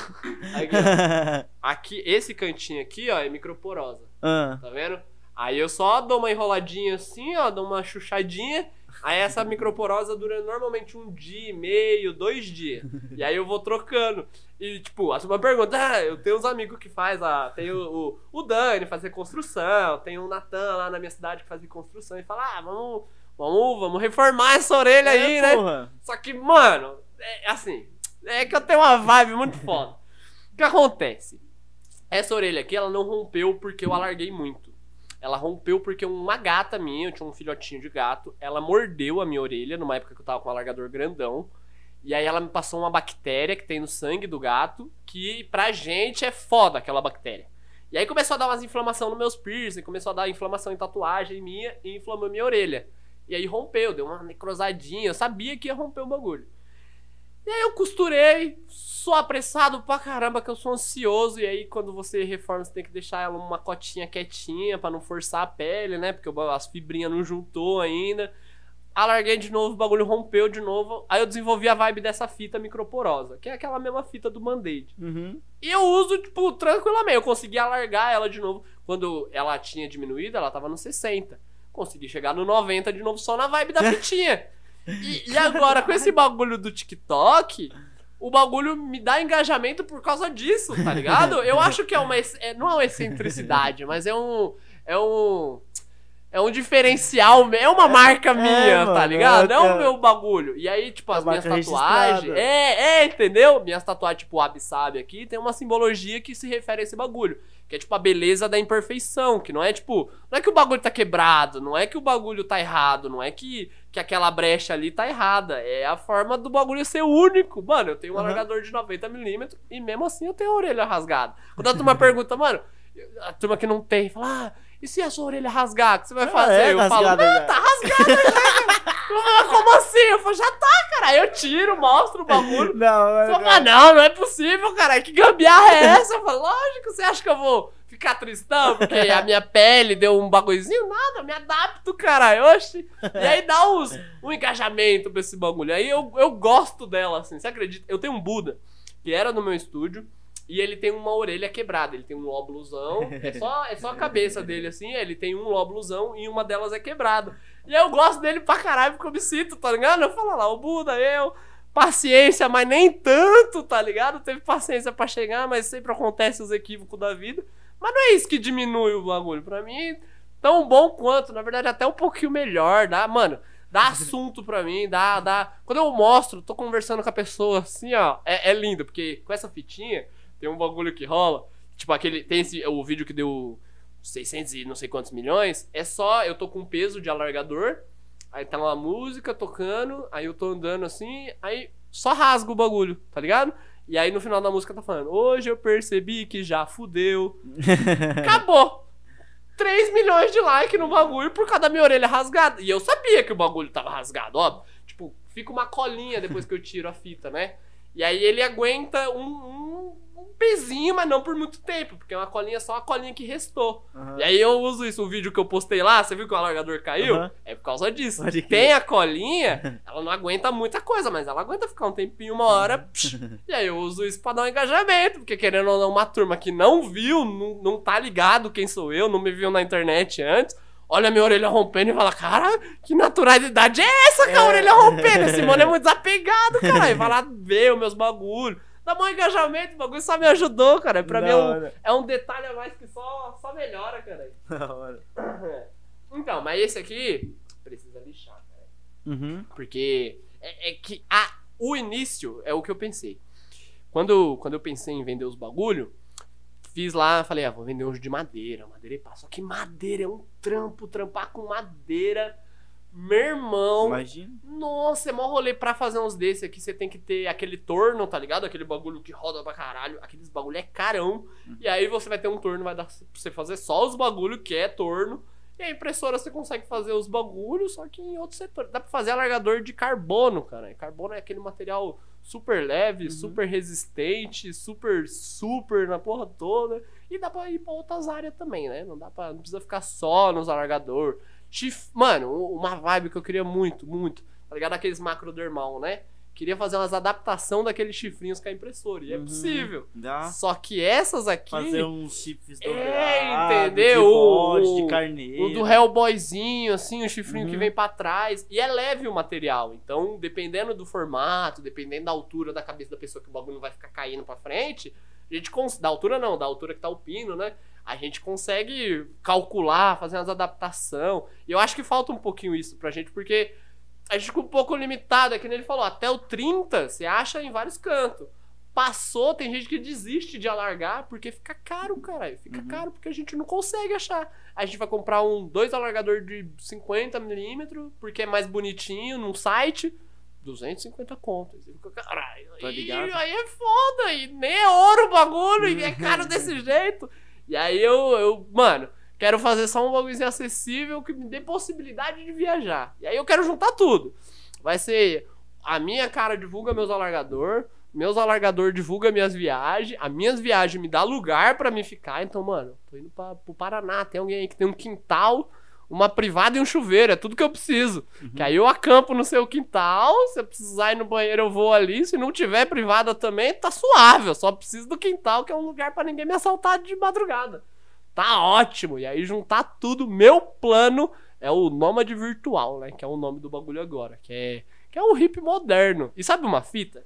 Aqui, ó. Aqui, esse cantinho aqui, ó, é microporosa. Ah. Tá vendo? Aí eu só dou uma enroladinha assim, ó, dou uma chuchadinha. Aí essa microporosa dura normalmente um dia e meio, dois dias. E aí eu vou trocando. E, tipo, a sua pergunta, ah, eu tenho uns amigos que faz a... Tem o, o, o Dani fazer construção, tem o Natan lá na minha cidade que faz construção. E fala, ah, vamos, vamos, vamos reformar essa orelha aí, É, né? porra. Só que, mano, é assim, é que eu tenho uma vibe muito foda. O que acontece? Essa orelha aqui, ela não rompeu porque eu alarguei muito. Ela rompeu porque uma gata minha, eu tinha um filhotinho de gato, ela mordeu a minha orelha numa época que eu tava com um alargador grandão. E aí ela me passou uma bactéria que tem no sangue do gato, que pra gente é foda aquela bactéria. E aí começou a dar umas inflamação nos meus piercing, começou a dar inflamação em tatuagem minha e inflamou minha orelha. E aí rompeu, deu uma necrosadinha, eu sabia que ia romper o bagulho. E aí eu costurei, sou apressado pra caramba, que eu sou ansioso. E aí quando você reforma, você tem que deixar ela uma cotinha quietinha pra não forçar a pele, né? Porque as fibrinhas não juntou ainda. Alarguei de novo, o bagulho rompeu de novo. Aí eu desenvolvi a vibe dessa fita microporosa, que é aquela mesma fita do Band-Aid. Uhum. E eu uso, tipo, tranquilamente. Eu consegui alargar ela de novo. Quando ela tinha diminuído, ela tava no sessenta. Consegui chegar no noventa de novo só na vibe da fitinha. E, e agora, com esse bagulho do TikTok, o bagulho me dá engajamento por causa disso, tá ligado? Eu acho que é uma... É, não é uma excentricidade, mas é um... É um... É um diferencial, é uma marca minha, é, tá mano, ligado? É, é, o meu bagulho. E aí, tipo, é as minhas marca tatuagens... registrada. É, é, entendeu? Minhas tatuagens, tipo, o Absabe aqui, tem uma simbologia que se refere a esse bagulho. Que é, tipo, a beleza da imperfeição. Que não é, tipo... Não é que o bagulho tá quebrado, não é que o bagulho tá errado, não é que, que aquela brecha ali tá errada. É a forma do bagulho ser único. Mano, eu tenho um Uhum. alargador de noventa milímetros e mesmo assim eu tenho a orelha rasgada. Quando a turma pergunta, mano... A turma que não tem, fala... Ah, e se a sua orelha rasgar, o que você vai Ah, fazer? é eu falo, rasgada não, já. tá rasgada já. Como assim? Eu falo, já tá, cara. Aí eu tiro, mostro o bagulho. Não, Você é, fala, não, não é possível, cara. Que gambiarra é essa? Eu falo, lógico, você acha que eu vou ficar tristão porque a minha pele deu um bagulhozinho? Nada, eu me adapto, caralho. Oxi. E aí dá uns, um engajamento pra esse bagulho. Aí eu, eu gosto dela, assim. Você acredita? Eu tenho um Buda que era no meu estúdio. E ele tem uma orelha quebrada, ele tem um lóbulozão, é só, é só a cabeça dele assim, ele tem um lóbulozão e uma delas é quebrada. E eu gosto dele pra caralho porque eu me sinto, tá ligado? Eu falo lá, o Buda, eu, paciência, mas nem tanto, tá ligado? Teve paciência pra chegar, mas sempre acontece os equívocos da vida. Mas não é isso que diminui o bagulho, pra mim, tão bom quanto, na verdade até um pouquinho melhor, tá? Mano, dá assunto pra mim, dá, dá... Quando eu mostro, tô conversando com a pessoa assim, ó, é, é lindo, porque com essa fitinha tem um bagulho que rola, tipo aquele, tem esse, o vídeo que deu seiscentos e não sei quantos milhões, é só, eu tô com peso de alargador, aí tá uma música tocando, aí eu tô andando assim, aí só rasga o bagulho, tá ligado? E aí no final da música tá falando, hoje eu percebi que já fudeu. Acabou. três milhões de likes no bagulho por causa da minha orelha rasgada. E eu sabia que o bagulho tava rasgado, óbvio. Tipo, fica uma colinha depois que eu tiro a fita, né? E aí ele aguenta um, um, um pezinho, mas não por muito tempo, porque é uma colinha, só a colinha que restou. Uhum. E aí eu uso isso, o vídeo que eu postei lá, você viu que o alargador caiu? Uhum. É por causa disso. Tem a colinha, ela não aguenta muita coisa, mas ela aguenta ficar um tempinho, uma hora, psh, e aí eu uso isso pra dar um engajamento, porque querendo ou não, uma turma que não viu, não, não tá ligado quem sou eu, não me viu na internet antes, olha a minha orelha rompendo e fala, cara, que naturalidade é essa com a é. orelha rompendo? Esse mano é muito desapegado, cara. E vai lá ver os meus bagulhos. Dá bom engajamento, o bagulho só me ajudou, cara. Pra da mim é um, é um detalhe a mais que só, só melhora, cara. Da hora. Então, mas esse aqui precisa lixar, cara. Uhum. Porque é, é que a, o início é o que eu pensei. Quando, quando eu pensei em vender os bagulhos, fiz lá, falei, ah, vou vender hoje de madeira, madeira e pá. Só que madeira é um trampo, trampar com madeira, meu irmão. Imagina. Nossa, é mó rolê pra fazer uns desses aqui, você tem que ter aquele torno, tá ligado? Aquele bagulho que roda pra caralho, aqueles bagulho é carão. Uhum. E aí você vai ter um torno, vai dar pra você fazer só os bagulho que é torno. E a impressora você consegue fazer os bagulhos, só que em outro setor. Dá pra fazer alargador de carbono, cara. E carbono é aquele material super leve, uhum. super resistente, super, super na porra toda. E dá pra ir pra outras áreas também, né? Não dá pra, não precisa ficar só nos alargador. Chif... Mano, uma vibe que eu queria muito, muito, tá ligado? Aqueles macrodermal, né? Queria fazer umas adaptações daqueles chifrinhos com a impressora. E é uhum, possível. Dá. Só que essas aqui... Fazer uns chifres dobrados, é, entendeu? De bode, o, de carneiro. O do Hellboyzinho, assim, o chifrinho uhum. que vem pra trás. E é leve o material. Então, dependendo do formato, dependendo da altura da cabeça da pessoa, que o bagulho não vai ficar caindo pra frente, a gente cons... Da altura não, da altura que tá o pino, né? A gente consegue calcular, fazer umas adaptações. E eu acho que falta um pouquinho isso pra gente, porque... A gente fica um pouco limitado, é que nem ele falou, até o trinta você acha em vários cantos. Passou, tem gente que desiste de alargar porque fica caro, caralho. Fica uhum. caro porque a gente não consegue achar. A gente vai comprar um dois alargador de cinquenta milímetros porque é mais bonitinho num site, duzentos e cinquenta contas. Caralho, tá ligado? Aí é foda, e nem é ouro o bagulho, e é caro desse jeito. E aí eu, eu mano... Quero fazer só um bagulhozinho acessível que me dê possibilidade de viajar. E aí eu quero juntar tudo. Vai ser a minha cara divulga meus alargador, meus alargador divulga minhas viagens, as minhas viagens me dá lugar pra me ficar. Então, mano, tô indo pra, pro Paraná, tem alguém aí que tem um quintal, uma privada e um chuveiro, é tudo que eu preciso. Uhum. Que aí eu acampo no seu quintal, se eu precisar ir no banheiro eu vou ali, se não tiver privada também, tá suave, eu só preciso do quintal, que é um lugar pra ninguém me assaltar de madrugada. Tá ótimo. E aí juntar tudo, meu plano é o Nômade Virtual, né? Que é o nome do bagulho agora. Que é, que é um hippie moderno. E sabe uma fita?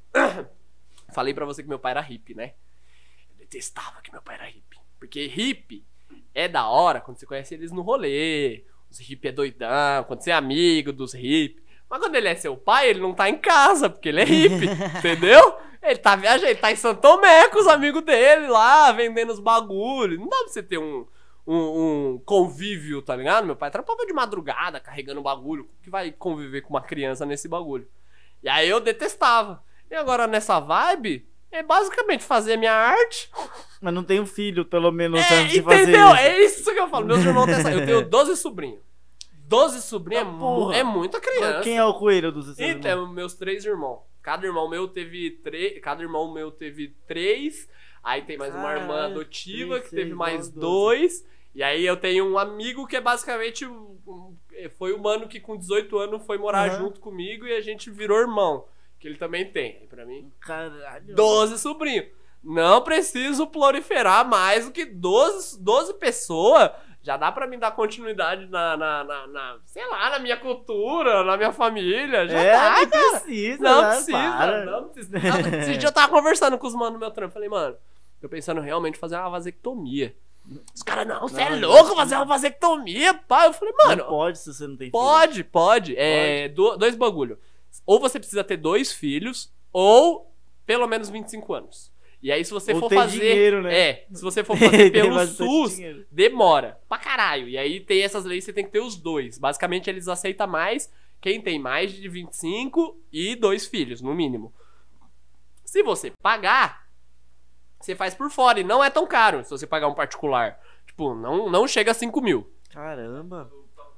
Falei pra você que meu pai era hippie, né? Eu detestava que meu pai era hippie. Porque hippie é da hora quando você conhece eles no rolê. Os hippie é doidão, quando você é amigo dos hippie. Mas quando ele é seu pai, ele não tá em casa, porque ele é hippie, entendeu? Ele tá viajando, ele tá em Santo Tomé com os amigos dele lá, vendendo os bagulhos. Não dá pra você ter um, um, um convívio, tá ligado? Meu pai trampava de madrugada, carregando bagulho. Que vai conviver com uma criança nesse bagulho? E aí eu detestava. E agora nessa vibe, é basicamente fazer minha arte. Mas não tenho filho, pelo menos, é, antes de fazer entendeu? isso. É isso que eu falo. Meus irmãos têm essa... Eu tenho doze sobrinhos. doze sobrinhos é, mu- é muita criança. Quem é o coelho dos seus irmãos? Então, meus três irmãos. Cada irmão meu teve três. Cada irmão meu teve três. Aí tem mais uma irmã adotiva três, que teve seis, mais doze. dois. E aí eu tenho um amigo que é basicamente. Um, foi o mano que com dezoito anos foi morar uhum. junto comigo e a gente virou irmão. Que ele também tem. E pra mim. Caralho. doze sobrinhos. Não preciso proliferar mais do que doze, doze pessoas. Já dá pra mim dar continuidade na, na, na, na, sei lá, na minha cultura, na minha família. Já é, dá, não cara. precisa, não né? precisa, Para. não precisa. Esse dia eu tava conversando com os manos do meu trampo. Falei, mano, tô pensando realmente em fazer uma vasectomia. Os caras, não, você é Não, louco não. fazer uma vasectomia, pai. Eu falei, mano, Não pode se você não tem filho. pode, pode. É, do- dois bagulho. Ou você precisa ter dois filhos, ou pelo menos vinte e cinco anos. E aí, se você Ou for ter fazer. dinheiro, né? É, se você for fazer Tem pelo bastante SUS, dinheiro. demora pra caralho. E aí tem essas leis, você tem que ter os dois. Basicamente, eles aceitam mais quem tem mais de vinte e cinco e dois filhos, no mínimo. Se você pagar, você faz por fora. E não é tão caro se você pagar um particular. Tipo, não, não chega a cinco mil. Caramba.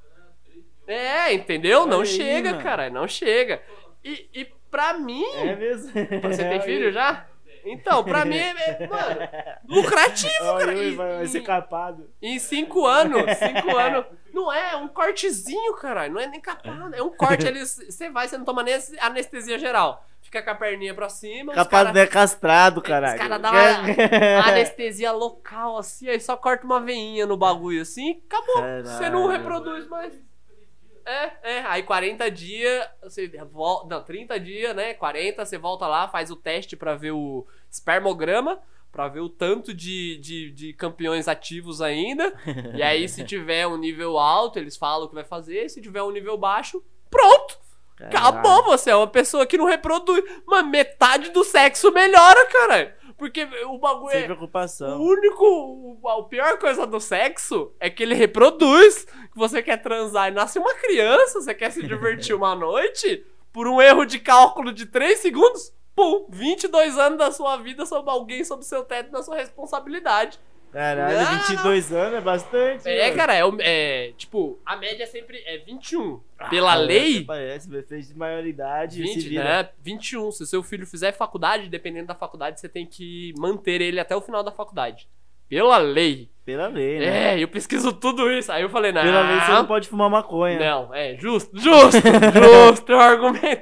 É, entendeu? Não Olha aí, chega, mano. cara. Não chega. E, e pra mim. É mesmo? Você tem filho já? Então, pra mim, é, é, mano, lucrativo, Olha, cara. Yuri E- vai, vai ser e- capado. Em cinco anos, cinco anos. Não é, é um cortezinho, caralho. Não é nem capado. É um corte. Eles, você vai, você não toma nem anestesia geral. Fica com a perninha pra cima. os Capado cara- não é castrado, caralho. Os caras dão uma anestesia local, assim, aí só corta uma veinha no bagulho, assim, e acabou. Caralho. Você não reproduz mais. É, é. Aí quarenta dias, você volta. Não, trinta dias, né? quarenta, você volta lá, faz o teste pra ver o espermograma, pra ver o tanto de, de, de campeões ativos ainda. E aí, se tiver um nível alto, eles falam o que vai fazer. Se tiver um nível baixo, pronto! Acabou, você é uma pessoa que não reproduz. Mas metade do sexo melhora, cara. Porque o bagulho Sem é. preocupação. O único. o- A pior coisa do sexo é que ele reproduz. Que você quer transar e nasce uma criança, você quer se divertir uma noite, por um erro de cálculo de três segundos, pum, vinte e dois anos da sua vida sob alguém sob seu teto na sua responsabilidade. Caralho, Não, vinte e dois anos é bastante. É, mano. cara, é, o- é. Tipo, a média sempre é vinte e um. Pela Ah, lei. Parece, fez de maioridade e se vinte, vira. né? vinte e um. Se seu filho fizer faculdade, dependendo da faculdade, você tem que manter ele até o final da faculdade. Pela lei. Pela lei, né? É, eu pesquiso tudo isso. Aí eu falei, não. Pela lei você não pode fumar maconha. Não, é justo, justo, justo, é um argumento.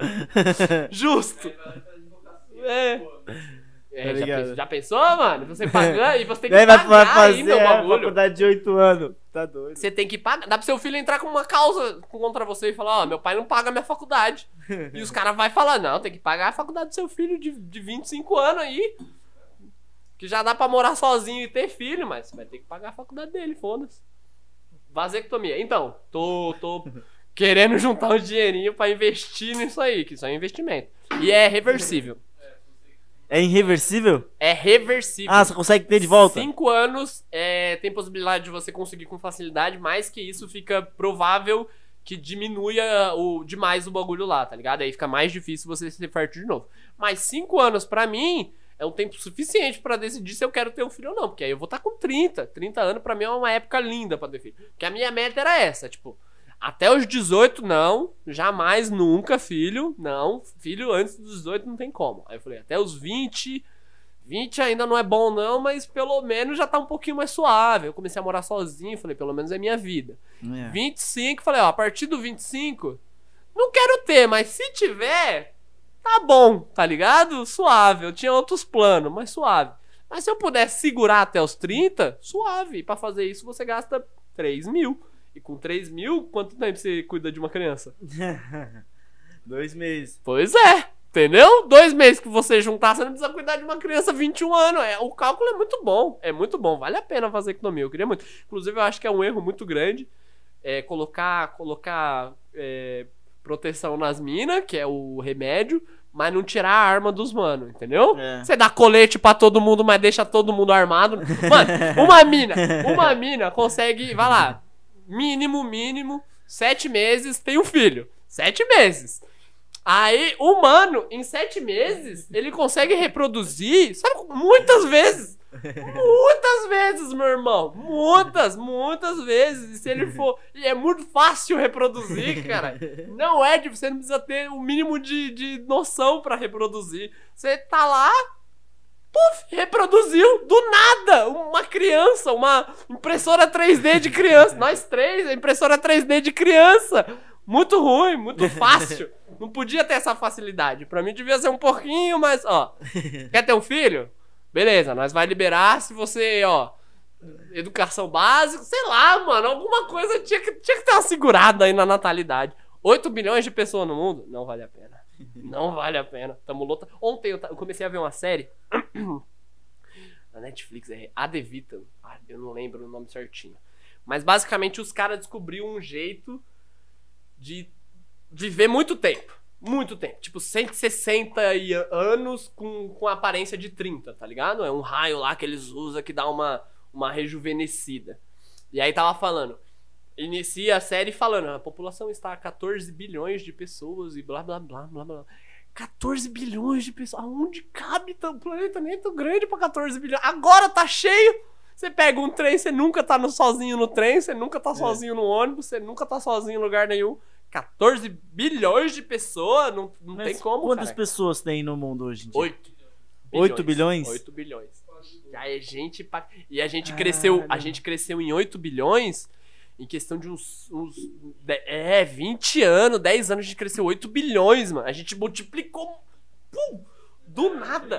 Justo. É. É, Tá já, ligado? pensou, já pensou, mano? Você pagando e você tem que Daí vai vai pagar fazer ainda o a bagulho. faculdade de oito anos. Tá doido. Você tem que pagar. Dá pro seu filho entrar com uma causa contra você e falar, ó, meu pai não paga minha faculdade. E os caras vão falar, não, tem que pagar a faculdade do seu filho de, de vinte e cinco anos aí. Que já dá pra morar sozinho e ter filho, mas você vai ter que pagar a faculdade dele, foda-se. Vasectomia. Então, tô, tô querendo juntar um dinheirinho pra investir nisso aí, que isso é um investimento. E é reversível. É irreversível? É reversível. Ah, você consegue ter de volta? Cinco anos é, tem possibilidade de você conseguir com facilidade, mais que isso fica provável que diminua o, demais o bagulho lá, tá ligado? Aí fica mais difícil você ser fértil de novo. Mas cinco anos pra mim é um tempo suficiente pra decidir se eu quero ter um filho ou não, porque aí eu vou estar com trinta. trinta anos pra mim é uma época linda pra ter filho. Porque a minha meta era essa, tipo, até os dezoito não, jamais, nunca filho, não, filho antes dos dezoito não tem como. Aí eu falei, até os vinte, vinte ainda não é bom não, mas pelo menos já tá um pouquinho mais suave. Eu comecei a morar sozinho, falei, pelo menos é minha vida. É. vinte e cinco, falei, ó, a partir do vinte e cinco, não quero ter, mas se tiver, tá bom, tá ligado? Suave, eu tinha outros planos, mas suave. Mas se eu puder segurar até os trinta, suave. E pra fazer isso você gasta três mil. E com três mil, quanto tempo você cuida de uma criança? Dois meses. Pois é, entendeu? Dois meses que você juntar, você não precisa cuidar de uma criança vinte e um anos. É, o cálculo é muito bom, é muito bom. Vale a pena fazer economia, eu queria muito. Inclusive, eu acho que é um erro muito grande é, colocar, colocar é, proteção nas minas, que é o remédio, mas não tirar a arma dos mano, entendeu? É. Você dá colete pra todo mundo, mas deixa todo mundo armado. Mano, uma mina, uma mina consegue, vai lá, mínimo, mínimo, sete meses, tem um filho. Sete meses. Aí, o mano, em sete meses, ele consegue reproduzir, sabe, muitas vezes. Muitas vezes, meu irmão. Muitas, muitas vezes. E se ele for... E é muito fácil reproduzir, cara. Não é de... Você não precisa ter o mínimo de, de noção pra reproduzir. Você tá lá... Puf, reproduziu do nada uma criança, uma impressora três D de criança. Nós três, a impressora três D de criança. Muito ruim, muito fácil. Não podia ter essa facilidade. Pra mim devia ser um pouquinho mais, ó. Quer ter um filho? Beleza, nós vai liberar se você, ó, educação básica, sei lá, mano, alguma coisa tinha que, tinha que ter uma segurada aí na natalidade. oito bilhões de pessoas no mundo? Não vale a pena. Não vale a pena. Tamo lota. Ontem eu, ta- eu comecei a ver uma série. Na Netflix é Ad Vitam. Ah, eu não lembro o nome certinho. Mas basicamente os caras descobriram um jeito de viver muito tempo. Muito tempo. Tipo, cento e sessenta anos com, com aparência de trinta, tá ligado? É um raio lá que eles usam que dá uma, uma rejuvenescida. E aí tava falando. Inicia a série falando, a população está a quatorze bilhões de pessoas e blá blá blá blá blá. quatorze bilhões de pessoas. Aonde cabe? O planeta nem é tão grande pra quatorze bilhões. Agora tá cheio. Você pega um trem, você nunca tá no, sozinho no trem, você nunca tá é. sozinho no ônibus, você nunca tá sozinho em lugar nenhum. quatorze bilhões de pessoas, não, não tem como, quantas cara. pessoas tem no mundo hoje em dia? oito. oito bilhões? oito bilhões. Já é gente pra... E a gente cresceu, a gente cresceu em oito bilhões em questão de uns, uns é, vinte anos, dez anos a gente cresceu oito bilhões, mano. A gente multiplicou pum, do nada.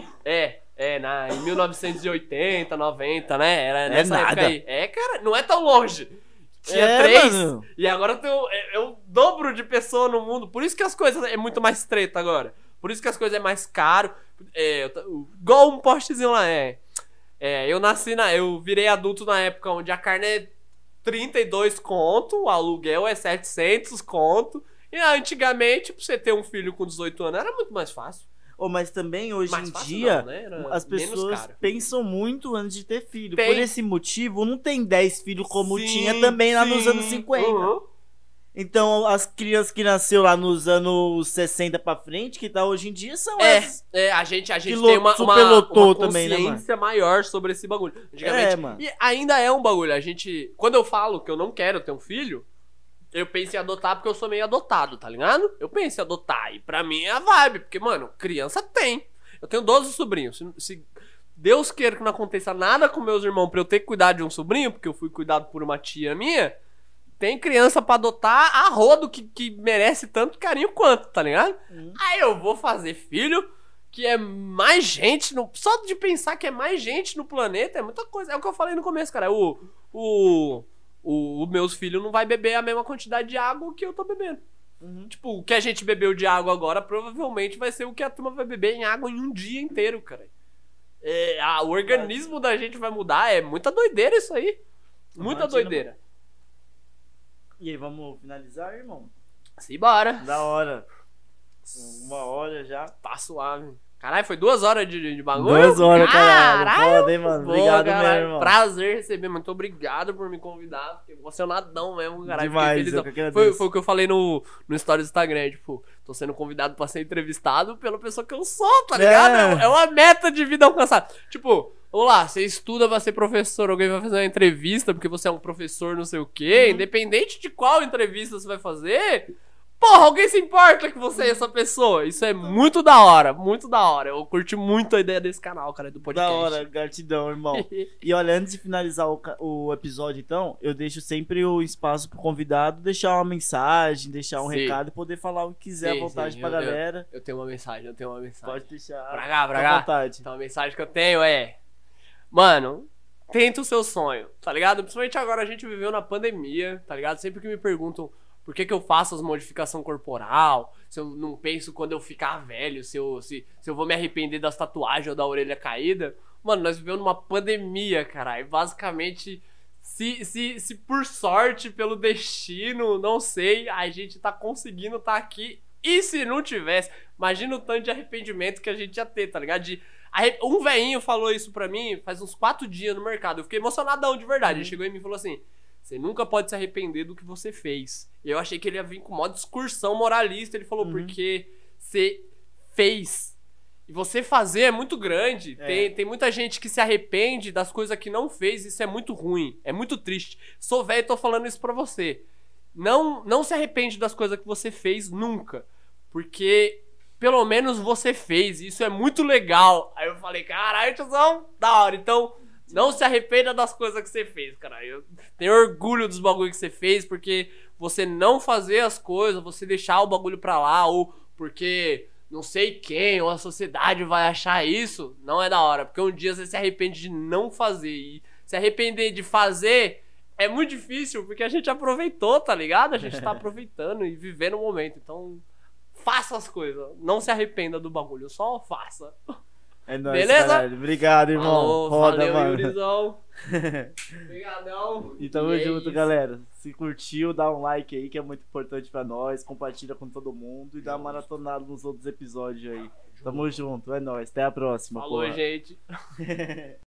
É, é, na, em mil novecentos e oitenta, noventa, né? Era nessa é época nada. aí. É, cara, não é tão longe. Tinha é, três, mano. E agora tem o, é, é o dobro de pessoa no mundo. Por isso que as coisas é muito mais treta agora. Por isso que as coisas é mais caro. É, eu, igual um postzinho lá, é. É, eu nasci na... Eu virei adulto na época onde a carne é trinta e dois conto, o aluguel é setecentos conto. E antigamente, pra você ter um filho com dezoito anos, era muito mais fácil. Oh, mas também hoje mais em fácil dia, não, né? as pessoas pensam muito antes de ter filho. Tem. Por esse motivo, não tem dez filhos como sim, tinha também lá sim. nos anos cinquenta. Uhum. Então, as crianças que nasceu lá nos anos sessenta pra frente, que tá hoje em dia, são É, essas. é a gente, a gente Que tem lo- uma, uma, superlotou uma também, né, consciência maior sobre esse bagulho. Antigamente, É, mano. e ainda é um bagulho. A gente, quando eu falo que eu não quero ter um filho, eu penso em adotar porque eu sou meio adotado, tá ligado? Eu penso em adotar. E pra mim é a vibe. Porque, mano, criança tem. Eu tenho doze sobrinhos. Se, se Deus queira que não aconteça nada com meus irmãos pra eu ter que cuidar de um sobrinho, porque eu fui cuidado por uma tia minha, tem criança pra adotar a rodo que, que merece tanto carinho quanto, tá ligado? Hum. Aí eu vou fazer filho, que é mais gente. No, só de pensar que é mais gente no planeta é muita coisa. É o que eu falei no começo, cara. O... o O, o meus filhos não vai beber a mesma quantidade de água que eu tô bebendo. Uhum. Tipo, o que a gente bebeu de água agora provavelmente vai ser o que a turma vai beber em água em um dia inteiro, cara. É, a, o organismo da gente vai mudar. É muita doideira isso aí. Muita Imagina, doideira. Mano. E aí, vamos finalizar, irmão? Simbora. Da hora. Uma hora já. Tá suave. Caralho, foi duas horas de, de bagulho? Duas horas, caralho. Caralho. Foda, hein, mano? Pô, obrigado caralho, mesmo, irmão. Prazer receber. Muito obrigado por me convidar. Fiquei emocionadão mesmo, caralho. Demais, eu que foi, foi o que eu falei no, no story do Instagram. Tipo, tô sendo convidado pra ser entrevistado pela pessoa que eu sou, tá ligado? É, é uma meta de vida alcançada. Tipo, vamos lá, você estuda pra ser professor, alguém vai fazer uma entrevista porque você é um professor não sei o quê. Uhum. Independente de qual entrevista você vai fazer... Porra, alguém se importa que você é essa pessoa. Isso é muito da hora, muito da hora. Eu curti muito a ideia desse canal, cara, do podcast. Da hora, gratidão, irmão. E olha, antes de finalizar o, o episódio, então, eu deixo sempre o espaço pro convidado deixar uma mensagem, deixar um sim. recado e poder falar o que quiser sim, à vontade sim. pra eu, galera. Eu, eu tenho uma mensagem, eu tenho uma mensagem. Pode deixar. Pra cá, pra cá. À vontade. Então a mensagem que eu tenho é... Mano, tenta o seu sonho, tá ligado? Principalmente agora a gente viveu na pandemia, tá ligado? Sempre que me perguntam... Por que que eu faço as modificações corporal? Se eu não penso quando eu ficar velho, se eu, se, se eu vou me arrepender das tatuagens ou da orelha caída. Mano, nós vivemos numa pandemia, cara. E basicamente, se, se, se por sorte, pelo destino, não sei, a gente tá conseguindo tá aqui. E se não tivesse, imagina o tanto de arrependimento que a gente ia ter, tá ligado? De, um velhinho falou isso pra mim faz uns quatro dias no mercado. Eu fiquei emocionadão de verdade. Ele chegou em mim e falou assim... Você nunca pode se arrepender do que você fez. E eu achei que ele ia vir com uma discursão moralista. Ele falou, uhum. porque você fez. E você fazer é muito grande. É. Tem, tem muita gente que se arrepende das coisas que não fez. Isso é muito ruim. É muito triste. Sou velho e tô falando isso pra você. Não, não se arrepende das coisas que você fez nunca. Porque pelo menos você fez. E isso é muito legal. Aí eu falei, caralho, tiozão, da hora. Então... Não se arrependa das coisas que você fez, cara. Eu tenho orgulho dos bagulho que você fez, porque você não fazer as coisas, você deixar o bagulho pra lá, ou porque não sei quem, ou a sociedade vai achar isso, não é da hora. Porque um dia você se arrepende de não fazer. E se arrepender de fazer é muito difícil, porque a gente aproveitou, tá ligado? A gente tá aproveitando e vivendo o momento. Então, faça as coisas. Não se arrependa do bagulho, só faça. É nóis, Beleza? caralho. Obrigado, irmão. Falou, Roda, valeu, mano. Yurizão. Obrigadão. E tamo E é junto, isso. galera. Se curtiu, dá um like aí, que é muito importante pra nós. Compartilha com todo mundo e dá uma maratonada nos outros episódios aí. Tamo junto, é nóis. Até a próxima. Falou, porra. gente.